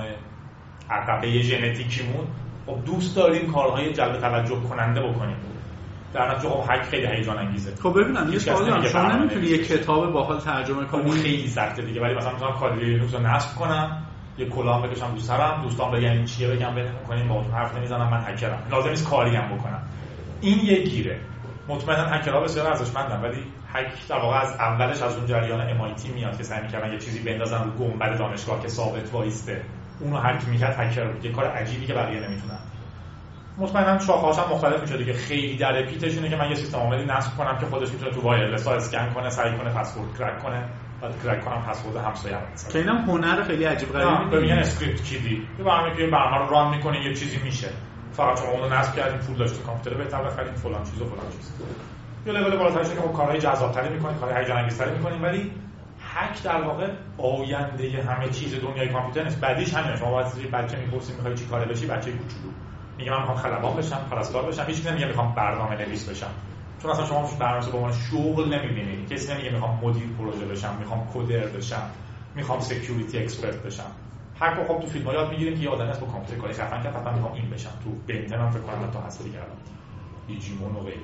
عقبه ژنتیکیمون خب دوست داریم کارهای جلب توجه کننده بکنیم. در نتیجه خب هک خیلی هیجان انگیزه. خب ببینم یه سوال دارم، شما نمیتونی یه کتاب باحال ترجمه کنی؟ خیلی سخته دیگه، ولی مثلا میتونم کاری لینوکس رو نصب کنم، یه کلاه بکشم رو سرم، دوستان بگن این چیه، بگم بکنیم باهاتون حرف نمیزنم من هکرم، لازم نیست کاری هم بکنم. این یه گیره. مطمئنا هکرها بسیار ارزشمندن، ولی هک در واقع از اولش از اون جریان MIT میاد که سعی می‌کردن یه چیزی بندازن رو گنبد دانشگاه که ثابت وایسته. اونو هر کی می‌کرد هکر بود. یه کار عجیبی که بقیه نمیتونن. مطمئنا شاخه‌هاش هم مختلف میشه دیگه. خیلی در اپیتش اینه که من یه سیستم عاملی نصب کنم که خودش میتونه تو وایرلس ها اسکن کنه، سعی کنه پسورد کرک کنه، بعد کرک کنم پسورد همسایه‌ام. که اینم هنر خیلی عجیب غریبی میگن اسکریپت کیدی. یه برنامه که برنامه رو ران می‌کنه یه چیزی میشه. فقط شما اونو نصب کردین، پول داشتید، کامپیوتر بهتر بخرید، فلان چیز و فلان چیز. یه لول بالاترش که کارهای جذاب‌تری می‌کنید، کارهای هیجان انگیزتری می‌کنید، ولی هک در واقع آینده همه چیز دنیای کامپیوتر نیست. بعدیش همینه. شما واسه بچه می‌پرسید می‌خوای چی کاره بشی، بچه کوچولو میگه من می‌خوام خلبان بشم، پرستار بشم، هیچ نمیگه می‌خوام برنامه‌نویس بشم. چون اصلا شما برنامه‌نویس به عنوان شغل نمی‌بینید. کسی نمیگه می‌خوام مدیر پروژه بشم، می‌خوام کدر بشم، می‌خوام سکیوریتی اکسپرت بشم. هک خب تو فیلم‌ها یاد می‌گیریم که یه آدمی است با کامپیوتر کاری خفن کرد، حتما می‌خوام این بشم. تو بنتن هم فکر کنم تا هست دیگه الان. دیجیمون و غیره.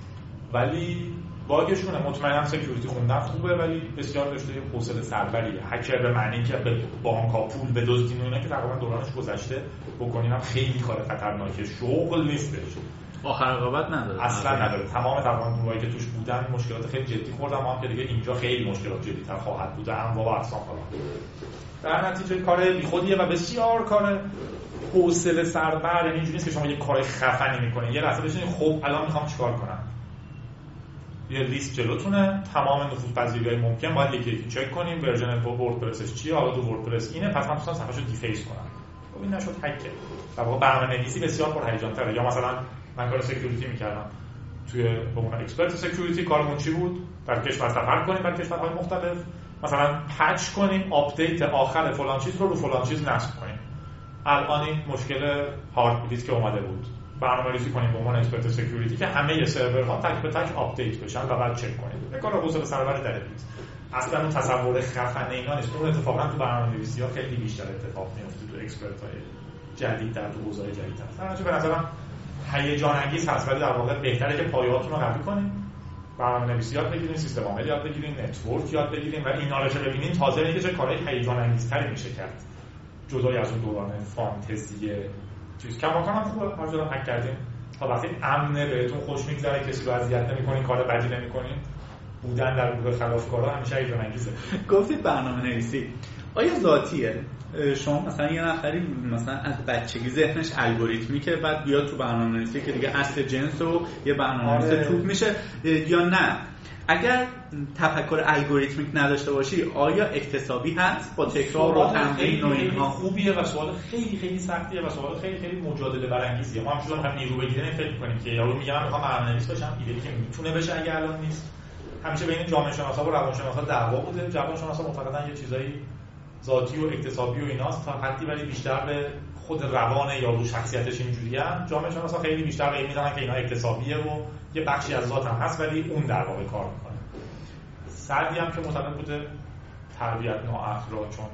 ولی باگشونه. مطمئنم سکیوریتی خوندن خوبه، ولی بسیار رشته حوصله سربریه. هکر به معنی که به بانک‌ها پول بدزدین و اینا که تقریبا دورانش گذشته بکنینم خیلی کار خطرناکه. شغل نیستش. آخر رقابت نداره. اصلا نداره. تمام تقریبا دورایی که توش بودن مشکلات خیلی جدی خوردن، ما هم که دیگه اینجا خیلی مشکلات جدی‌تر خواهد بود. انواع و اقسام. در نتیجه کار بیخودیه و بسیار کار حوصله سربر، یعنی اینجوری نیست که شما یه کار خفنی میکنین یه لحظه بشینید خب الان میخوام چیکار کنم. یه لیست جلوتونه، تمام نفوذپذیری‌های ممکن باید یکی چک کنیم، ورژن وردپرسش چیه، حالا تو وردپرس اینه، پس من دوستان صفحه‌شو دیفیس کنم. خب این نشد هکه. در واقع برنامه‌نویسی بسیار پرهیجان‌تره. یا مثلا من کار سکیوریتی می‌کردم. توی به عنوان اکسپرت سکیوریتی کارمون چی بود؟ در کشور سفر کنیم، در کشورهای مختلف، مثلا پچ کنیم، آپدیت آخر فلان چیز رو فلان چیز نصب کنیم. الان این مشکل هارد بلیت که اومده بود. برنامه‌ریزی کنیم به عنوان اکسپرت سکیوریتی که همه سرورها تک به تک آپدیت بشن و بعد چک کنیم. به کار حوصله سرور در نیست. اصلا اون تصور خفن اینا نیست. اون اتفاقا تو برنامه‌نویسی‌ها خیلی بیشتر اتفاق میفته تو اکسپرت‌های جدید در تو حوزه‌های جدید. مثلا به نظرم هیجان انگیز هست، ولی در واقع بهتره که پایه‌هاتون رو قوی کنیم. برنامه‌نویسی یاد بگیرین، سیستم عامل یاد بگیرین، نتورک یاد بگیرین و این نالج رو ببینین تازه میگه چه کارهای هیجان انگیزتری میشه کرد. جدای از اون دوران فانتزی چیز کماکان هم خوبه، هر جا هک کردیم تا وقتی امنه بهتون خوش میگذره، کسی رو اذیت نمی‌کنین، کار بدی نمی‌کنین، بودن در گروه خلافکارا همیشه هیجان انگیزه. گفتید برنامه‌نویسی آیا ذاتیه؟ شما مثلا یه نفری مثلا از بچگی ذهنش الگوریتمیکه بعد بیاد تو برنامه‌نویسی که دیگه اصل جنس و یه برنامه‌نویس توپ میشه، یا نه اگر تفکر الگوریتمیک نداشته باشی آیا اکتسابی هست با تکرار و تمرین و اینها؟ خوبیه و سوال خیلی خیلی سختیه و سوال خیلی خیلی مجادله برانگیزیه. ما همیشه می‌خوایم نیرو بگیریم، فکر می‌کنیم که یارو میگه من می‌خوام برنامه‌نویس بشم، ایده که میتونه بشه اگه الان نیست. همیشه بین جامعه شناسا و روانشناسا دعوا بوده. جامعه شناسا معتقدن یه چیزایی ذاتی و اکتسابی و ایناست تا حدی، ولی بیشتر به خود روان یا رو شخصیتش اینجوریه. جامعه شناسا خیلی بیشتر به این میزنن که اینا اکتسابیه و یه بخشی از ذات هم هست ولی اون در واقع کار میکنه. سعدی هم که معتقد بوده تربیت نااهل، چون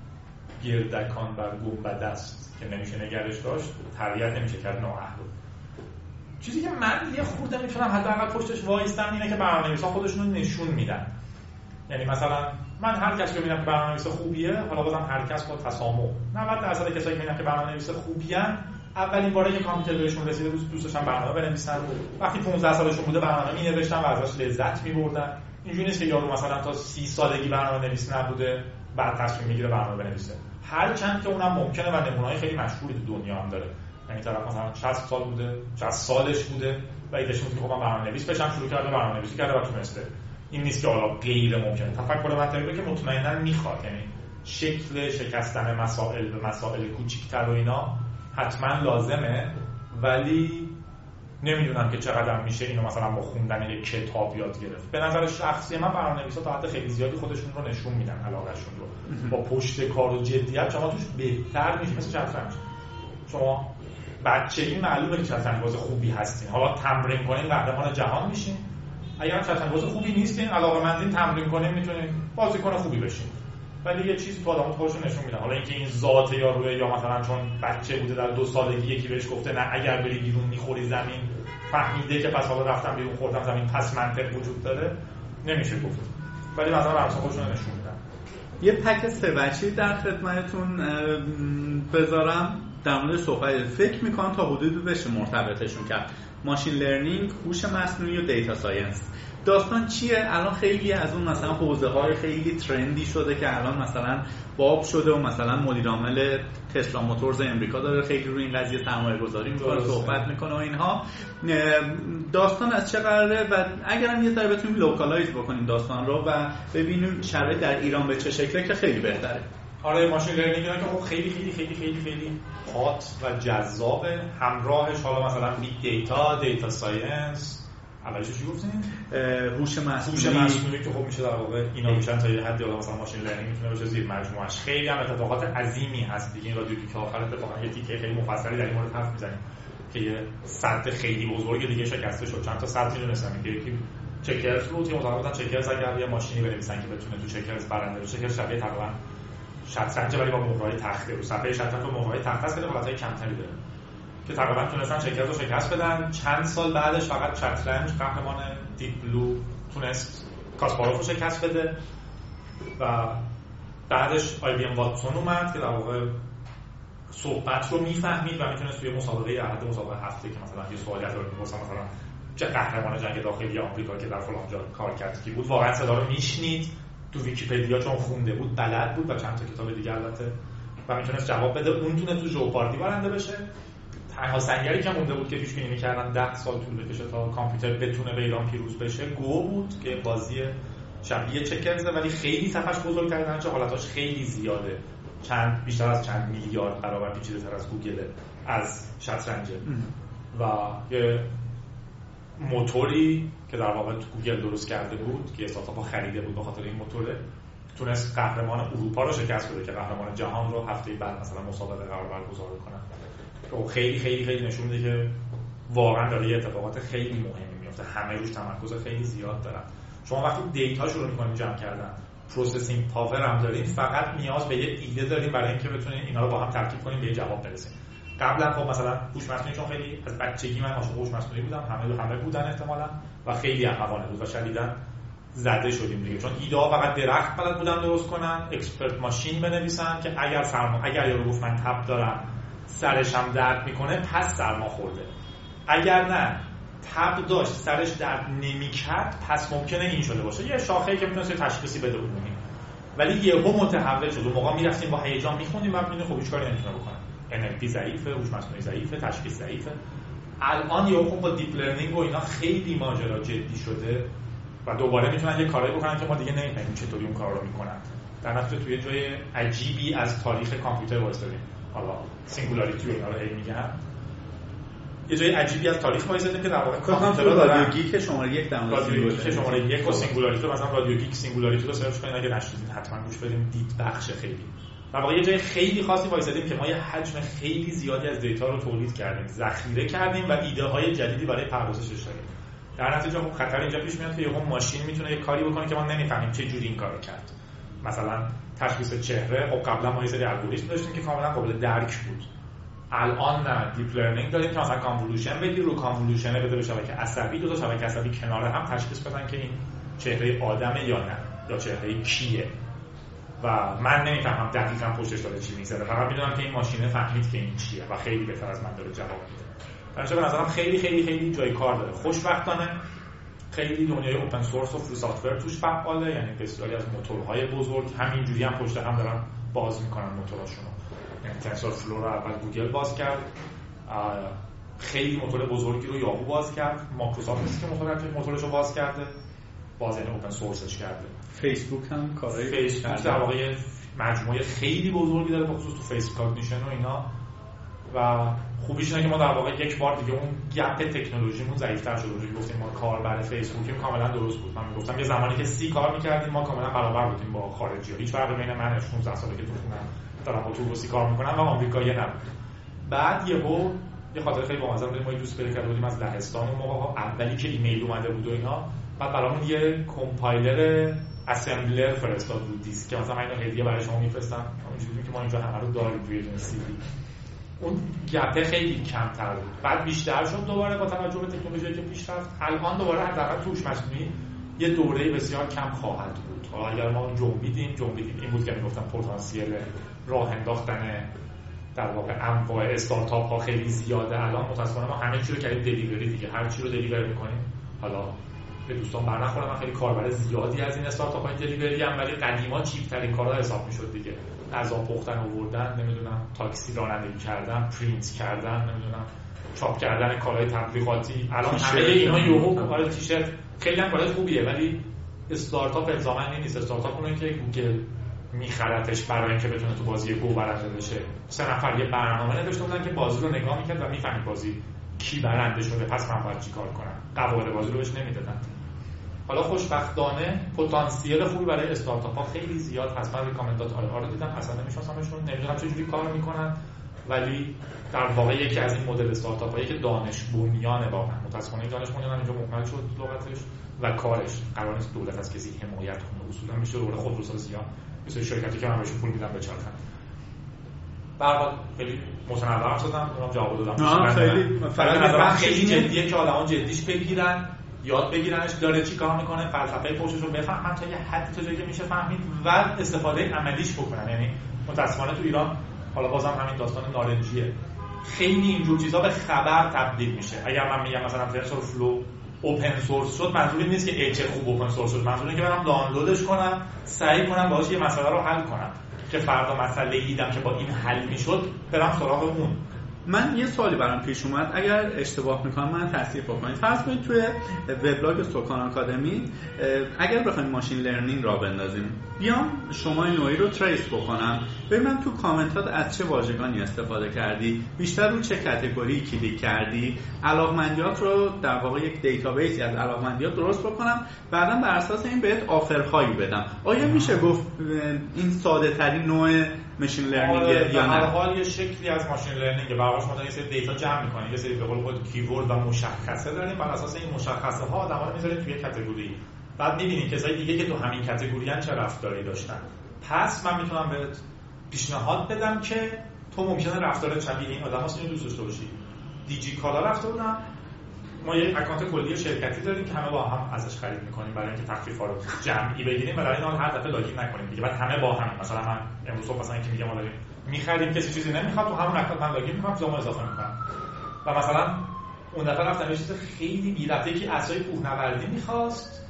گردکان بر گنبد است که نمیشه نگرش داشت، تربیت نمیشه کرد نااهل. چیزی که من یه خورده میتونم حداقل پشتش وایستم اینه که برنامه‌نویسا خودشون رو نشون میدن. یعنی مثلا من هر کسی که میبینم که برنامه‌نویس خوبیه، حالا بازم هر کس با تسامح، 90% کسایی که میبینم که برنامه‌نویس خوبیان اولین باره که کامپیوتر بهشون رسیده بود دوست داشتن برنامه بنویسن، وقتی 15 سالشون بوده برنامه می‌نوشتن و ازش لذت می‌بردن. اینجوری نیست که یارو مثلا تا 30 سالگی برنامه‌نویس نبوده بعد تصمیم میگیره برنامه بنویسه. هر چند که اونم ممکنه و نمونه‌های خیلی مشهوری تو دنیا هم داره. یعنی طرف مثلا 60 سال بوده، 60 سالش بوده و ایدهش بود که خب من برنامه‌نویس بشم، شروع کرده برنامه‌نویسی کرده و تونسته. این نیست که حالا غیر ممکنه. تفکر منطقی که مطمئنا میخواد، یعنی شکل شکستن مسائل به مسائل کوچیک‌تر و اینا حتما لازمه، ولی نمیدونم که چقدر میشه اینو مثلا با خوندن یک کتاب یاد گرفت. به نظر شخصی من برنامه‌نویسا تا حد خیلی زیادی خودشون رو نشون میدن، علاقه‌شون رو با پشت کار و جدیت شما توش بهتر میشه. مثل شطرنج، شما بچگی معلومه که شطرنج باز خوبی هستین، حالا تمرین کنین قهرمان جهان میشین. اگر شطرنج باز خوبی نیستین، علاقه‌مندین، تمرین کنین، میتونین بازیکن خوبی بشین. ولی یه چیز تو آدم‌ها خودشون نشون میدن. حالا اینکه این ذات یا روی یا مثلا چون بچه بوده در 2 سالگی یکی بهش گفته نه اگر بری بیرون میخوری زمین، فهمیده که پس حالا رفتم بیرون خوردم زمین، پس منطق وجود داره، نمیشه گفت. ولی مثلا برنامه‌ها خودشون نشون میدن. یه پک سه‌وجهی در خدمتتون بذارم در مورد صحبت فکر میکنم تا حدودی بشه مرتبطشون کرد. ماشین لرنینگ، هوش مصنوعی و دیتا ساینس. داستان چیه؟ الان خیلی از اون مثلا حوزه‌های خیلی ترندی شده که الان مثلا باب شده و مثلا مدیر عامل تسلا موتورز امریکا داره خیلی روی این قضیه سرمایه‌گذاری میکنه، صحبت میکنه و اینها. داستان از چه قراره و اگرم یه ذره بتونیم لوکالایز بکنیم داستان رو و ببینیم شرایط در ایران به چه شکله که خیلی بهتره. آره ماشین لرنینگ که خب خیلی خیلی خیلی خیلی خیلی هات و جذابه. همراهش حالا مثلا بیگ دیتا، دیتا ساینس، اولش چی گفتین؟ هوش مصنوعی. هوش مصنوعی که خب میشه در واقع اینا میشن تا یه حدی، حالا مثلا ماشین لرنینگ میتونه بشه زیر مجموعه‌اش. خیلی هم اتفاقات عظیمی هست دیگه. این رادیو که آخر اتفاقا یه تیکه خیلی مفصلی در این مورد حرف میزنیم که یه سد خیلی بزرگ دیگه شکسته شد. چند تا سد میدونستم که یکی چکرز رو که مطابقاً چکرز اگر یه ماشینی بنویسن که بتونه تو چکرز برنده بشه، چکرز شبیه تقریبا شطرنج ولی با مهرهای تخته. رو صفحه شطرنج با مهرهای تخته است که حالتهای کمتری داره که تقریبا تونستن چکرز رو شکست بدن. چند سال بعدش فقط شطرنج قهرمان دیپ بلو تونست کاسپاروف رو شکست بده و بعدش آی بی ام واتسون اومد که در واقع صحبت رو میفهمید و میتونست توی مسابقه احد مسابقه هفته که مثلا یه سوالی از می‌پرسن مثلا چه قهرمان جنگ داخلی آمریکا که در فلان جا کار کرد کی بود، واقعا صدا رو میشنید. تو ویکی‌پدیا چون خونده بود بلد بود و چند تا کتاب دیگه البته و میتونست جواب بده، اون تونه تو ژئوپاردی برنده بشه. تنها سنگری که مونده بود که پیش بینی می‌کردن 10 سال طول بکشه تا کامپیوتر بتونه به ایران پیروز بشه گو بود که بازی شبیه چکرزه ولی خیلی صفحش بزرگ‌تره، در چه حالتاش خیلی زیاده، بیشتر از چند میلیارد برابر پیچیده‌تر از گوگل از شطرنجه و یه موتوری که در واقع گوگل درست کرده بود که استارتاپ‌ها خریده بود به خاطر این موتوره تونست قهرمان اروپا رو شکست بده که قهرمان جهان رو هفته بعد مثلا مسابقه قرار برگزار کنن. تو خیلی خیلی خیلی نشون میده که واقعا داره یه اتفاقات خیلی مهمی میفته، همه روش تمرکز خیلی زیاد دارن. شما وقتی دیتا شروع می‌کنید جمع کردن، پروسسینگ پاور هم دارین، فقط نیاز به یه ایده دارین برای اینکه بتونین اینا رو با هم ترکیب کنین به یه جواب برسین. قبلا خب مثلا هوش مصنوعی چون خیلی از بچگی من عاشق هوش مصنوعی بودم، همه بودن احتمالاً و خیلی احمقانه بود و شدیداً زده شدیم دیگه، چون ایده ها فقط درخت بلد بودن درست کنن، اکسپرت ماشین بنویسن که اگر یارو گفت من تب دارم سرش هم درد میکنه پس سرما خورده، اگر نه تب داشت سرش درد نمیکرد پس ممکنه این شده باشه. یه شاخه‌ای که میتونه تشخیصی بده عمومی، ولی یهو متحول شد. اون موقع میرفتیم با هیجان میخوندیم و می‌بینیم خب هیچ کاری نمیتونه بکنه، NLP ضعیفه، هوش مصنوعی ضعیفه، تشخیص ضعیفه. الان یهو خب با دیپ لرنینگ و اینا خیلی ماجرا جدی شده و دوباره میتونن یه کاری بکنن که ما دیگه نمی‌فهمیم چطوری اون کارا رو میکنن. در نتیجه توی جای عجیبی از تاریخ کامپیوتر وایسادیم. حالا سینگولاریتی و اینا رو هی میگن، یه جای عجیبی از تاریخ وایسادیم که در واقع کامپیوترها رادیو گیک شماره 1 در مورد شماره 1 و سینگولاریتی رو مثلا رادیو گیک سینگولاریتی رو سرچ کنید اگه نشدید حتما گوش بدید، دید بخش خیلی. در واقع یه جای خیلی خاصی وایسادیم که ما یه حجم خیلی زیادی از دیتا رو تولید کردیم، ذخیره کردیم و ایده های جدیدی برای پردازشش داریم. در نتیجه خب خطر اینجا پیش میاد که یه ماشین میتونه یه کاری بکنه که ما نمیفهمیم چه جوری این کارو کرد. مثلا تشخیص چهره، خب قبلا ما یه سری الگوریتم داشتیم که کاملا قابل درک بود. الان نه، دیپ لرنینگ داریم که مثلا کانولوشن بدی، رو کانولوشن بده به شبکه عصبی، دو تا شبکه عصبی کنار هم تشخیص بدن که این چهره آدمه یا نه، یا چهره کیه. و من نمیفهمم دقیقاً پشتش داره چی میگذره، فقط میدونم که این ماشینه فهمید که این چیه و خیلی بهتر از من داره جواب میده. درنچه به نظرم خیلی خیلی خیلی جای کار داره. خوشبختانه خیلی دنیای اوپن سورس و فری سافت‌ور توش فعاله، یعنی بسیاری از موتورهای بزرگ همینجوری هم پشت هم دارن باز میکنن موتوراشونو. یعنی تنسور فلو رو اول گوگل باز کرد، خیلی موتور بزرگی رو یاهو باز کرد، مایکروسافت نیست که موتورش رو باز کرده، باز یعنی اوپن سورسش کرده. فیسبوک هم کارهای فیسبوک در واقع مجموعه خیلی بزرگی داره بخصوص تو فیس کاگنیشن و اینا و خوبیش اینه که ما در واقع یک بار دیگه اون گپ تکنولوژیمون ضعیف‌تر شده. اونجوری گفتیم ما کاربر فیسبوکیم کاملا درست بود. من میگفتم یه زمانی که 30 کار می‌کردیم ما کاملا برابر بودیم با خارجی‌ها. هیچ فرقی بین من 16 ساله که تو خونم دارم اتوبوسی کار می‌کنم و آمریکایی نبود. بعد یه خاطر خیلی بامزه بود، ما دوست پیدا کرده بودیم از لهستان اون موقع‌ها، اولی که ایمیل اومده بود و اینا، بعد برامون یه کامپایلر اسمبلر فرستاد بود دیسک که مثلا من اینو هدیه برای شما می‌فرستم، همونجوری که ما اینجا همه رو داریم توی این سی دی. اون گپه خیلی کمتر بود. بعد بیشتر شد دوباره با توجه به تکنولوژی که پیش رفت. الان دوباره حداقل توش مصنوعی یه دوره بسیار کم خواهد بود. حالا اگر ما جنبیدیم این بود که میگفتم پتانسیل راه انداختن در واقع انواع استارتاپ ها خیلی زیاده. الان متأسفانه ما همه چی رو کردیم دلیوری دیگه، هر چی رو دلیور می‌کنیم. حالا به دوستان برنخوره، من خیلی کاربر زیادی از این استارتاپ های دلیوری ام، ولی قدیما چیپ ترین کارا حساب می‌شد دیگه. غذا پختن آوردن، نمیدونم تاکسی رانندگی کردن، پرینت کردن، نمیدونم چاپ کردن کالای تبلیغاتی. الان همه اینا یهو کار تیشرت خیلی هم کار خوبیه، ولی استارتاپ الزاما نیست. استارتاپ اونه که گوگل میخرتش برای اینکه بتونه تو بازی گو برنده بشه. 3 نفر یه برنامه نوشته بودن که بازی رو نگاه میکرد و میفهمید بازی کی برنده شده، پس من باید چیکار کنم. قواعد بازی رو بهش نمیدادن. حالا خوشبختانه پتانسیل خوبی برای استارتاپ‌ها خیلی زیاد هست. من ریکامندات رو دیدم، اصلا نمی‌شناسمشون، نمی‌دونم چه جوری کار می‌کنن، ولی در واقع یکی از این مدل استارتاپ‌هایی که دانش بنیانه، واقعا متأسفانه دانش بنیان اینجا مکمل شد لغتش و کارش قرار نیست دولت از کسی حمایت کنه، اصولا میشه دوره خودروسازی ها مثل شرکتی که من بهشون پول میدم بچرخن. برات خیلی متنوع شدم، اونم جواب دادم. خیلی فقط خیلی جدیه که آدما جدیش بگیرن، یاد بگیرنش، داره چی کار میکنه، فلسفه پشتش رو بفهمن تا یه حدی تا جایی که میشه فهمید و استفاده عملیش بکنن. یعنی متأسفانه تو ایران حالا بازم همین داستان نارنجیه، خیلی اینجور چیزا به خبر تبدیل میشه. اگر من میگم مثلا تنسور فلو اوپن سورس شد، منظوری نیست که چه خوب اوپن سورس شد، منظوری که برام دانلودش کنم، سعی کنم باهاش یه مسئله رو حل کنم. که فردا مسئله دیدم که با این حل میشد برم سراغ اون. من یه سوالی برام پیش اومد، اگر اشتباه میکنم من تصحیح بکنید. فرض کنید توی وبلاگ سوکان آکادمی اگر بخوایم ماشین لرنینگ را بندازیم، بیام شما نوعی رو تریس بکنم، ببینم تو کامنتات از چه واژگانی استفاده کردی، بیشتر رو چه کاتگوری کلیک کردی، علاقمندیات رو در واقع یک دیتابیسی از علاقمندیات درست بکنم، بعداً بر اساس این بهت آفرهایی بدم. آیا میشه گفت این ساده ترین نوع ماشین لرنینگ یا نه؟ در حال یه شکلی از ماشین لرنینگ به هر حال شما یه سری دیتا جمع می‌کنید، یه سری به قول خود کیورد و مشخصه داریم، بر اساس این مشخصه ها آدما رو می‌ذارید توی کاتگوری، بعد می‌بینید کسایی دیگه که تو همین کاتگوری ان چه رفتاری داشتن. پس من میتونم بهت پیشنهاد بدم که تو ممکنه رفتار شبیه این آدم‌ها دوست داشته باشی. دیجی کالا رفته بودم، ما یه اکانت کلی شرکتی داریم که همه با هم ازش خرید می‌کنیم برای اینکه تخفیف‌ها رو جمعی بگیریم و در این حال هر دفعه لاگین نکنیم دیگه، بعد همه با هم، مثلا من امروز صبح مثلا اینکه میگم ما داریم می‌خریم کسی چیزی نمی‌خواد، تو همون اکانت من لاگین می‌کنم جامو اضافه می‌کنم. و مثلا اون دفعه رفتم یه چیز خیلی بی‌ربطه که عصای کوهنوردی می‌خواست،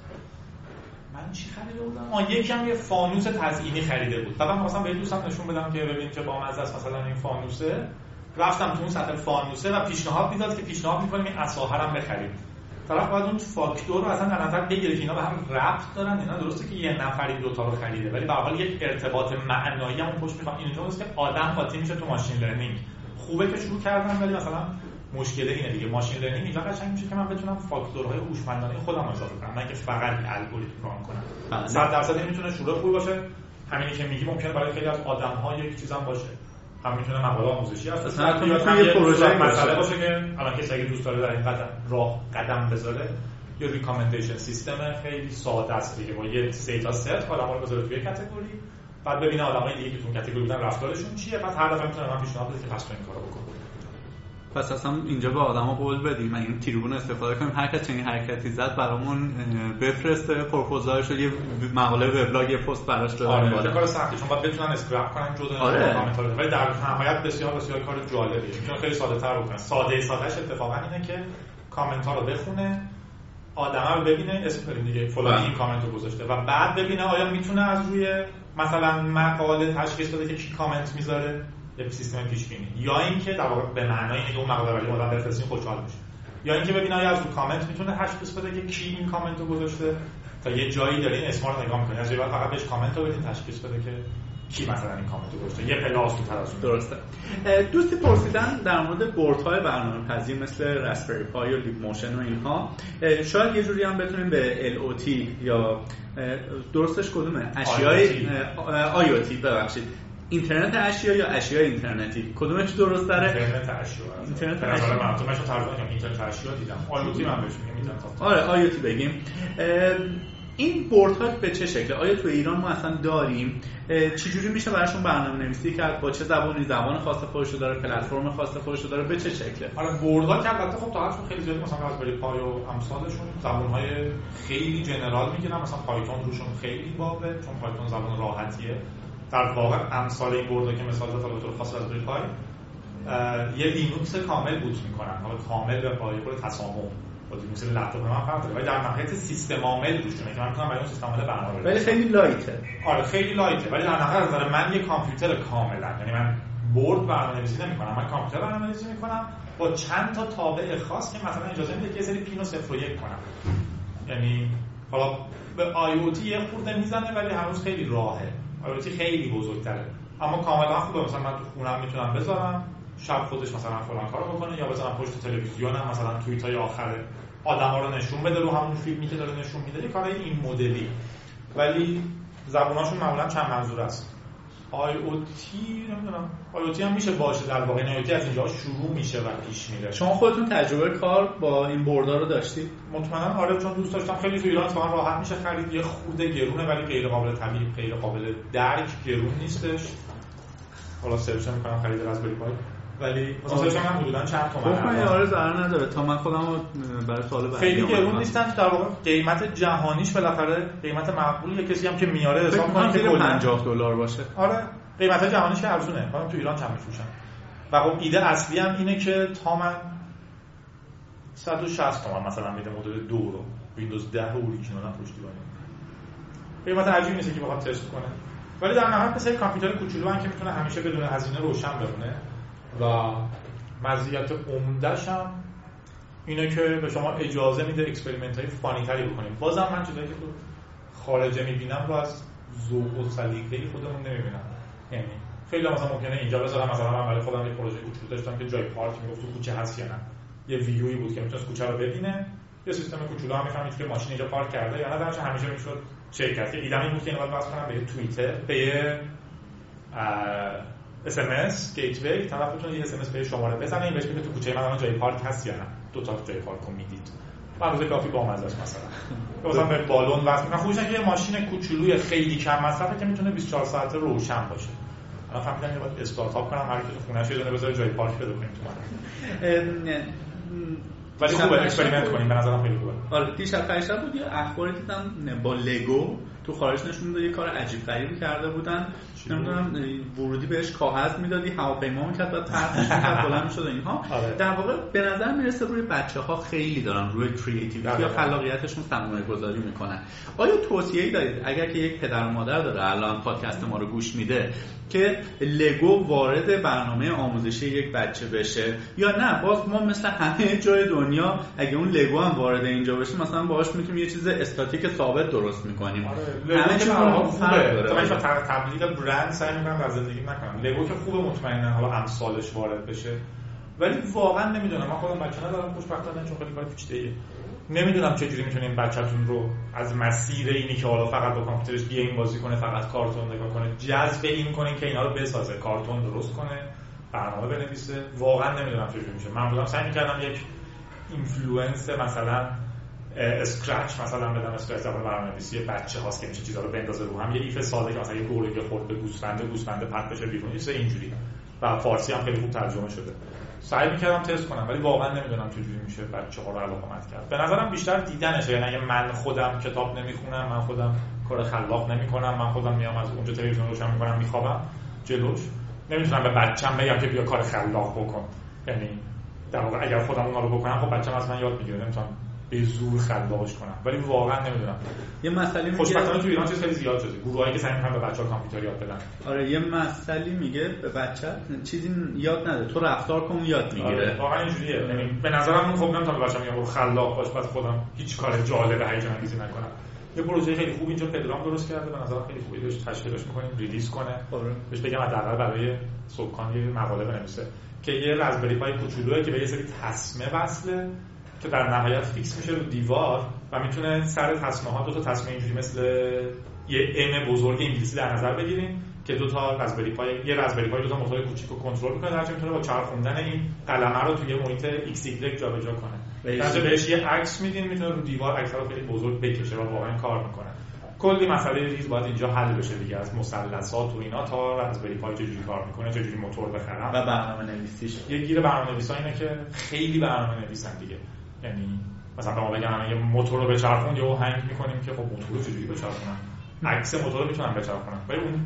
من چی خریده بودم؟ یکم یه فانوس تزیینی خریده بود. بعدم مثلا به دوستم نشون بدم که ببین چه بامزه است مثلا این فانوسه. رفتم تو اون سطح فانوسه و پیشنهاد میداد که پیشنهاد می‌کنیم این عصاها رو بخریم. طرف باید اون فاکتور رو اصلا در نظر بگیره که اینا به هم ربط دارن، اینا درسته که یه نفری دو تا رو خریده ولی به هر حال یک ارتباط معنایی هم پشت می‌خوام. اینجوریه که آدم قاطی میشه تو ماشین لرنینگ. خوبه که شروع کردن ولی مثلا مشکل اینه دیگه، ماشین لرنینگ اینجا قشنگ میشه که من بتونم فاکتورهای هوشمندانه خودم اضافه کنم، نه که فقط الگوریتم کار کنم. 100% میتونه شروع خوبی باشه. همینی که میگی ممکنه برای خیلی از آدم‌ها یک چیزام باشه. هم میتونه مقاله آموزشی هست، مثلا یه پروژه مسئله باشه که الان کسی اگه دوست داره در این قدم بذاره، یا ریکامندیشن سیستم خیلی ساده است دیگه، با یه دیتا ست آدم‌ها رو بذاره توی کاتگوری، بعد ببینه آدمای دیگه که تو اون کاتگوری بودن رفتارشون چیه، بعد هر دفعه میتونه من پیشنهاد بده که پس تو این کارو بکن. پس اصلا اینجا به آدما قول بدیم من این تریبون استفاده کنیم، هر کسی چنین حرکتی زد برامون بفرسته پروپوزالشو، یه مقاله وبلاگ، یه پست براش بذاریم. آره کار سخته، چون باید بتونن اسکرپ کنن جدا کامنت ها، ولی در نهایت بسیار بسیار کار جالبیه. میتونه خیلی ساده‌تر بکنه. سادهش اتفاقا اینه که کامنت ها رو بخونه، آدما رو ببینه، اسم بریم دیگه فلانی این کامنت رو گذاشته و بعد ببینه آیا میتونه از روی مثلا مقاله تشخیص بده که کی کامنت میذاره، یه سیستم پیش بینی، یا اینکه در واقع به معنای اینه که اون مقاله رو آدم بفرستین خوشحال میشه، یا اینکه ببینه آیا از رو کامنت میتونه تشخیص بده که کی این کامنت رو گذاشته. تا یه جایی دارین اسما رو نگاه می‌کنین، از جایی فقط بهش کامنت رو بدین تشخیص بده که کی مثلا این کامنت رو گذاشته. یه پلاس تو ترازو. درسته. دوستی پرسیدن در مورد بوردهای برنامه‌پذیر مثل راسپبری پای و لیپ موشن و اینها، شاید یه جوری هم بتونیم به LOT یا درستش کدومه؟ اشیای IoT ببخشید. اینترنت اشیا یا اشیاء اینترنتی، کدومش درست داره؟ اینترنت اشیا. اینترنت اشیا من تو ماشو ترجمه کردم، اینترنت اشیا دیدم. IoT من بهش میگم اینترنت. آره IoT بگیم. این بوردها به چه شکله؟ آیا تو ایران ما اصلا داریم؟ چجوری میشه براشون برنامه‌نویسی کرد؟ با چه زبانی؟ زبان خاص خودش داره، پلتفرم خاص خودش داره، به چه شکله؟ آره بوردها که البته خب تا خیلی زیاد مثلا راسپبری پای و امثالشون زبان‌های خیلی جنرال میگیرن، مثلا پایتون روشون خیلی بابه چون پایتون زبان راحتیه. در واقع امثال این بورد که مثال زدم به طور خاص راسپبری پای یه لینوکس کامل بوت میکنن، حالا کامل به پایه خود تسامح با لینوکس لپتاپ من فرق داره، ولی در نهایت سیستم عامل روشونه که من میتونم برای اون سیستم عامل برنامه بنویسم، ولی خیلی لایته. آره خیلی لایته، ولی در نهایت از نظر من یه کامپیوتر کاملا، یعنی من بورد برنامه‌نویسی نمی‌کنم، من کامپیوتر برنامه‌نویسی می‌کنم با چند تا تابع خاص که مثلا اجازه میده که یه سری پین و 0 و 1 کنم. یعنی حالا به IoT یه خورده میزنه ولی هنوز خیلی راهه. IoT خیلی بزرگتره اما کاملا خوبه. مثلا من تو خونم میتونم بذارم شب خودش مثلا فلان کارو بکنه، یا بذارم پشت تلویزیونم مثلا توییتای آخر آدما رو نشون بده رو همون فیلمی که داره نشون میده، یه کارای این مدلی. ولی زبوناشون معمولا چند منظور است. IoT نمیدونم، IoT هم میشه باشه در واقع، IoT از اینجا شروع میشه و پیش میره. شما خودتون تجربه کار با این بوردها رو داشتید؟ مطمئنا آره، چون دوست داشتم. خیلی تو ایران اتفاقا راحت میشه خرید، یه خورده گرونه ولی غیر قابل تبیین، غیر قابل درک، گرون نیستش. حالا سرچ میکنم خرید راسپبری پای، ولی مثلا سرچ کنم حدودا چند تومن. آره ضرر نداره تا من خودم رو برای سوال بعدی خیلی گرون نیستن در واقع. قیمت جهانیش بالاخره قیمت معقولیه، کسی هم که میاره حساب کنه که کلا $50 باشه. آره قیمت جهانیش که ارزونه، مثلا تو ایران چند میفروشن. و خب ایده اصلی هم اینه که تا من 160 تومن مثلا میده مدل 2 رو، ویندوز 10 اوریجینال هم پشتیبانی. قیمت عجیبی نیست که بخواد تست کنه. ولی در نهایت مثلا کامپیوتر کوچولو که میتونه همیشه بدون هزینه روشن بمونه و مزیت عمده‌ش هم اینه که به شما اجازه میده اکسپریمنت‌های فانی‌تری بکنید. بازم من چیزایی که تو خارجه میبینم رو از ذوق و سلیقه خودمون نمیبینم. یعنی خیلی مثلا ممکنه اینجا بذارم، مثلا من برای خودم یه پروژه کوچولو داشتم که جای پارک میگفت تو کوچه هست یا نه. یه ویدیویی بود که میتونست کوچه رو ببینه، یه سیستم کوچولو هم میفهمید که ماشین اینجا پارک کرده یا نه، درش همیشه میشد چک کرد. ایده‌م این بود که اینو واسه کنم به توییتر، به SMS گیتوی، طرفتون یه SMS به شماره بزنه، این بهش میگه تو کوچه من الان جای پارک هست یا نه. دو تا جای پارک رو میدید. بعد روز کافی با مزه‌اش مثلا به بالون وصل می‌کنن. خوبش اینه که یه ماشین کوچولوی خیلی کم مصرفه که میتونه 24 ساعته روشن باشه. الان فهمیدم که باید استارتاپ کنم، هر کی تو خونه‌اش یه دونه بذاره جای پارک بده کنیم تو من. ولی خوبه اکسپریمنت کنیم، به نظرم خیلی خوبه. آره دیشب پریشب بود یه اخباری دیدم با لگو تو خارج نشون داد یه کار عجیب غریبی کرده بودن. نمیدونم ورودی بهش کاغذ میدادی، هواپیما میکرد، بعد پرتش میکرد، بلند میشد اینها. در واقع به نظر میرسه روی بچه‌ها خیلی دارن روی کریتیویتی یا خلاقیتشون سرمایه‌گذاری میکنن. آیا توصیه‌ای دارید اگر که یک پدر و مادر داره الان پادکست ما رو گوش میده که لگو وارد برنامه آموزشی یک بچه بشه یا نه باز ما مثل همه جای دنیا اگه اون لگو هم وارد اینجا بشه مثلا باهاش میتونیم یه چیز استاتیک ثابت درست میکنیم؟ همه چیز خوبه. من تبلیغ برند سعی میکنم در زندگی نکنم. لگو که خوبه مطمئنا حالا امثالش وارد بشه، ولی واقعا نمیدونم. من خودم بچه ندارم خوشبختانه، چون خیلی کار پیچیده‌ایه. نمیدونم چه جوری میتونیم بچه‌تون رو از مسیر اینی که حالا فقط با کامپیوترش گیم بازی کنه، فقط کارتون نگاه کنه، جذب این کنین که اینا رو بسازه، کارتون درست کنه، برنامه بنویسه. واقعا نمیدونم چه جوری میشه. من بودم سعی می‌کردم یک اینفلوئنس مثلا اسکرچ مثلا بدم، اسکرچ زبان برنامه‌نویسی بچه هاست که میشه چیزا رو بندازه رو هم، یه ایف ساده که مثلا یه گورگ خورد به گوسفند پرت بشه بیرون، چیز اینجوری. و فارسی هم خیلی خوب ترجمه شده. سعی می‌کردم تست کنم ولی واقعا نمیدونم چجوری میشه بچه‌ها رو علاقه‌مند کرد. به نظرم بیشتر دیدنشه. یعنی اگه من خودم کتاب نمیخونم، من خودم کار خلاق نمیکنم، من خودم میام از اونجا تلویزیون روشن میکنم میخوابم جلوش، نمیتونم به بچه‌م بگم که بیا کار خلاق بکن. یعنی در واقع اگر خودم اونها رو بکنم خب بچه‌م از من یاد میگیره، نمیتونم به زور خلاقش کنم. ولی واقعا نمیدونم. یه مسئله خوشبختانه تو ایران چیز خیلی زیاد شده، گروهایی که سعی می‌کنن به بچه‌ها کامپیوتر یاد بدن. آره یه مسئله میگه به بچه چیزی یاد نده، تو رفتار کن یاد میگیره. آره واقعا اینجوریه. یعنی به نظرم خب نمیتونم به بچه‌م بگم خلاق باش بعد خودم هیچ کار جالب هیجان انگیزی نکنم. یه پروژه خیلی خوب اینجا پدرام درست کرده، به نظرم خیلی خوبه. بهش تشویقش می‌کنیم ریلیز کنه. بهش بگم حداقل برای سکان یه مقاله بنویسه که یه رزبری پای کوچولوئه که به یه سری تسمه وصله که در نهایت فیکس میشه رو دیوار و میتونه سر تسمه ها دو تا تسمه اینجوری مثل یه ام بزرگ انگلیسی در نظر بگیریم که دو تا رزبری پای دو تا موتور کوچیکو کنترل میکنه، درجه میتونه با چرخوندن این قلمه رو توی محیط ایکس ایگرگ جابجا کنه. درجه بهش یه عکس میدین، میتونه رو دیوار عکس رو خیلی بزرگ بکشه و واقعا کار میکنه. کلی مسئله ریز باید اینجا حل بشه دیگه، از مثلثات و اینا تا رزبری پای چجوری کار میکنه، چجوری موتور بخرم و برنامه‌نویسیش. یه گیر برنامه‌نویسا اینه که خیلی برنامه‌نویسن دیگه. یعنی مثلا به ما بگن یه موتور رو بچرخون یهو هنگ می‌کنیم که خب موتور رو چجوری بچرخونم، عکس موتور رو میتونم بچرخونم. ولی اون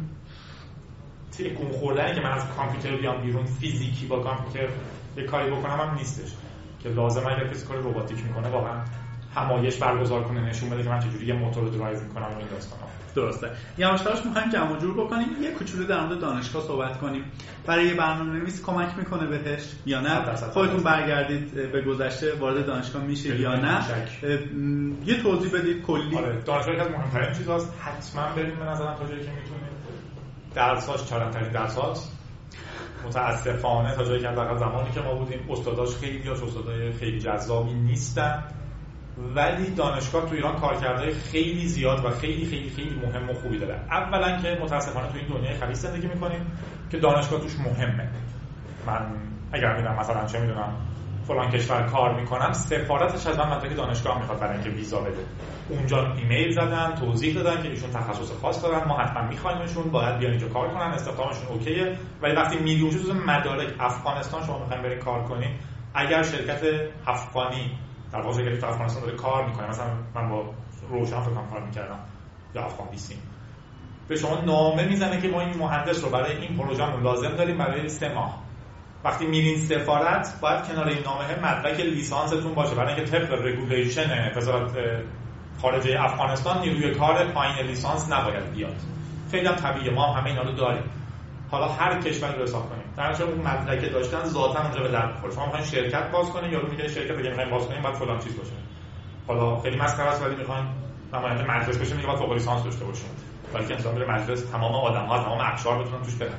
تکون خوردنی که من از کامپیوتر بیام بیرون فیزیکی با کامپیوتر یه کاری بکنم هم نیستش که لازمه. اگه کسی کار رباتیک میکنه واقعا همایش برگزار کنه، نشون بده که من چجوری یه موتور رو درایو میکنم و این داستانا. درسته. یواش‌یواش می‌خوایم جمع جور بکنیم، یه کوچولو در مورد دانشگاه صحبت کنیم. برای یه برنامه‌نویس کمک میکنه بهش یا نه؟ خودتون برگردید به گذشته، وارد دانشگاه میشید یا نه؟ یه توضیح بدید کلی. آره دانشگاه از مهمترین چیزاست، حتما بریم به نظرم تا جایی که میتونید. درساش چالش‌ترین درسات. متاسفانه تا جایی که واقعا زمانی که ما بودیم استاداش استادای خیلی جذابی نیستن، ولی دانشگاه تو ایران کارکردهای خیلی زیاد و خیلی خیلی خیلی مهم و خوبی داره. اولا که متاسفانه تو این دنیای خبیث زندگی میکنیم که دانشگاه توش مهمه. من اگر میرم مثلا چه میدونم فلان کشور کار میکنم، سفارتش از من مدرک دانشگاه میخواد برای اینکه ویزا بده. اونجا ایمیل زدن، توضیح دادن که ایشون تخصص خاص دارن، ما حتما میخوایمشون، باید بیان اینجا کار کنن، استخدامشون اوکیه. ولی وقتی میری اونجا تو مدارک افغانستان شما میخواین برین کار کنین، اگر شرکت افغانی در واقع شرکتی تو افغانستان داره کار میکنه، مثلا من با روشن فکر کنم کار میکردم یا افغان بیسیم، به شما نامه میزنه که ما این مهندس رو برای این پروژه‌مون لازم داریم برای 3 ماه. وقتی میرین سفارت باید کنار این نامه مدرک لیسانستون باشه، برای اینکه طبق رگولیشن وزارت خارجه افغانستان نیروی کار پایین لیسانس نباید بیاد. خیلی هم طبیعیه، ما هم همه اینا رو داریم. حالا هر کشوری رو حساب کنیم در نتیجه اون مدرک داشتن ذاتاً اونجا به درد می‌خوره. شما می‌خواید شرکت باز کنید، یارو میگه شرکت اگه می‌خواید باز کنید باید فلان چیز باشه. حالا خیلی مسخره است ولی می‌خواید نماینده مجلس بشه میگه باید فوق لیسانس داشته باشید. ولی که انتظار میره مجلس تمام آدم‌ها تمام اقشار بتونن توش برن.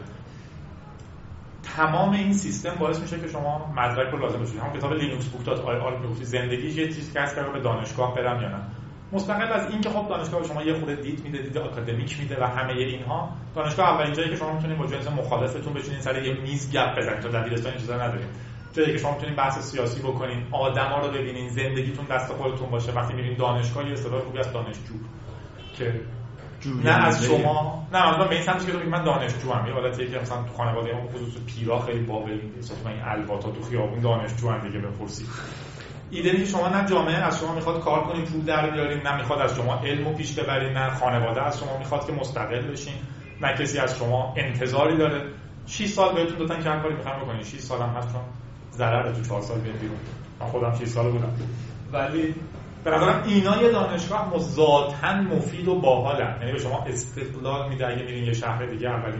تمام این سیستم باعث میشه که شما مدرک رو لازم باشید. همون کتاب لینوکس بوک.ir که گفتی زندگی یه چیزی که هست که به دانشگاه برم یا نه. مستقل از این که خب دانشگاه به شما یه خورده دید آکادمیک میده و همه اینها، دانشگاه اولین جایی که شما میتونید با جنس مخالفتون بشینید سر یه میز گپ بزنید. تو دبیرستان این چیزا ندارید. جایی که شما میتونید بحث سیاسی بکنید، آدما رو ببینید، زندگیتون دست خودتون باشه. وقتی میرین دانشگاه یه اصطلاح خوبی از دانشجو که نه از شما نه مثلا به این سمتی که تو میگی من دانشجوام، یه حالتیه که مثلا تو خانواده ما خصوص پیرا خیلی بابلی مثلا این الواتا تو خیابون دانشجوام دیگه بپرسید. ایده اینه که شما نه جامعه از شما میخواد کار کنین پول در بیارین، نه میخواد از شما علمو پیش ببرین، نه خانواده از شما میخواد که مستقل بشین، نه کسی از شما انتظاری داره 6 سال بهتون دادن که هر کاری میخواین بکنین. 6 سالم هست چون ضرره تو 4 سال بیاد بیرون. من خودم 6 سال بودم. ولی به نظرم اینا یه دانشگاه ذاتاً مفید و باحالن. یعنی به شما استقلال میده. اگه میرین یه شهر دیگه اولین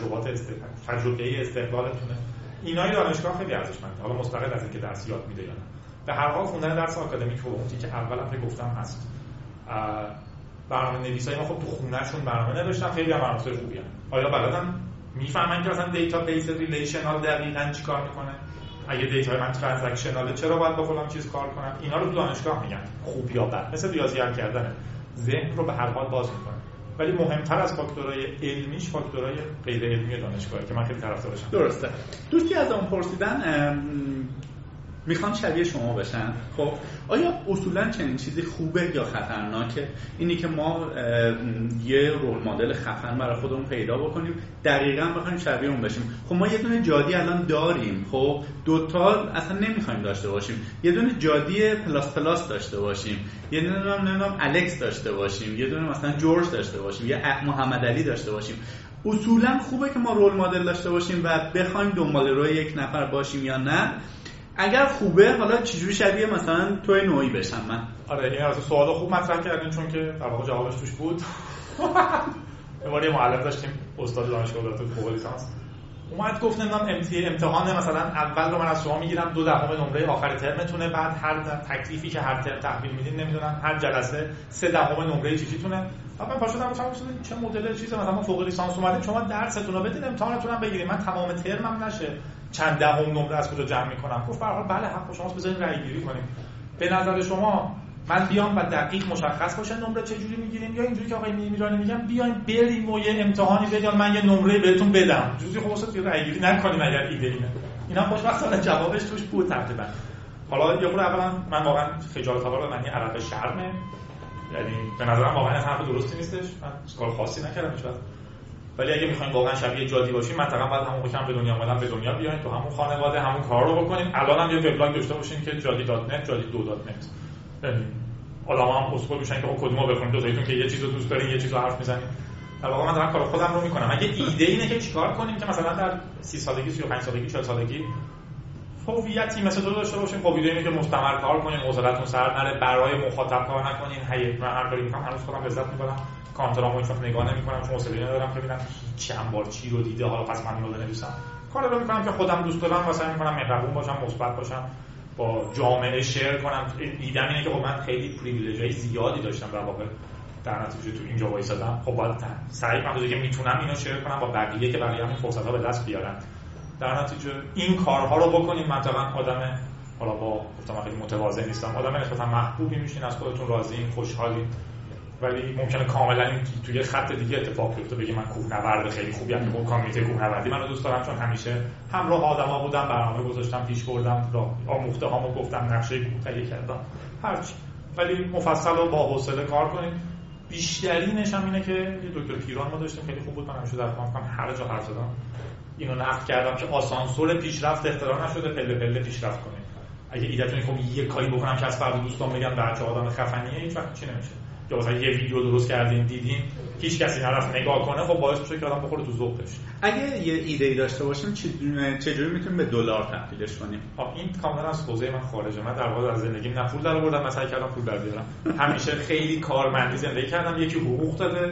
تجربه استقلالتونه. اینا یه دانشگاه خیلی ارزشمنده. حالا مستقل از اینکه درس یاد میده یا نه. به هر حال خوندن درس آکادمیک رو اونی که اولام که گفتم هست. برنامه‌نویسای ما خب تو خونه‌شون برنامه نوشتن، خیلی هم برنامه‌نویسای خوبی ان. آیا بلدن میفهمن که مثلا دیتابیس ریلیشنال دقیقاً چیکار میکنه؟ اگه دیتای من ترانزکشناله چرا باید با فلان چیز کار کنم؟ اینا رو تو دانشگاه میگن خوب یا بد. مثل ریاضی حل کردنه. ذهن رو به هر حال باز میکنه. ولی مهمتر از فاکتورهای علمیش فاکتورهای غیر علمی دانشگاهه که من خیلی طرفدارشم. درسته. دوستی از اون پرسیدن میخوان شبیه شما بشن. خب آیا اصولا چنین چیزی خوبه یا خطرناکه؟ اینی که ما یه رول مدل خفن برای خودمون پیدا بکنیم دقیقاً بخوایم شبیه اون بشیم. خب ما یه دونه جادی الان داریم، خب دوتا اصلا نمیخوایم داشته باشیم. یه دونه جادی پلاس پلاس داشته باشیم، یه دونه نمیدونم الکس داشته باشیم، یه دونه مثلا جورج داشته باشیم، یه محمد علی داشته باشیم. اصولا خوبه که ما رول مدل داشته باشیم و بخوایم دنبال روی یک نفر باشیم یا نه؟ اگر خوبه حالا چجوری شبیه مثلا توی نوعی بشم من؟ آره این از سوال خوب مطرح کردین چون که در واقع جوابش توش بود. یه معلم داشتیم استاد دانشگاه دکتر فوق لیسانس اومد گفت امتحان مثلا اول رو من از شما میگیرم 2/10 نمره آخر ترمتونه، بعد هر تکلیفی که هر ترم تحویل میدین نمیدونم هر جلسه 3/10 نمره چیزیتونه. بعد من پاشدم گفتم چه مدل چیزه مثلا ما فوق لیسانس اومدیم شما درستون رو بدین امتحانتون هم بگیرید من تمام ترمم نشه چند دهم نمره از کجا جمع میکنم. گفت به هر حال بله حق شماست بذارید رأی گیری کنیم. به نظر شما من بیام و دقیق مشخص باشه نمره چه جوری میگیریم یا اینجوری که آقای میرانی میگم بیاین بریم و یه امتحانی بدیم من یه نمره بهتون بدم جزئی خلاص که رأی گیری نکنیم اگر ایده اینه. اینا خوشبختانه جوابش توش بود تقریبا. حالا یه خورده اولا من واقعا خجالت آور به معنی عرق شرمه، یعنی به نظرم واقعا حرف درستی نیستش. من کار خاصی نکردم هیچ وقت. ولی اگه میخواین واقعا شبیه جادی باشین مثلا باید همون وقت به دنیا اومدن به دنیا بیاین تو همون خانواده همون کار رو بکنین. الان هم یه وبلاگ داشته باشین که jadi.net jadi2.net آدم‌ها هم اسکول میشن که کدومو بخونید دو تایتون که یه چیزو دوست دارین یه چیزو حرف میزنین. در واقع من دارم کار خودم رو میکنم. اگه ایده اینه که چیکار کنیم که مثلا در 30 سالگی 35 سالگی 40 سالگی هویتی مثل تو داشته باشین، خب ایده اینه که مستمر کار کنین، حوصله‌تون سر نره، برای مخاطب کار نکنین. من هر کاری میکنم هنوز خودم لذت میبرم. کانترامو هیچ وقت نگاه نمی‌کنم چون حوصله ندارم که ببینم چند بار چی رو دیده حالا پس من اینو بنویسم. کاری رو می‌کنم که خودم دوست دارم واسه می‌کنم مهربون باشم، مثبت باشم، با جامعه شیر کنم. ایده‌م اینه که خب من خیلی پریویلیج‌های زیادی داشتم در واقع در نتیجه تو اینجا وایسادم. خب باید سعی کنم که میتونم اینو شیر کنم با بقیه که بقیه همین فرصت‌ها به دست بیارن. در نتیجه این کارها رو بکنید مثلا آدم حالا با گفتم خیلی متواضع نیستم آدم نسبتا محبوبی میشین، از خودتون راضیین، خوشحالین. ولی ممکنه کاملا توی خط دیگه اتفاق بیفته بگی من کوهنورد خیلی خوبی ام که کامیته کوهنوردی منو دوست دارم چون همیشه همراه آدما بودم، برنامه گذاشتم، پیش بردم، آموخته هامو گفتم، نقشه کوه تهیه کردم، هرچی. ولی مفصل و با حوصله کار کنید. بیشترینش هم اینه که یه دکتر پیران ما داشتیم خیلی خوب بود، من همیشه در کنم هر جا حرف زدم اینو نقد کردم که آسانسور پیشرفت اختراع نشده، پله پله پیشرفت کنید. اگه ایدهتون خب یه کاری بکنم که از فردا دوستان بگم بچه آدم خفنیه هیچ وقت چی نمیشه. یا مثلا یه ویدیو درست کردین دیدین هیچ کسی نرفت نگاه کنه خب باعث میشه که آدم بخوره تو ذوقش. اگه یه ایده‌ای داشته باشیم چجوری میتونیم به دلار تبدیلش کنیم؟ این کاملا از حوزه من خارجه. من در واقع از زندگیم نه پول درآوردم نه سعی کردم پول در بیارم. همیشه خیلی کارمندی زندگی کردم. یکی حقوق داده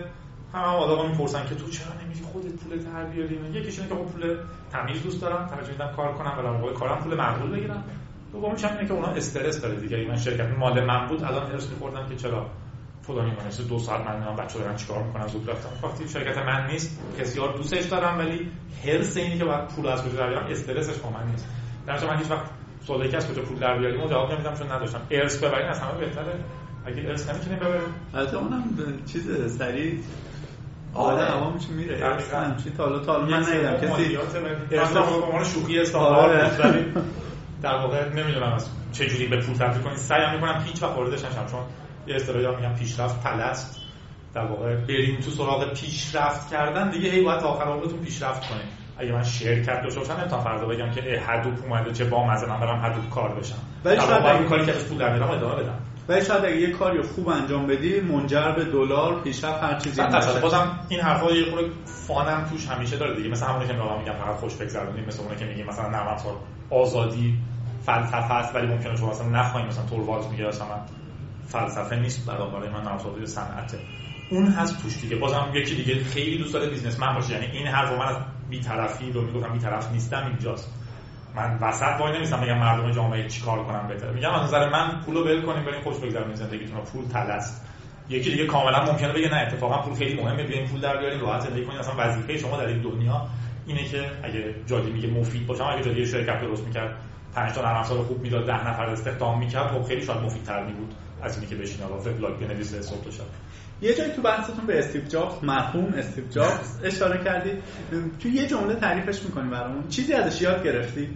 همه آدما میپرسن که تو چرا نمیری خودت پول در بیاری؟ یکیش اینه که خب پول تمیز دوست دارم، ترجیح میدم کار کنم و در موقع کارم پول معقول بگیرم. دومیش اینه که اونا استرس داره دیگه. من شرکت مال من بود الان هرس می‌خوردم که چرا فلانی مونسه 2 ساعت من میام بچه‌ها دارن چیکار میکنن زود رفتم. وقتی شرکت من نیست بسیار دوستش دارم ولی هرس اینی که باید پول از کجا در بیارم استرسش با من نیست. در نتیجه من هیچ وقت سوالی که از کجا پول در بیاریم جواب نمیدم چون نداشتم. ارث ببرین از همه بهتره. اگه ارث نمیتونیم ببریم البته اونم چیز سریع آره عوام چی میره اصلا چی تا حالا من ندیدم کسی اصلا به عنوان شوخی استاندارد بود ولی در واقع نمیدونم از چه جوری به پول تبدیل کنین. سعی میکنم هیچ وقت واردش نشم چون یه اصطلاحی میگم پیشرفت پلست. در واقع بریم تو سراغ پیشرفت کردن دیگه هی باید تا آخر عمرتون پیشرفت کنین. اگه من شرکت داشته باشم نمیتونم فردا بگم که هدوپ اومده چه بامزه من برم هدوپ کار بشم. ولی شاید اون کاری که از پول در میارم ادامه بدم. ولی شاید اگه یه کاری خوب انجام بدی منجر به دلار پیشرفت هر چیزی باشه. بازم این حرفا یه خورده فانم توش همیشه داره دیگه. مثلا همونی که میگم فقط خوش بگذرونیم، مثل اونی که میگیم مثلا نرم افزار آزادی فلسفه است ولی ممکنه شما مثلا نخواید. مثلا توروالز میگه مثلا فلسفه نیست برای من، نرم افزار صنعته. اون هست توش دیگه. بازم یکی دیگه خیلی دوست داره بیزنسمن باشه. یعنی این حرفو من از بی‌طرفی رو میگم بی‌طرف نیستم اینجاست. من وسط وای نمیستم بگم مردم جامعه چیکار کنم بهتره. میگم از نظر من پولو ول کنیم بریم خوش بگذرونیم زندگیتون. پول طلست. یکی دیگه کاملا ممکنه بگه نه اتفاقا پول خیلی مهمه، بیاین پول در بیارین راحت زندگی کنین. اصلا وظیفه شما در این دنیا اینه که اگه جادی میگه مفید باشم، اگه جادی شرکت درست میکرد 5 تا نرم افزار خوب میداد 10 نفر استخدام میکرد خب خیلی شاید مفیدتر بود از اینکه بشینه و وبلاگ بنویسه صبح تا شب. یه جایی تو بحثتون به استیو جابز، مرحوم استیو جابز اشاره کردی. تو یه جمله تعریفش می‌کنی برامون؟ چیزی ازش یاد گرفتی؟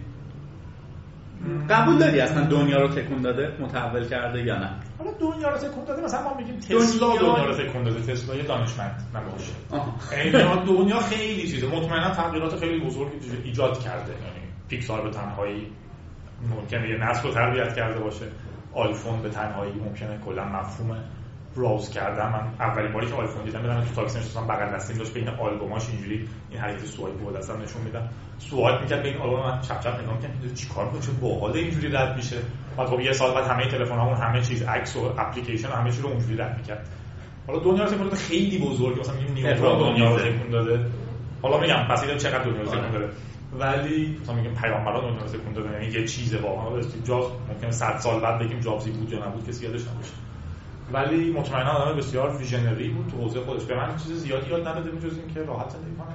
قبول داری اصلا دنیا رو تکون داده، متحول کرده یا نه؟ حالا دنیا رو تکون داده مثلا ما میگیم تسلا دنیا رو تکون داده. تسلا یه دانشمند نباشه. دنیا خیلی چیزه. مطمئنا تغییرات خیلی بزرگی ایجاد کرده. یعنی پیکسار به تنهایی ممکنه یه نسل رو تربیت کرده باشه. آیفون به تنهایی ممکنه کلا مفهوم براوز کردم. من اولین باری که آیفون دیدم میرم تو تاکسی نشستم بغل دستیم داشت بین آلبوماش اینجوری این حرکت سوایپ بود دستم نشون میدم سوایپ میکرد بین آلبوم. من چپ چپ نگاه میکردم چیکار کنم چه باحال اینجوری رد میشه. بعد خب یه سال بعد همه تلفنامون همه چیز عکس و اپلیکیشن و همه چی رو اونجوری رد میکرد. حالا دنیا رو تکون داده خیلی بزرگه. مثلا میگیم نیوترون دنیا رو تکون داده. حالا میگم پس اینم چقدر دنیا رو تکون داده. ولی مثلا میگیم پیامبران دنیا رو تکون داده. یعنی یه چیزه واقعا. استیو جابز ممکنه 100 سال بعد بگیم جابزی بود یا نبود کسی یادش نمیشه. ولی مطمئنا آدم بسیار ویژنری بود تو حوزه خودش. به من چیز زیادی یاد نداده بجز این که راحت زندگی کنم.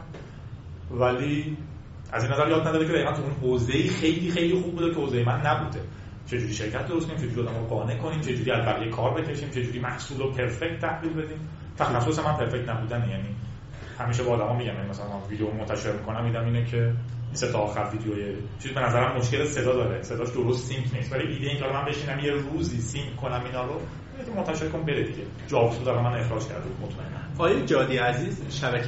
ولی از این نظر یاد نداده که دقیقاً تو اون حوزه‌ای خیلی خیلی خوب بوده که حوزه من نبوده. چجوری شرکت درست کنیم، چجوری آدمو قانع کنیم، چجوری از بقیه کار بکشیم، چجوری محصول رو پرفکت تحویل بدیم. تخصص من پرفکت نبودن. یعنی همیشه با آدما میگم مثلا ویدیو منتشر می‌کنم میدم اینه که سه تا آخر ویدیوی چیز به نظرم مشکل صدا داره. صداش درست سینک نیست. ولی ایده این که من بشینم یه روزی سینک کنم اینا رو که منتشر کنم بره دیگه. جابز داره من اخراج کرده مطمئنا. آیا جادی عزیز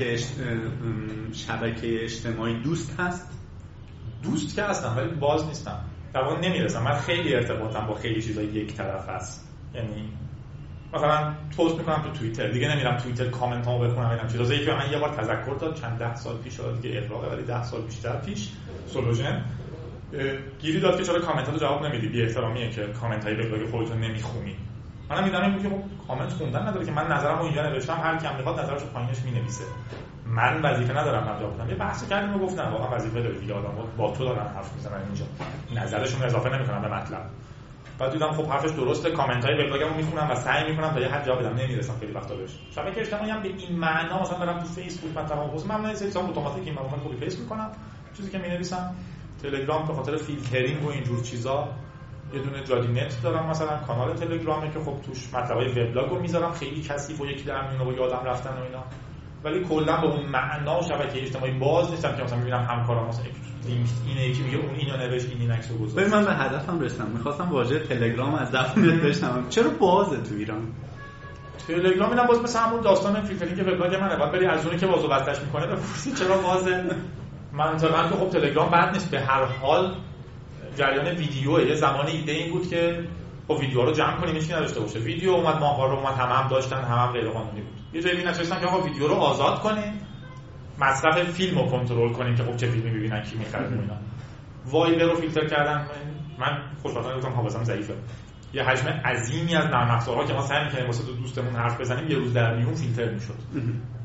شبکه اجتماعی دوست هست؟ دوست که هستم ولی باز نیستم. در واقع نمیرسم. من خیلی ارتباطم با خیلی چیزا یک طرف است. یعنی مثلا پست میکنم تو توییتر دیگه نمیرم توییتر کامنت هامو بخونم اینا چیزا. یکی به من یه بار تذکر داد چند ده سال پیش دیگه اغراقه ولی 10 سال بیشتر پیش سولوژن گیری داد که چرا کامنت ها رو جواب نمیدی، بی احترامیه که کامنت های وبلاگ خودتون نمیخونی. منم میدونم این بود که خب کامنت خوندن نداره که من نظرمو اینجا نوشتم هر کی هم میخواد نظرشو پایینش مینویسه. من وظیفه ندارم جواب بدم. یه بحثی کردیم و گفتم واقعا وظیفه داره دیگه. آدم‌ها با تو دارن حرف میزنن اینجا نظرشون اضافه نمیکنن به مطلب. بعد دیدم خب حرفش درسته. کامنت‌های وبلاگمو میخونم و سعی میکنم تا یه حد جواب بدم. نمیرسم خیلی وقتا بهش. شبکه اجتماعی هم به این معنا مثلا برام تو فیسبوک مثلا واسه من حساب اتوماتیک این معلومات کپی پیست میکنم چیزی که مینویسم. تلگرام به خاطر فیلترینگ و اینجور چیزا یه دونه جادی نت دارم مثلا کانال تلگرامه که خب توش مطلبای وبلاگو میذارم خیلی کثیف و یکی در میونه و یادم رفتن و اینا. ولی کلا به اون معنا شبکه اجتماعی باز نیستم که مثلا میبینم همکارام مثلا اینه یکی میگه اون اینو نوشت این عکسو گذاشت. من به هدفم رسیدم. می‌خواستم واژه تلگرام از زبونت بشنوم. چرا بازه تو ایران؟ تلگرام اینا باز مثلا همون داستان فیلترینگ وبلاگ منه. بعد بری از اونی که بازو بستش میکنه بپرسی چرا بازه. منطقاً که خب تلگرام بد نیست. به هر حال جریان ویدیوه. یه زمانی ایده این بود که خب ویدیوها رو جمع کنیم هیچ نداشته باشه. ویدیو اومد ماهواره اومد هم داشتن هم غیر قانونی بود. یه جایی نشستن که آقا ویدیو رو آزاد کنیم مصرف فیلم رو کنترل کنیم که خب چه فیلمی ببینن کی می‌خره اینا. وایبر رو فیلتر کردن. من خوشبختانه گفتم حواسم ضعیفه. یه حجم عظیمی از نرم افزارها که ما سعی می‌کنیم واسه دوستمون حرف بزنیم یه روز در میون فیلتر می‌شد.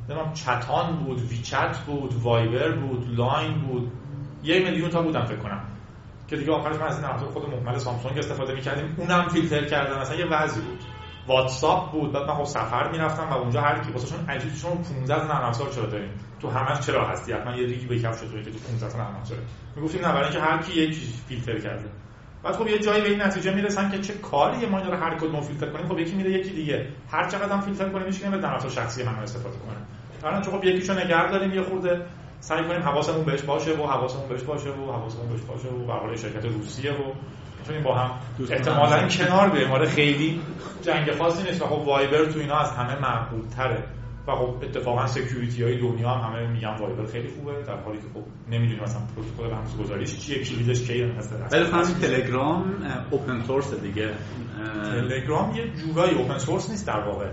نمیدونم چتان بود، ویچت بود، وایبر بود، لاین بود، 1 میلیون تا بودم فکر کنم که دیگه آخرش من از این نرم خود محمل سامسونگ استفاده می‌کردیم، اونم فیلتر کردن، اصلا یه وضعی بود. واتساپ بود، بعد من خب سفر میرفتم و اونجا هر کی واسهشون عجیب شون 15 تا نرم افزار چرا داریم تو همش چرا هستی، حتما یه ریگی به کف شده که تو 15 تا نرم افزار میگفتیم نه، برای اینکه هر کی یک فیلتر کرده. بعد خب یه جایی به این نتیجه میرسن که چه کاری ما اینا رو هر کدوم فیلتر کنیم، خب یکی میره یکی دیگه هر چقدر هم فیلتر کنیم میشه به نرم افزار شخصی من استفاده کنه. الان چون خب یکیشو نگه داریم یه خورده سعی کنیم حواسمون بهش باشه و حواسمون بهش باشه و حواسمون بهش باشه و به قول شرکت روسیه و میتونیم با هم احتمالاً کنار بیایم. آره خیلی جنگ خاصی نیست و خب وایبر تو اینا از همه معقول‌تره و خب اتفاقا سکیوریتی‌های دنیا هم همه میگن وایبر خیلی خوبه، در حالی که خب نمیدونیم مثلا پروتکل رمزگذاریش چیه، کلیدش کیه مثلا. ولی فهمیدم تلگرام اوپن سورس دیگه. تلگرام یه جورایی اوپن سورس نیست در واقع.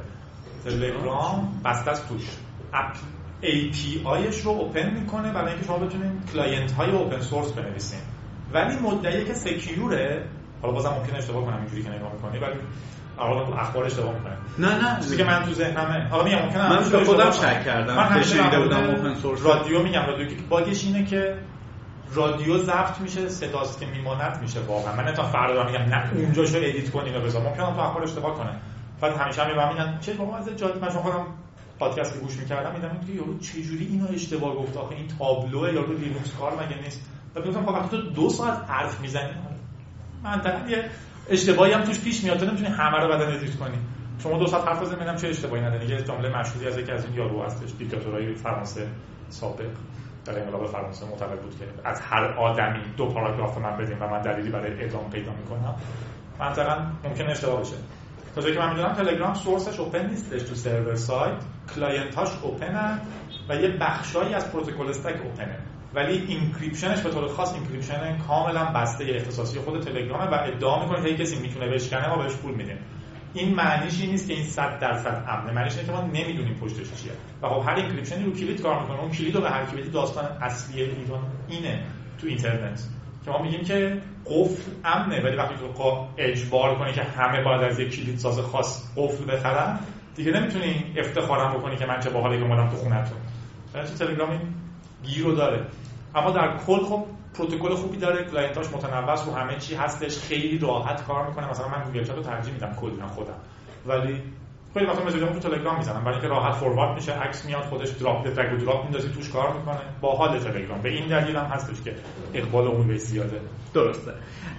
تلگرام بسته است توش اپ API-اش رو اوپن میکنه برای اینکه شما بتونید کلاینت های اوپن سورس بنویسین، ولی مدعیه که سکیوره. حالا بازم ممکنه اشتباه کنم اینجوری که نگاه میکنی، ولی حالا تو اخبار اشتباه میکنه. نه چیزی که من تو ذهنمه، حالا میگم ممکنه من به خودم شک کردم، من شنیده بودم اوپن سورس رادیو. میگم رادیو که باگش اینه که رادیو ضبط میشه، صداست که میماند میشه. واقعا من تا فردا میگم نه اونجاشو ادیت کنین و بذار، ممکنه تو اخبار اشتباه کنه. بعد همیشه میگم چه واقعا از جالب، من خودم پادکست گوش می‌کردم می‌دیدم که یارو چه جوری اینو اشتباه گفت، آخه این تابلو یارو لینوکس کار مگه نیست. بعد گفتم خب وقتی تو 2 ساعت حرف میزنی منطقاً یه اشتباهی هم توش پیش میاد، تو نمی‌تونی همه رو بعداً ادیت کنی. شما 2 ساعت حرف بزنید چه اشتباهی نداره. یه جمله مشهوری از یکی از این یارو هستش، دیکتاتورای فرانسه سابق در انقلاب فرانسه معتقد بود که از هر آدمی 2 پاراگراف من بدین و من دلیلی برای اعدام پیدا می‌کنم. منطقاً ممکنه اشتباه بشه. تا جایی که من میدونم تلگرام سورسش اوپن نیستش تو سرور سایت، کلاینتاش اوپنن و یه بخشایی از پروتکل استک اوپنه، ولی اینکریپشنش به طور خاص اینکریپشن کاملا بسته اختصاصی خود تلگرامه و ادعا میکنه که کسی میتونه بشکنه ما بهش پول میدیم. این معنیش این نیست که این 100% امنه، معنیش اینه که ما نمیدونیم پشتش چیه و خب هر اینکریپشنی رو کلید کار میکنه. اون کلید رو به هر کی بدی داستان اصلی ایران اینه تو اینترنت که ما میگیم که قفل امنه، ولی وقتی تو اجبار کنی که همه باید از یک کلید ساز خاص قفل بخرن دیگه نمیتونی افتخارم بکنی که من چه باحاله که اومدم تو خونه‌تون. تو تلگرام این گیرو داره، اما در کل خب پروتکل خوبی داره، کلاینتاش متنوع رو همه چی هستش، خیلی راحت کار میکنه. مثلا من گوگل چت رو ترجیح میدم کلا خودم، ولی خیلی وقتا مسیجامو تو تلگرام میزنم برای اینکه راحت فوروارد میشه، عکس میاد خودش دراپ درگ و دراپ میندازی توش کار میکنه. باحال تلگرام به این دلیل هم هستش که اقبال عمومی بهش زیاده. درسته.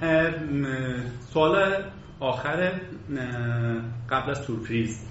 سوال آخر قبل از سورپریز.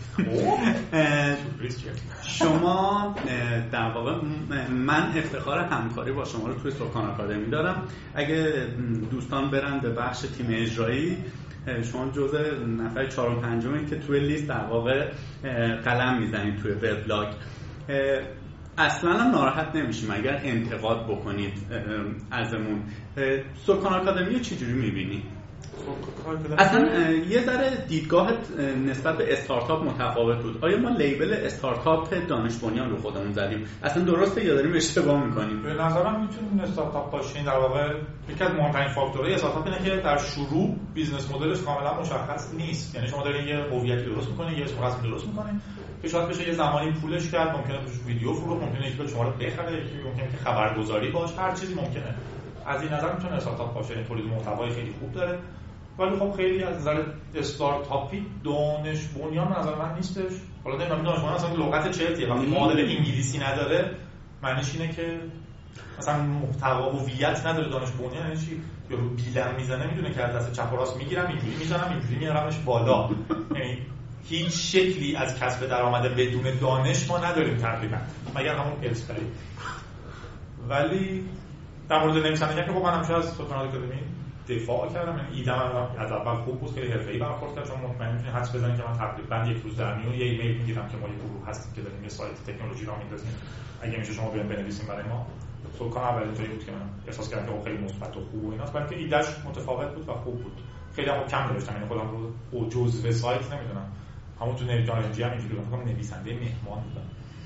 شما در واقع من افتخار همکاری با شما رو توی سکان آکادمی دارم. اگه دوستان برن به بخش تیم اجرایی، شما جزء نفر 4 و 5 که توی لیست در واقع قلم میزنید توی وبلاگ. اصلا هم ناراحت نمیشیم اگر انتقاد بکنید ازمون. سکان آکادمی رو چجوری میبینی؟ اصلا یه ذره دیدگاهت نسبت به استارتاپ متفاوت بود. آیا ما لیبل استارتاپ دانش بنیان رو خودمون زدیم؟ اصلا درسته یا داریم اشتباه میکنیم؟ به نظرم میتونیم استارتاپ باشین. در واقع یکی از مهمترین فاکتورهای استارتاپ اینه که در شروع بیزنس مدلش کاملا مشخص نیست. یعنی شما دارین یه هویتی درست میکنین، یه اسم رسمی درست میکنین که شاید بشه یه زمانی پولش کرد، ممکنه توش ویدیو فروخت، ممکنه یکی شما رو بخره، یکی ممکنه که خبرگزاری باشه، هر چیزی ممکنه. از این نظر میتونه استارتاپ باشه. این تولید محتوای خیلی خوب داره، ولی خب خیلی از نظر استارتاپی دانش بنیان به نظر من نیستش. حالا نمیدونم دانش بنیان اصلا لغت چرتیه، وقتی معادل انگلیسی نداره معنیش اینه که مثلا محتوا هویت نداره. دانش بنیان یعنی چی؟ یا رو بیلم میزنه میدونه که از دست چپ و راست میگیرم اینجوری میزنم اینجوری میارمش بالا. یعنی هیچ شکلی از کسب درآمد بدون دانش ما نداریم تقریبا، مگر همون اسپری. ولی در مورد نویسندگی که خب من همیشه از سکان آکادمی دفاع کردم. یعنی ایده‌ام از اول خوب بود، خیلی حرفه‌ای برخورد کردم، چون مطمئن می‌تونید حدس بزنید که من تقریبا یک روز در میون یه ایمیل میگیرم که ما یه گروه هستیم که داریم یه سایت تکنولوژی راه میندازیم، اگه میشه شما بیاین بنویسین برای ما. سکان اول اینطوری بود که من احساس کردم که خیلی مثبت و خوب و ایناست، بلکه ایدهش متفاوت بود و خوب بود. خیلی هم کم نوشتم، یعنی خودم رو جزء سایت نمیدونم، همون تو نویسنده هم اینجوری بودم، نویسنده مهمان بودم،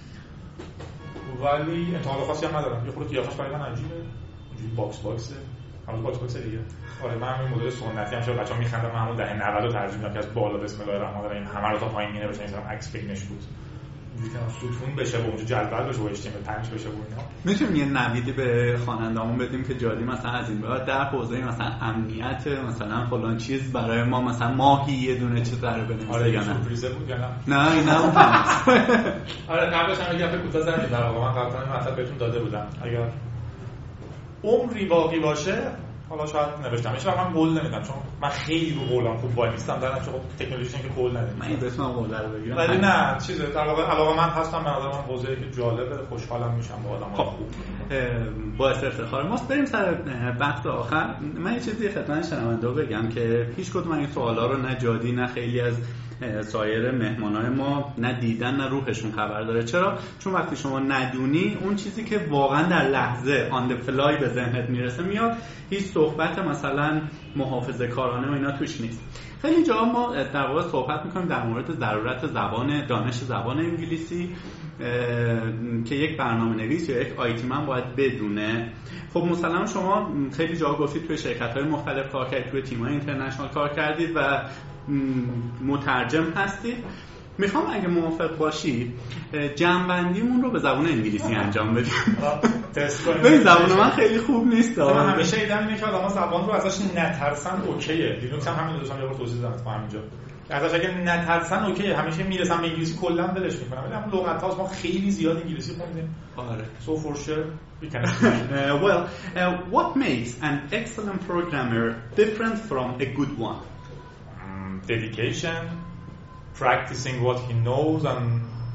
ولی انتقاد خاصی هم ندارم. یه خورده قیافش برای من عجیبه، اینجوری باکسه، همون باکس دیگه. آره من همین مدل سنتی هم شده بچه‌ها می‌خندن، من همون دهه 90 رو ترجمه کردم که از بالا بسم الله الرحمن الرحیم همه رو تا پایین می‌نوشتم، مثلا عکس بینش بود. ستون بشه و اونجا جدول بشه و HTML5 بشه و اینا. میتونیم یه نویدی به خواننده‌مون بدیم که جادی مثلا از این بعد در حوزه مثلا امنیت مثلا فلان چیز برای ما مثلا ماهی یه دونه چیز رو بنویسه یا نه؟ سورپرایز بود یا نه؟ نه اینا اون آره قبلش هم یه کوتاه زدیم در واقع من قبلا این مطلب بهتون داده بودم. اگر عمری باقی باشه حالا شاید نوشتم میشه من قول نمیدم چون من خیلی رو قولام خوب وای نیستم دارم چون تکنولوژی که قول ندیم من این بسم قول رو بگیرم ولی نه چیزه در واقع علاوه من هستم به نظر من حوزه‌ای که جالبه خوشحالم میشم با آدم‌ها خوب باعث افتخار ماست. بریم سر بحث آخر. من یه چیزی خدمت شنونده بگم که هیچ کدوم این سوالا رو نه جادی نه خیلی از سایر مهمانای ما نه دیدن نه روحشون خبر داره. چرا؟ چون وقتی شما ندونی اون چیزی که واقعا در لحظه آن د فلای به ذهنت میرسه میاد، هیچ صحبت مثلا محافظه کارانه و اینا توش نیست. خیلی جا ما در واقع صحبت میکنیم در مورد ضرورت دانش زبان انگلیسی که یک برنامه نویس یا یک آیتی من باید بدونه. خب مثلا شما خیلی جا گفتید توی شرکت‌های مختلف کار کردید، توی تیم‌های اینترنشنال کار کردید و مترجم هستید. میخوام اگه موافق باشی جمع‌بندیمون رو به زبان انگلیسی انجام بدیم. تست کنیم. ببین زبان من خیلی خوب نیست. من همیشه ایدم اینه که آدم‌ها زبان رو ازش نترسن اوکیه. لینوکس هم همین دوستان یه بار توضیح دادم تو همینجا. ازش اگه نترسن اوکیه. همیشه میرسم به انگلیسی کلا ولش میکنم. ولی همون لغت‌ها ما خیلی زیاد انگلیسی خوندیم. آره. So for sure we can. What makes an excellent programmer different from a good one? Dedication, practicing what he knows, and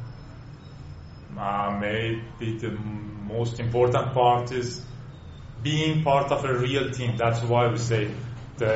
maybe the most important part is being part of a real team. That's why we say the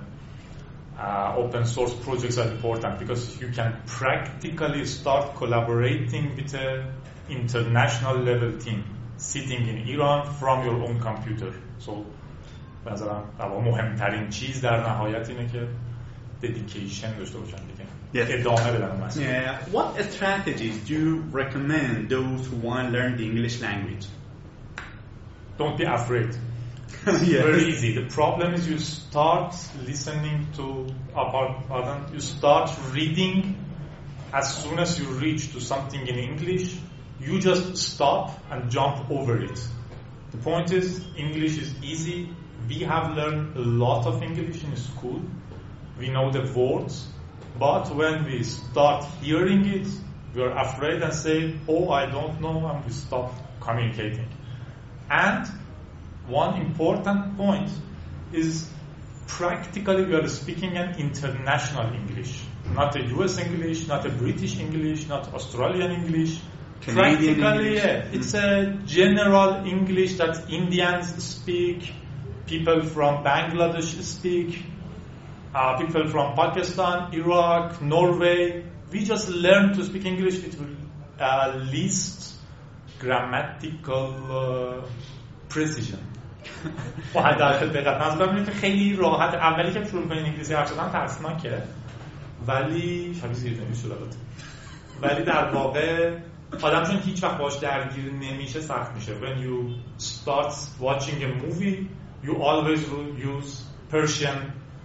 open source projects are important, because you can practically start collaborating with an international level team sitting in Iran from your own computer. So مثلا مهمترین چیز در نهایت اینه که dedication داشته باشن دیگه. ادامه بدن مسیر. What strategies do you recommend those who want to learn the English language? Don't be afraid. Yes. Very easy. The problem is you start listening to you start reading as soon as you reach to something in English, you just stop and jump over it. The point is English is easy. We have learned a lot of English in school. We know the words, but when we start hearing it, we are afraid and say, oh, I don't know, and we stop communicating. And one important point is practically we are speaking an international English, not a US English, not a British English, not Australian English. Canadian Practically, English. yeah, it's a general English that Indians speak, people from Bangladesh speak, people from Pakistan, Iraq, Norway. We just learn to speak English with least grammatical precision. با حداقل دقت. مثلا ببینید خیلی راحت اولی که شروع کنید انگلیسی حرف زدن ترسناکه، ولی شبیه زیرنویس شده بود. ولی در واقع آدم چون هیچ وقت باش درگیر نمیشه سخت میشه. When you start watching a movie, you always use Persian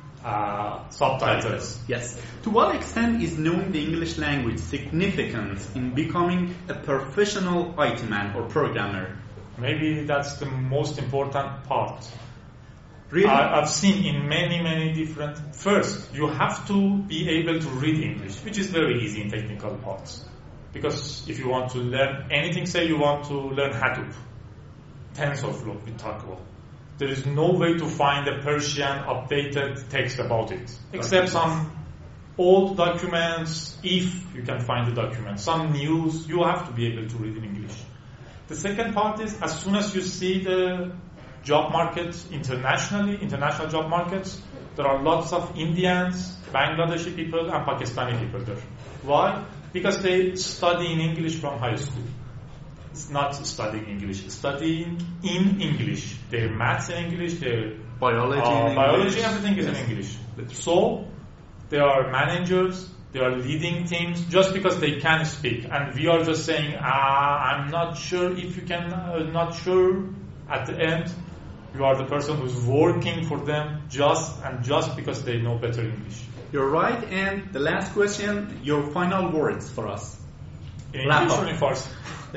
subtitles. Yes. To what extent is knowing the English language significant in becoming a professional IT man or programmer? Maybe that's the most important part. Really? I've seen in many different. First, you have to be able to read English, which is very easy in technical parts. Because if you want to learn anything, say you want to learn Hadoop, TensorFlow, we talk about. There is no way to find a Persian updated text about it, except some old documents, if you can find the document. Some news, you have to be able to read in English. The second part is, as soon as you see the job market international job markets, there are lots of Indians, Bangladeshi people, and Pakistani people there. Why? Because they study in English from high school. It's not studying English, studying in English. Their maths in English, their biology, everything is in English. So they are managers, they are leading teams just because they can speak. And we are just saying, I'm not sure if you can, not sure. At the end, you are the person who's working for them just because they know better English. You're right. And the last question, your final words for us. این فارسی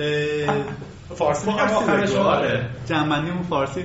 فارسی میگم آخرش. آره جنبندیمون فارسی.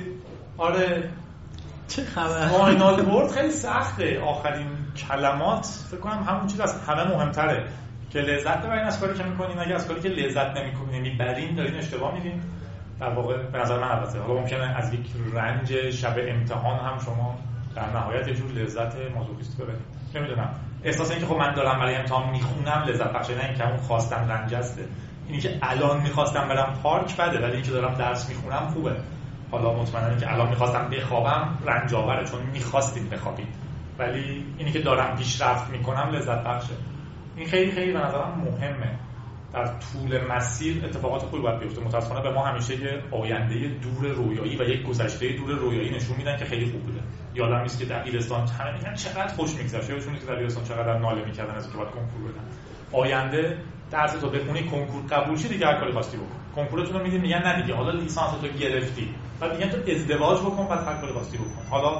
آره چه خبر؟ فاینال ورد خیلی سخته. آخرین کلمات فکر کنم همون چیز از همه مهمتره که لذت ببرین از کاری که میکنین. اگه از کاری که لذت نمیبرین دارین اشتباه میرین در واقع به نظر من. البته حالا ممکنه از یک رنج شب امتحان هم شما در نهایت یه جور لذت مازوخیستی ببرید. نمیدونم احساس اینکه خب من دارم برای امتحان میخونم لذت بخشه، نه اینکه اون خواستم رنج است. اینی که الان میخواستم برم پارک بده، ولی اینکه دارم درس میخونم خوبه. حالا مطمئنم که الان میخواستم بخوابم رنج آوره چون میخواستید بخوابید، ولی اینی که دارم پیشرفت میکنم لذت بخشه. این خیلی خیلی به نظرم مهمه. در طول مسیر اتفاقات خوبی باید بیفته. متأسفانه به ما همیشه یه آینده دور رویایی و یک گذشته دور رویایی نشون میدن که خیلی خوب بوده. یادم نیست که دبیرستان همه میگن چقدر خوش میگذشت، یادشون نیست که دبیرستان چقدر ناله میکردن از اینکه باید کنکور بدن. آینده درس تو بخونی، کنکور قبول شی، دیگه هر کاری خواستی بکن. کنکورتون رو میدین میگن نه دیگه حالا لیسانس تو گرفتی، بعد میگن تو ازدواج بکن، بعد هر کاری خواستی بکن. حالا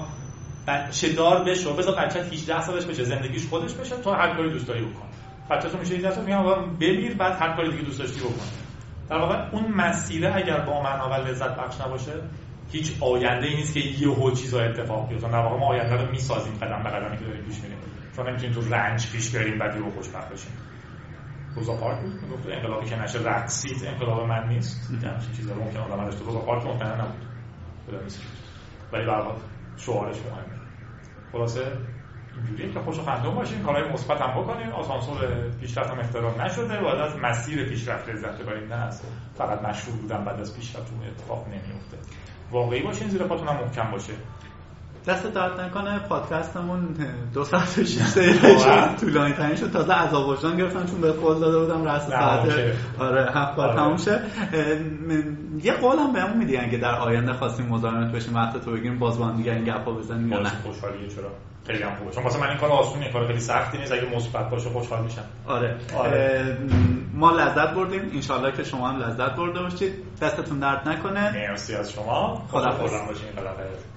بچه دار بشو، بذار بچه‌ت 18 سالش بشه، زندگیش خودش بشه، تو هر کاری دوست داری بکن. بچه‌تون میشه 18 سال میگن آقا بمیر، بعد هر کاری دیگه دوست داشتی بکن. در واقع اون مسیر اگر با معنا و لذت بخش نباشه هیچ آینده‌ای نیست که یهو چیزا اتفاق بیفته. در واقع ما آینده رو میسازیم قدم به قدمی که داریم پیش میریم، چون نمیتونیم تو رنج پیش بریم بعد یهو خوشبخت بشیم. روزا پارک بود گفت انقلابی که نشه رقصید انقلاب من نیست. دیدم چیزا رو ممکن آدم داشته روزا پارک ممکن نبود بلا نیست، ولی به هر حال شعارش مهمه. خلاصه اینجوریه که خوش و خندون باشین، کارهای مثبت هم بکنین. آسانسور پیشرفت هم اختراع نشده، باید از مسیر پیشرفت لذت ببرید، نه از فقط مشهور بودن بعد از پیشرفتتون اتفاق نمیفته. واقعی باشین، زیر پاتون هم محکم باشه. دست درد نکنه پادکستمون 2 ساعت و 6 دقیقه طولانی ترین شد. تازه عذاب وجدان گرفتم چون به قول داده بودم رأس ساعت آره 7 بار تموم شه. یه قول هم بهمون میدی اگه در آینده خواستیم مزاحمت بشیم وقت تو بگیریم باز با هم دیگه این گپا بزنیم یا نه؟ خوشحالیه. چرا؟ خیلی هم خوبه، چون واسه من این کار آسونه، کار خیلی سختی نیست. اگه مثبت باشه خوشحال میشم. آره. ما لذت بردیم، انشالله که شما هم لذت برده باشید. دستتون درد نکنه. مرسی از شما. خدا باشین.